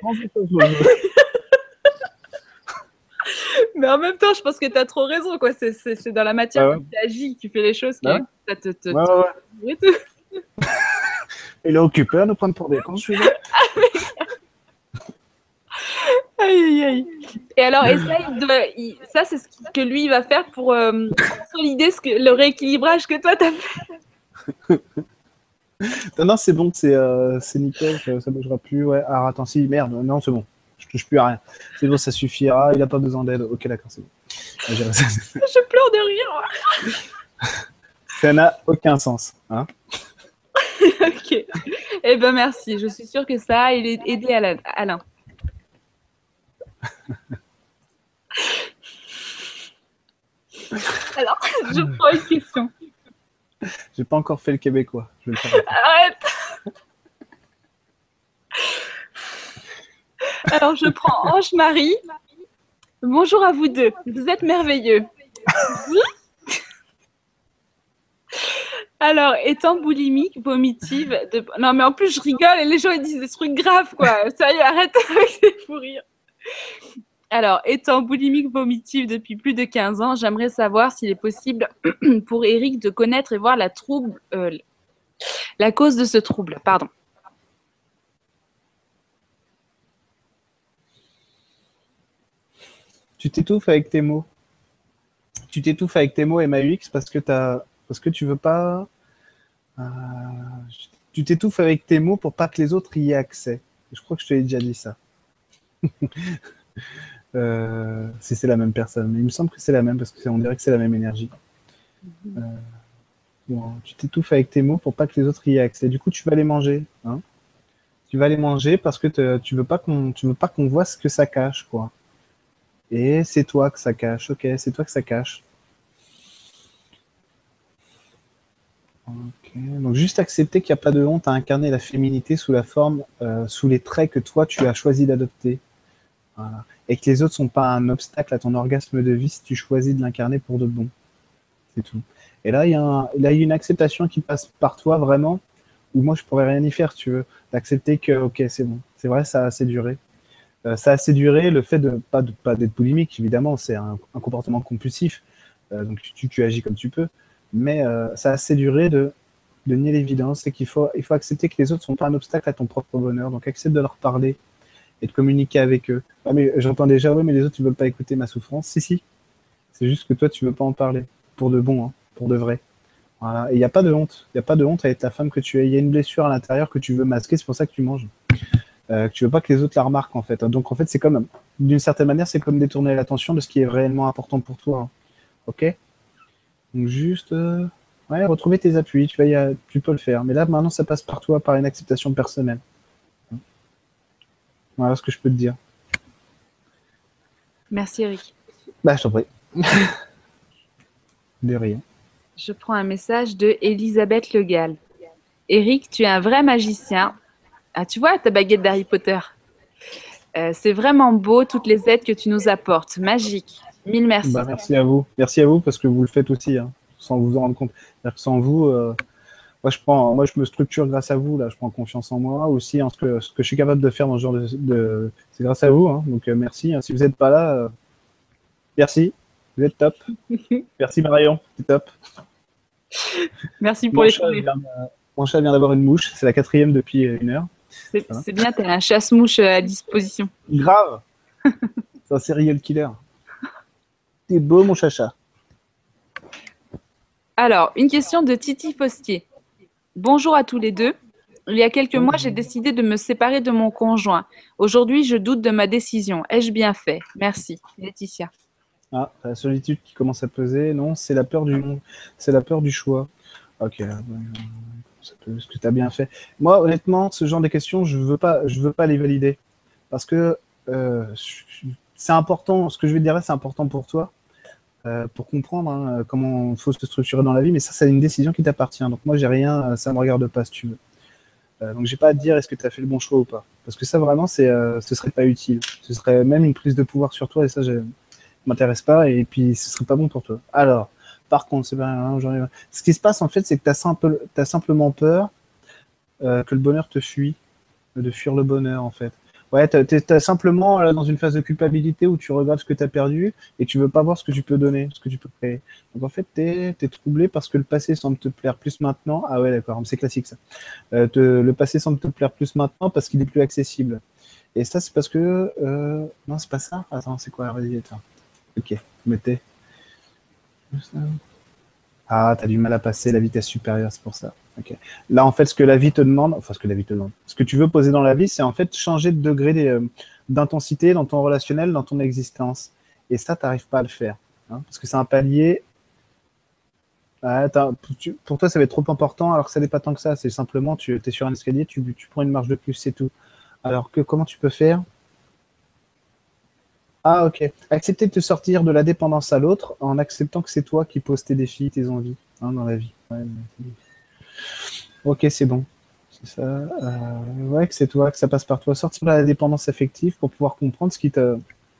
mais en même temps, je pense que tu as trop raison. Quoi. C'est, c'est, c'est dans la matière ah ouais. que tu agis, tu fais les choses qui ouais. ça te... te, ouais, te... Ouais, ouais. Il est occupé à nous prendre pour des cons, celui-là. Aïe, aïe, aïe. Et alors, essaye de... Il... Ça, c'est ce que lui, il va faire pour euh, consolider ce que... le rééquilibrage que toi, tu as fait. Non, non, c'est bon, c'est, euh, c'est nickel, ça ne bougera plus. Ouais. Alors, attends, si, merde, non, c'est bon. Je touche plus à rien. C'est bon, ça suffira, il n'a pas besoin d'aide. Ok, d'accord, c'est bon. Je- Je pleure de rire. Ça n'a aucun sens. Hein. Ok. Eh ben merci. Je suis sûre que ça a aidé Alain. Alain. Alors, je prends une question. J'ai pas encore fait le québécois. Je vais le faire. Arrête. Alors, je prends Ange-Marie. Bonjour à vous deux. Vous êtes merveilleux. Alors, étant boulimique, vomitive, de... non mais en plus je rigole et les gens ils disent des trucs graves quoi. Sérieux, arrête avec ces fous rires. Alors, étant boulimique vomitive depuis plus de quinze ans, j'aimerais savoir s'il est possible pour Eric de connaître et voir la trouble, euh, la cause de ce trouble. Pardon. Tu t'étouffes avec tes mots. Tu t'étouffes avec tes mots M A U X parce que t'as, parce que tu veux pas. Euh, tu t'étouffes avec tes mots pour pas que les autres y aient accès. Je crois que je te l'ai déjà dit ça. euh, si c'est la même personne, mais il me semble que c'est la même parce que on dirait que c'est la même énergie. Euh, bon, tu t'étouffes avec tes mots pour pas que les autres y aient accès. Du coup, tu vas les manger. Hein. Tu vas les manger parce que te, tu veux pas qu'on, tu veux pas qu'on voit ce que ça cache, quoi. Et c'est toi que ça cache. Ok, c'est toi que ça cache. Okay. Donc juste accepter qu'il n'y a pas de honte à incarner la féminité sous la forme, euh, sous les traits que toi tu as choisi d'adopter. Voilà. Et que les autres ne sont pas un obstacle à ton orgasme de vie si tu choisis de l'incarner pour de bon. C'est tout. Et là, il y a un, là, il y a une acceptation qui passe par toi vraiment, où moi je pourrais rien y faire, tu veux. D'accepter que, ok, c'est bon. C'est vrai, ça a assez duré. Euh, ça a assez duré, le fait de pas de, pas d'être boulimique, évidemment, c'est un, un comportement compulsif. Euh, donc tu, tu agis comme tu peux. Mais euh, ça a assez duré de, de nier l'évidence, c'est qu'il faut, il faut accepter que les autres ne sont pas un obstacle à ton propre bonheur. Donc accepte de leur parler et de communiquer avec eux. Ah, mais j'entends déjà, oui, mais les autres, tu ne veulent pas écouter ma souffrance. Si, si. C'est juste que toi, tu ne veux pas en parler. Pour de bon, hein, pour de vrai. Voilà. Et il n'y a pas de honte. Il n'y a pas de honte à être la femme que tu es. Il y a une blessure à l'intérieur que tu veux masquer, c'est pour ça que tu manges. Euh, que tu veux pas que les autres la remarquent, en fait. Donc, en fait, c'est comme, d'une certaine manière, c'est comme détourner l'attention de ce qui est réellement important pour toi. Hein. Ok? Donc, juste... Euh... Ouais, retrouver tes appuis, tu, vas y a... tu peux le faire. Mais là, maintenant, ça passe par toi, par une acceptation personnelle. Voilà ce que je peux te dire. Merci Eric. Bah, je t'en prie. De rien. Je prends un message de Elisabeth Le Gall. Eric, tu es un vrai magicien. Ah, tu vois ta baguette d'Harry Potter. Euh, c'est vraiment beau toutes les aides que tu nous apportes. Magique. Mille merci. Bah, merci à vous. Merci à vous parce que vous le faites aussi, hein, sans vous en rendre compte. C'est-à-dire que sans vous, euh, moi, je prends, moi, je me structure grâce à vous. Là, je prends confiance en moi aussi, en ce que, ce que je suis capable de faire dans ce genre de, de... c'est grâce à vous. Hein, donc euh, merci. Hein, si vous n'êtes pas là, euh, merci. Vous êtes top. Merci Marion, c'est top. Merci pour mon les chat vient, Mon chat vient d'avoir une mouche. C'est la quatrième depuis une heure. C'est voilà. Bien, tu as un chasse-mouche à disposition. Grave. C'est un serial killer. T'es beau, mon chacha. Alors, une question de Titi Fostier. Bonjour à tous les deux. Il y a quelques mois, j'ai décidé de me séparer de mon conjoint. Aujourd'hui, je doute de ma décision. Ai-je bien fait? Merci. Laetitia. Ah, la solitude qui commence à peser. Non, c'est la peur du, c'est la peur du choix. Ok. Est-ce que tu as bien fait? Moi, honnêtement, ce genre de questions, je veux pas, je veux pas les valider parce que euh, c'est important. Ce que je vais te dire, c'est important pour toi, euh, pour comprendre hein, comment il faut se structurer dans la vie. Mais ça, c'est une décision qui t'appartient. Donc moi, j'ai rien, ça me regarde pas, si tu veux. Euh, donc j'ai pas à te dire est-ce que tu as fait le bon choix ou pas, parce que ça vraiment, c'est, euh, ce serait pas utile. Ce serait même une prise de pouvoir sur toi et ça, je m'intéresse pas et puis ce serait pas bon pour toi. Alors. Par contre, c'est pas, ce qui se passe en fait, c'est que tu as, simple, t'as simplement peur euh, que le bonheur te fuit, de fuir le bonheur en fait. Ouais, tu es simplement là, dans une phase de culpabilité où tu regardes ce que tu as perdu et tu veux pas voir ce que tu peux donner, ce que tu peux créer. Donc en fait, tu es troublé parce que le passé semble te plaire plus maintenant. Ah ouais, d'accord, c'est classique ça. Euh, te, le passé semble te plaire plus maintenant parce qu'il est plus accessible. Et ça, c'est parce que... Euh... Non, c'est pas ça. Attends, c'est quoi? Ok, mettez. Ah, t'as du mal à passer la vitesse supérieure, c'est pour ça. Okay. Là, en fait, ce que la vie te demande, enfin, ce que la vie te demande, ce que tu veux poser dans la vie, c'est en fait changer de degré d'intensité dans ton relationnel, dans ton existence. Et ça, t'arrives pas à le faire. hein, parce que c'est un palier. Ah, tu, pour toi, ça va être trop important, alors que ça n'est pas tant que ça. C'est simplement, tu es sur un escalier, tu, tu prends une marche de plus, c'est tout. Alors que comment tu peux faire? Ah, ok. Accepter de te sortir de la dépendance à l'autre en acceptant que c'est toi qui poses tes défis, tes envies hein, dans la vie. Ouais, ok, c'est bon. C'est ça. Euh, ouais, que c'est toi, que ça passe par toi. Sortir de la dépendance affective pour pouvoir comprendre ce qui te...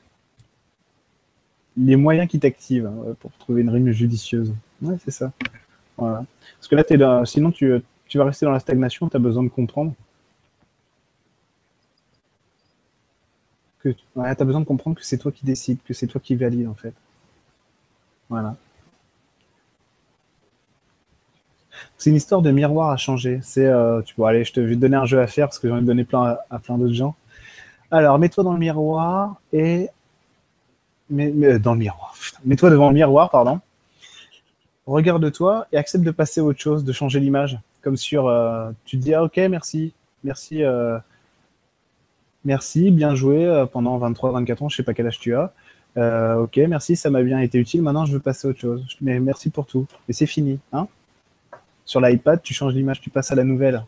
les moyens qui t'activent hein, ouais, pour trouver une rime judicieuse. Ouais, c'est ça. Voilà. Parce que là, t'es là, sinon, tu, tu vas rester dans la stagnation, tu as besoin de comprendre. Que, ouais, tu as besoin de comprendre que c'est toi qui décides, que c'est toi qui valide, en fait. Voilà. C'est une histoire de miroir à changer. C'est, euh, tu vois, allez, je te vais te donner un jeu à faire parce que j'en ai donné plein à, à plein d'autres gens. Alors, mets-toi dans le miroir et... Mais, mais dans le miroir. Mets-toi devant le miroir, pardon. Regarde-toi et accepte de passer à autre chose, de changer l'image. Comme sur, euh, tu te dis, ah ok, merci, merci, euh, merci, bien joué euh, pendant vingt-trois, vingt-quatre ans, je sais pas quel âge tu as. Euh, ok, merci, ça m'a bien été utile, maintenant je veux passer à autre chose. Mais merci pour tout. Et c'est fini. Hein, sur l'iPad, tu changes l'image, tu passes à la nouvelle.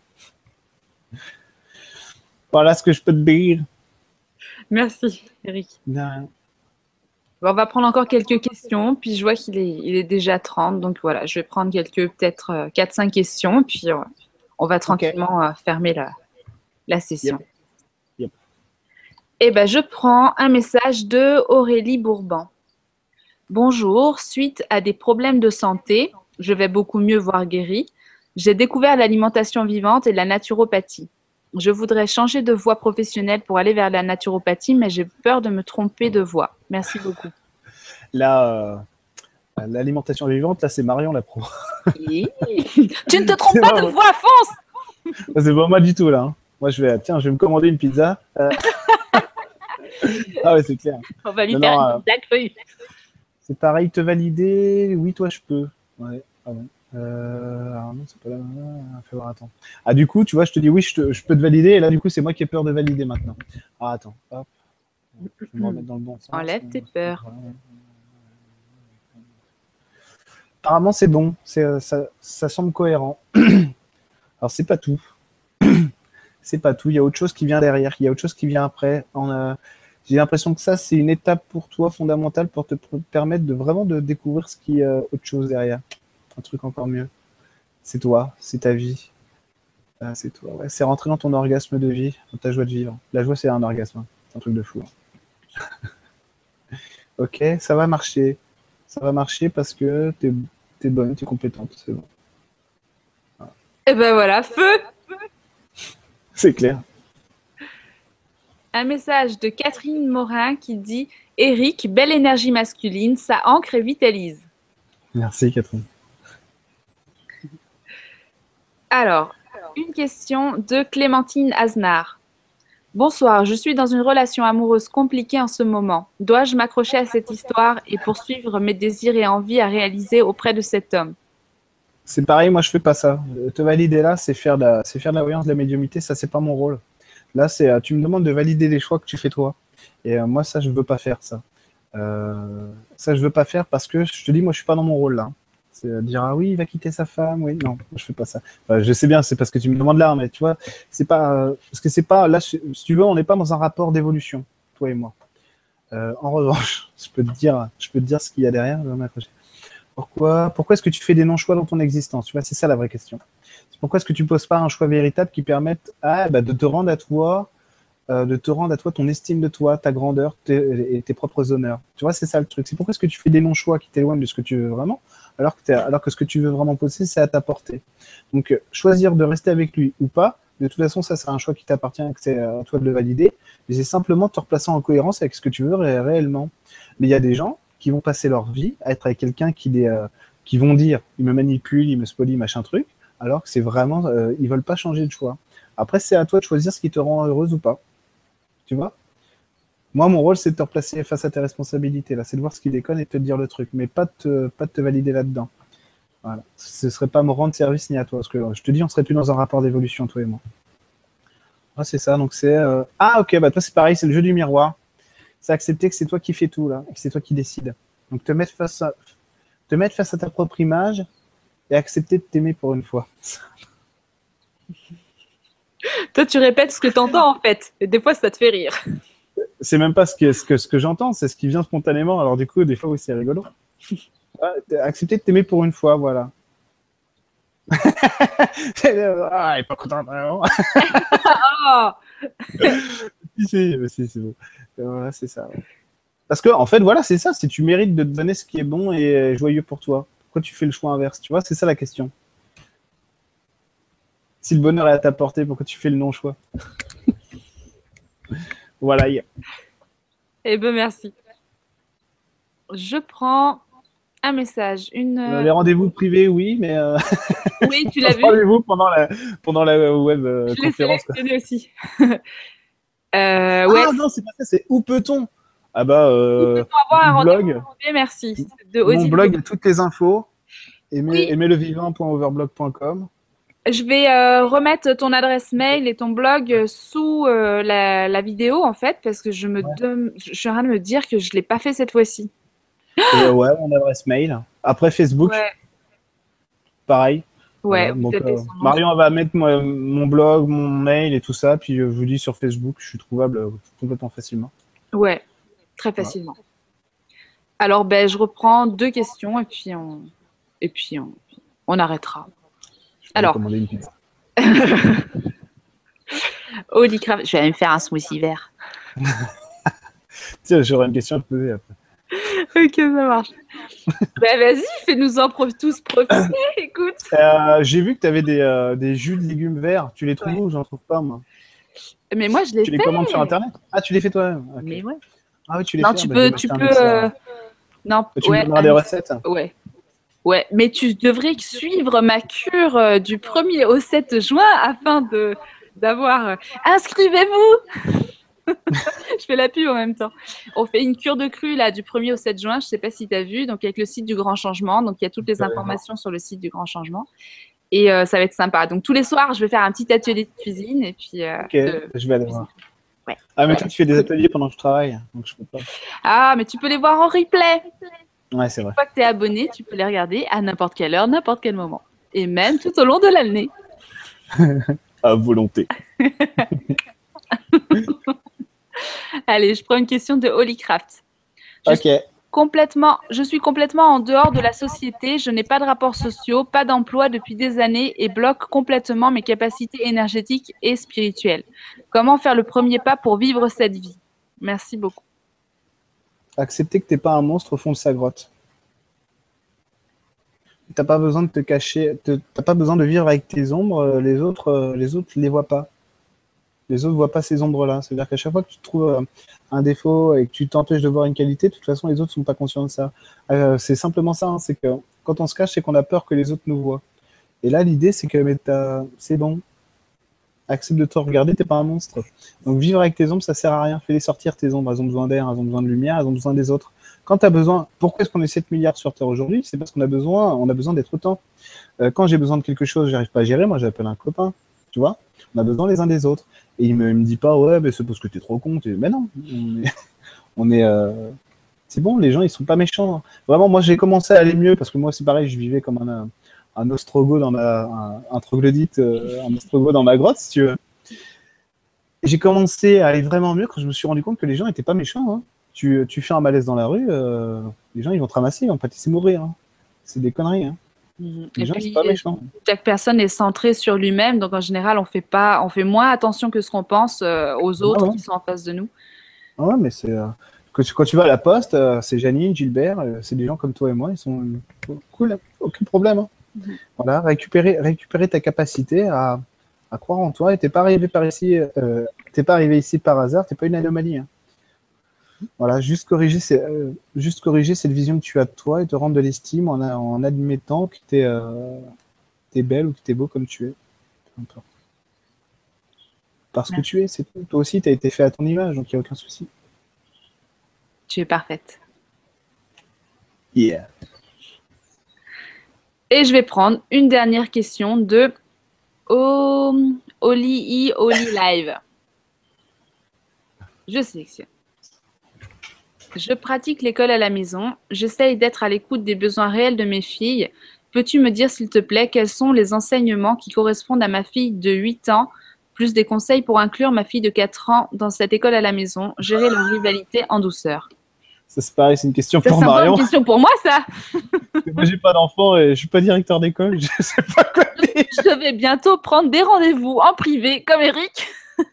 Voilà ce que je peux te dire. Merci, Eric. Non. On va prendre encore quelques questions, puis je vois qu'il est, il est déjà trente, donc voilà, je vais prendre quelques, peut-être euh, quatre cinq questions, puis euh, on va tranquillement okay. euh, fermer la, la session. Yep. Yep. Eh ben, je prends un message de Aurélie Bourban. Bonjour, suite à des problèmes de santé, je vais beaucoup mieux, voire guéri, j'ai découvert l'alimentation vivante et la naturopathie. Je voudrais changer de voie professionnelle pour aller vers la naturopathie, mais j'ai peur de me tromper de voie. Merci beaucoup. Là, euh, l'alimentation vivante, là, c'est Marion, la pro. Tu ne te trompes pas de voie, fonce. C'est pas moi du tout, là. Hein. Moi, je vais, tiens, je vais me commander une pizza. Euh... ah ouais, c'est clair. On va lui non, faire non, une pizza euh... crue. C'est pareil, te valider. Oui, toi, je peux. Ouais, ah bon. Euh, alors non, c'est pas là. Fais voir, attends. Ah, du coup, tu vois, je te dis oui, je, te, je peux te valider. Et là, du coup, c'est moi qui ai peur de valider maintenant. Ah, attends. Hop. Je vais me remettre dans le bon sens. Enlève tes peurs. Apparemment, c'est bon. Ça, ça semble cohérent. Alors, c'est pas tout. C'est pas tout. Il y a autre chose qui vient derrière. Il y a autre chose qui vient après. Euh, J'ai l'impression que ça, c'est une étape pour toi fondamentale pour te permettre de vraiment de découvrir ce qui est euh, autre chose derrière. Un truc encore mieux. C'est toi, c'est ta vie. Ah, c'est toi. Ouais, c'est rentrer dans ton orgasme de vie, dans ta joie de vivre. La joie, c'est un orgasme. Hein. C'est un truc de fou. Hein. Ok, ça va marcher. Ça va marcher parce que t'es es bonne, t'es compétente. C'est bon. Voilà. Et ben voilà, feu. C'est clair. Un message de Catherine Morin qui dit « Eric, belle énergie masculine, ça ancre et vitalise. » Merci Catherine. Alors, une question de Clémentine Aznar. Bonsoir, je suis dans une relation amoureuse compliquée en ce moment. Dois-je m'accrocher à cette histoire et poursuivre mes désirs et envies à réaliser auprès de cet homme? C'est pareil, moi je fais pas ça. Te valider là, c'est faire de la, c'est faire de la voyance, de la médiumnité, ça c'est pas mon rôle. Là, c'est, tu me demandes de valider les choix que tu fais toi. Et euh, moi, ça, je veux pas faire ça. Euh, ça, je veux pas faire parce que je te dis, moi, je suis pas dans mon rôle là. C'est dire ah oui, il va quitter sa femme, oui, non, je fais pas ça. Enfin, je sais bien, c'est parce que tu me demandes là, mais tu vois, c'est pas euh, parce que c'est pas là. Si tu veux, on n'est pas dans un rapport d'évolution, toi et moi. Euh, en revanche, je peux te dire, je peux te dire ce qu'il y a derrière. Je vais m'accrocher. Pourquoi, pourquoi est-ce que tu fais des non-choix dans ton existence? Tu vois, c'est ça la vraie question. Pourquoi est-ce que tu ne poses pas un choix véritable qui permette ah, bah, de te rendre à toi, euh, de te rendre à toi ton estime de toi, ta grandeur tes, et tes propres honneurs. Tu vois, c'est ça le truc. C'est pourquoi est-ce que tu fais des non-choix qui t'éloignent de ce que tu veux vraiment, alors que, alors que ce que tu veux vraiment posséder, c'est à ta portée. Donc, euh, choisir de rester avec lui ou pas, de toute façon, ça, c'est un choix qui t'appartient et que c'est à toi de le valider. Mais c'est simplement te replacer en cohérence avec ce que tu veux ré réellement. Mais il y a des gens qui vont passer leur vie à être avec quelqu'un qui, euh, qui vont dire « il me manipule, il me spolie, machin truc », alors que c'est vraiment, euh, ils veulent pas changer de choix. Après, c'est à toi de choisir ce qui te rend heureuse ou pas. Tu vois? Moi, mon rôle, c'est de te replacer face à tes responsabilités. Là, c'est de voir ce qui déconne et de te dire le truc, mais pas de te, pas de te valider là-dedans. Voilà. Ce serait pas me rendre service ni à toi, parce que je te dis, on serait plus dans un rapport d'évolution, toi et moi. Ah, c'est ça. Donc c'est euh... ah ok, bah toi c'est pareil, c'est le jeu du miroir. C'est accepter que c'est toi qui fais tout là, et que c'est toi qui décides. Donc te mettre face à, te mettre face à ta propre image et accepter de t'aimer pour une fois. Toi, tu répètes ce que tu entends en fait. Et des fois, ça te fait rire. C'est même pas ce que, ce que, ce que j'entends, c'est ce qui vient spontanément. Alors du coup, des fois, oui, c'est rigolo. Ouais, accepter de t'aimer pour une fois, voilà. Ah, il est pas content, vraiment. Oh Si, si, si, c'est bon. Voilà, c'est ça. Ouais. Parce que, en fait, voilà, c'est ça. Si tu mérites de te donner ce qui est bon et joyeux pour toi, pourquoi tu fais le choix inverse? Tu vois, c'est ça la question. Si le bonheur est à ta portée, pourquoi tu fais le non-choix? Voilà. Yeah. Eh ben, merci. Je prends un message. Une... Euh, les rendez-vous privés, oui, mais euh... Oui, tu l'as vu? rendez-vous pendant la, pendant la web euh, Je l'ai conférence. sélectionné aussi. euh, Ah ouais. non, c'est pas ça, c'est où peut-on? Ah bah, euh, Où avoir un mon blog, rendez-vous? Merci. De mon Odile. blog, il y a toutes les infos. Aimez, Oui. aimez le vivant point overblog point com. Je vais euh, remettre ton adresse mail et ton blog sous euh, la, la vidéo en fait parce que je me Ouais. dem- je suis en train de me dire que je l'ai pas fait cette fois-ci. Et euh, ouais, mon adresse mail. Après Facebook, Ouais. pareil. Ouais, Voilà. vous Donc, tapez euh, son nom. Marion va mettre mon, mon blog, mon mail et tout ça. Puis euh, je vous dis sur Facebook, je suis trouvable euh, complètement facilement. Ouais, très Voilà. facilement. Alors ben je reprends deux questions et puis on et puis on, on arrêtera. Je peux Alors, commander une pizza. Holy crap, je vais aller me faire un smoothie vert. Tiens, j'aurai une question à te poser après. Ok, ça marche. Ben vas-y, fais-nous en prof- tous profiter, écoute. Euh, J'ai vu que tu avais des, euh, des jus de légumes verts. Tu les trouves Ouais. où? J'en trouve pas, moi. Mais moi je l'ai Tu les fait. commandes sur Internet? Ah, tu les fais toi-même? Ok. Mais ouais. Ah oui, tu les Non, fais? tu Bah, je vais peux, tu m'acheter un peux. mixeur. euh, Non, Tu me ouais, donneras un des mix- recettes? ouais, ouais. Mais tu devrais suivre ma cure euh, du premier au sept juin afin de d'avoir. euh, Inscrivez-vous! Je fais la pub en même temps. On fait une cure de crue là du premier au sept juin. Je sais pas si tu as vu. Donc avec le site du Grand Changement. Donc il y a toutes les informations sur le site du Grand Changement. Et euh, ça va être sympa. Donc tous les soirs, je vais faire un petit atelier de cuisine et puis. euh, Ok, de je vais aller cuisine. voir. Ouais. Ah, mais Ouais. toi, tu fais des ateliers pendant que je travaille, donc je peux pas. Ah, mais tu peux les voir en replay. Ouais, c'est vrai. Une fois que tu es abonné, tu peux les regarder à n'importe quelle heure, n'importe quel moment. Et même tout au long de l'année. À volonté. Allez, je prends une question de Holycraft. Je, Ok. suis complètement, je suis complètement en dehors de la société. Je n'ai pas de rapports sociaux, pas d'emploi depuis des années et bloque complètement mes capacités énergétiques et spirituelles. Comment faire le premier pas pour vivre cette vie? Merci beaucoup. Accepter que t'es pas un monstre au fond de sa grotte. T'as pas besoin de te cacher, te- t'as pas besoin de vivre avec tes ombres. euh, Les autres, euh, les autres les voient pas. Les autres voient pas ces ombres-là. C'est-à-dire qu'à chaque fois que tu trouves euh, un défaut et que tu t'empêches de voir une qualité, de toute façon, les autres sont pas conscients de ça. Euh, c'est simplement ça. Hein, c'est que quand on se cache, c'est qu'on a peur que les autres nous voient. Et là, l'idée, c'est que mais t'as- c'est bon. Accepte de te regarder, t'es pas un monstre. Donc vivre avec tes ombres, ça sert à rien. Fais-les sortir tes ombres. Elles ont besoin d'air, elles ont besoin de lumière, elles ont besoin des autres. Quand tu as besoin, pourquoi est-ce qu'on est sept milliards sur Terre aujourd'hui? C'est parce qu'on a besoin, on a besoin d'être autant. Euh, quand j'ai besoin de quelque chose, j'arrive pas à gérer, moi j'appelle un copain. Tu vois? On a besoin les uns des autres. Et il me, il me dit pas, ouais, mais c'est parce que t'es trop con. T'es... Mais non, on est. on est euh... C'est bon, les gens, ils sont pas méchants. Vraiment, moi j'ai commencé à aller mieux parce que moi, c'est pareil, je vivais comme un, un ostrogoth dans ma. un, un troglodyte, euh, un ostrogoth dans ma grotte, si tu veux. J'ai commencé à aller vraiment mieux quand je me suis rendu compte que les gens n'étaient pas méchants. Hein. Tu, tu fais un malaise dans la rue, euh, les gens ils vont te ramasser, ils vont pas te laisser mourir. Hein. C'est des conneries. Hein. Mmh. Les Et gens puis, ils sont pas méchants. chaque personne est centrée sur lui-même, donc en général, on fait pas, on fait moins attention que ce qu'on pense euh, aux autres Ah ouais. qui sont en face de nous. Ah ouais, mais c'est euh, quand, tu, quand tu vas à la poste, euh, c'est Janine, Gilbert, euh, c'est des gens comme toi et moi, ils sont euh, cool, aucun problème. Hein. Mmh. Voilà, récupérer, récupérer ta capacité à, à croire en toi. Et t'es pas arrivé par ici, euh, t'es pas arrivé ici par hasard, t'es pas une anomalie. Hein. Voilà, juste corriger, euh, juste corriger cette vision que tu as de toi et te rendre de l'estime en, en admettant que tu es, euh, es belle ou que tu es beau comme tu es. Parce que tu es, c'est tout. Toi aussi, tu as été fait à ton image, donc il n'y a aucun souci. Tu es parfaite. Yeah. Et je vais prendre une dernière question de o... Oli I Oli Live. Je sélectionne. Je pratique l'école à la maison. J'essaye d'être à l'écoute des besoins réels de mes filles. Peux-tu me dire, s'il te plaît, quels sont les enseignements qui correspondent à ma fille de huit ans, plus des conseils pour inclure ma fille de quatre ans dans cette école à la maison, gérer leur rivalité en douceur? Ça, c'est pareil, c'est une question Ça, pour c'est encore Marion. une question pour moi, ça. Moi, j'ai pas d'enfant et je suis pas directeur d'école. Je sais pas quoi dire. Je vais bientôt prendre des rendez-vous en privé, comme Eric.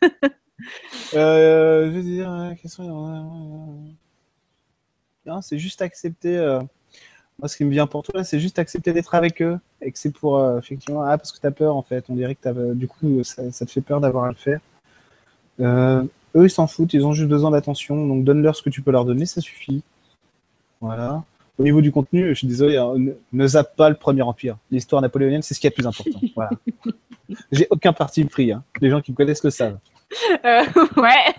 Euh, je veux dire, euh, quels sont les- Non, c'est juste accepter. euh, Moi, ce qui me vient pour toi, c'est juste accepter d'être avec eux. Et que c'est pour, euh, effectivement, ah, parce que t'as peur, en fait. On dirait que t'as, euh, du coup, ça, ça te fait peur d'avoir à le faire. Euh, Eux, ils s'en foutent, ils ont juste besoin d'attention. Donc, donne-leur ce que tu peux leur donner, ça suffit. Voilà. Au niveau du contenu, je suis désolé, hein, ne, ne zappe pas le Premier Empire. L'histoire napoléonienne, c'est ce qui est le plus important. Voilà. J'ai aucun parti pris. Hein. Les gens qui me connaissent le savent. Euh, ouais.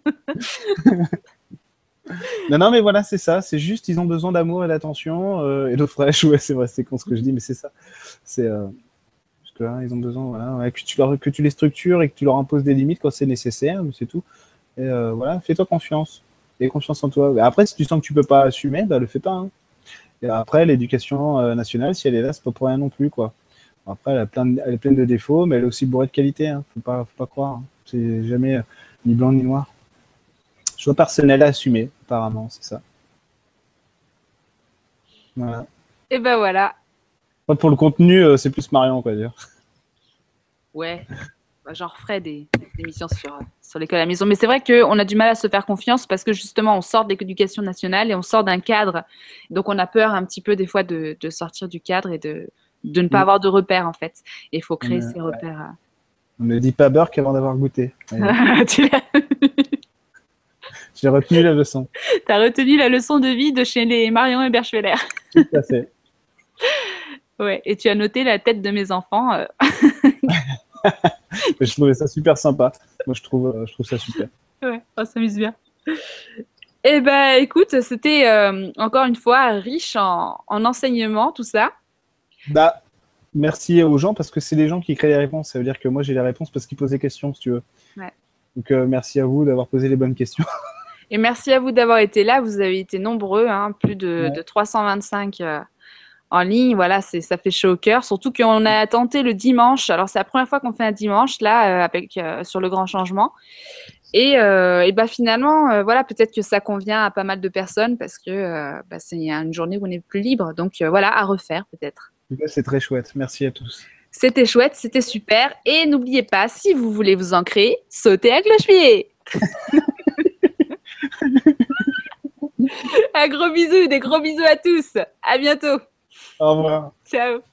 Non, non, mais voilà, c'est ça. C'est juste, ils ont besoin d'amour et d'attention euh, et d'eau fraîche. Ouais, c'est vrai, c'est con ce que je dis, mais c'est ça. C'est euh, parce que là, ils ont besoin, voilà, ouais, que tu leur, que tu les structures et que tu leur imposes des limites quand c'est nécessaire, mais c'est tout. Et euh, voilà, fais-toi confiance. Aie confiance en toi. Après, si tu sens que tu peux pas assumer, bah le fais pas. Hein. Et après, l'éducation euh, nationale, si elle est là, c'est pas pour rien non plus, quoi. Après, elle, a plein de, elle est pleine de défauts, mais elle est aussi bourrée de qualité. Hein. Faut pas, faut pas croire. Hein. C'est jamais euh, ni blanc ni noir. Choix personnel à assumer, apparemment, c'est ça. Voilà. Et ben voilà. Moi, pour le contenu, euh, c'est plus Marion, quoi, dire. Ouais. Bah, j'en referai des, des émissions sur, sur l'école à la maison. Mais c'est vrai qu'on a du mal à se faire confiance parce que justement, on sort de l'éducation nationale et on sort d'un cadre. Donc, on a peur un petit peu des fois de, de sortir du cadre et de, de ne pas Mm. avoir de repères, en fait. Et il faut créer On, ces repères. on ne dit pas beurre qu'avant d'avoir goûté. Tu l'as- J'ai retenu la leçon. T'as retenu la leçon de vie de chez les Marion et Berchweller. Tout à fait. Ouais. Et tu as noté la tête de mes enfants. euh. Je trouvais ça super sympa. Moi, je trouve, euh, je trouve ça super. Ouais, on s'amuse bien. Eh ben, écoute, c'était euh, encore une fois riche en, en enseignements, tout ça. Bah, merci aux gens parce que c'est les gens qui créent les réponses. Ça veut dire que moi, j'ai les réponses parce qu'ils posent des questions, si tu veux. Ouais. Donc, euh, merci à vous d'avoir posé les bonnes questions. Et merci à vous d'avoir été là. Vous avez été nombreux, hein, plus de, Ouais. de trois cent vingt-cinq euh, en ligne. Voilà, c'est, ça fait chaud au cœur. Surtout qu'on a tenté le dimanche. Alors, c'est la première fois qu'on fait un dimanche, là, euh, avec, euh, sur le grand changement. Et, euh, et bah, finalement, euh, voilà, peut-être que ça convient à pas mal de personnes parce que euh, bah, c'est une journée où on est plus libre. Donc, euh, voilà, à refaire peut-être. En tout cas, c'est très chouette. Merci à tous. C'était chouette, c'était super. Et n'oubliez pas, si vous voulez vous ancrer, sautez à cloche-pied. Un gros bisou, des gros bisous à tous. À bientôt. Au revoir. Ciao.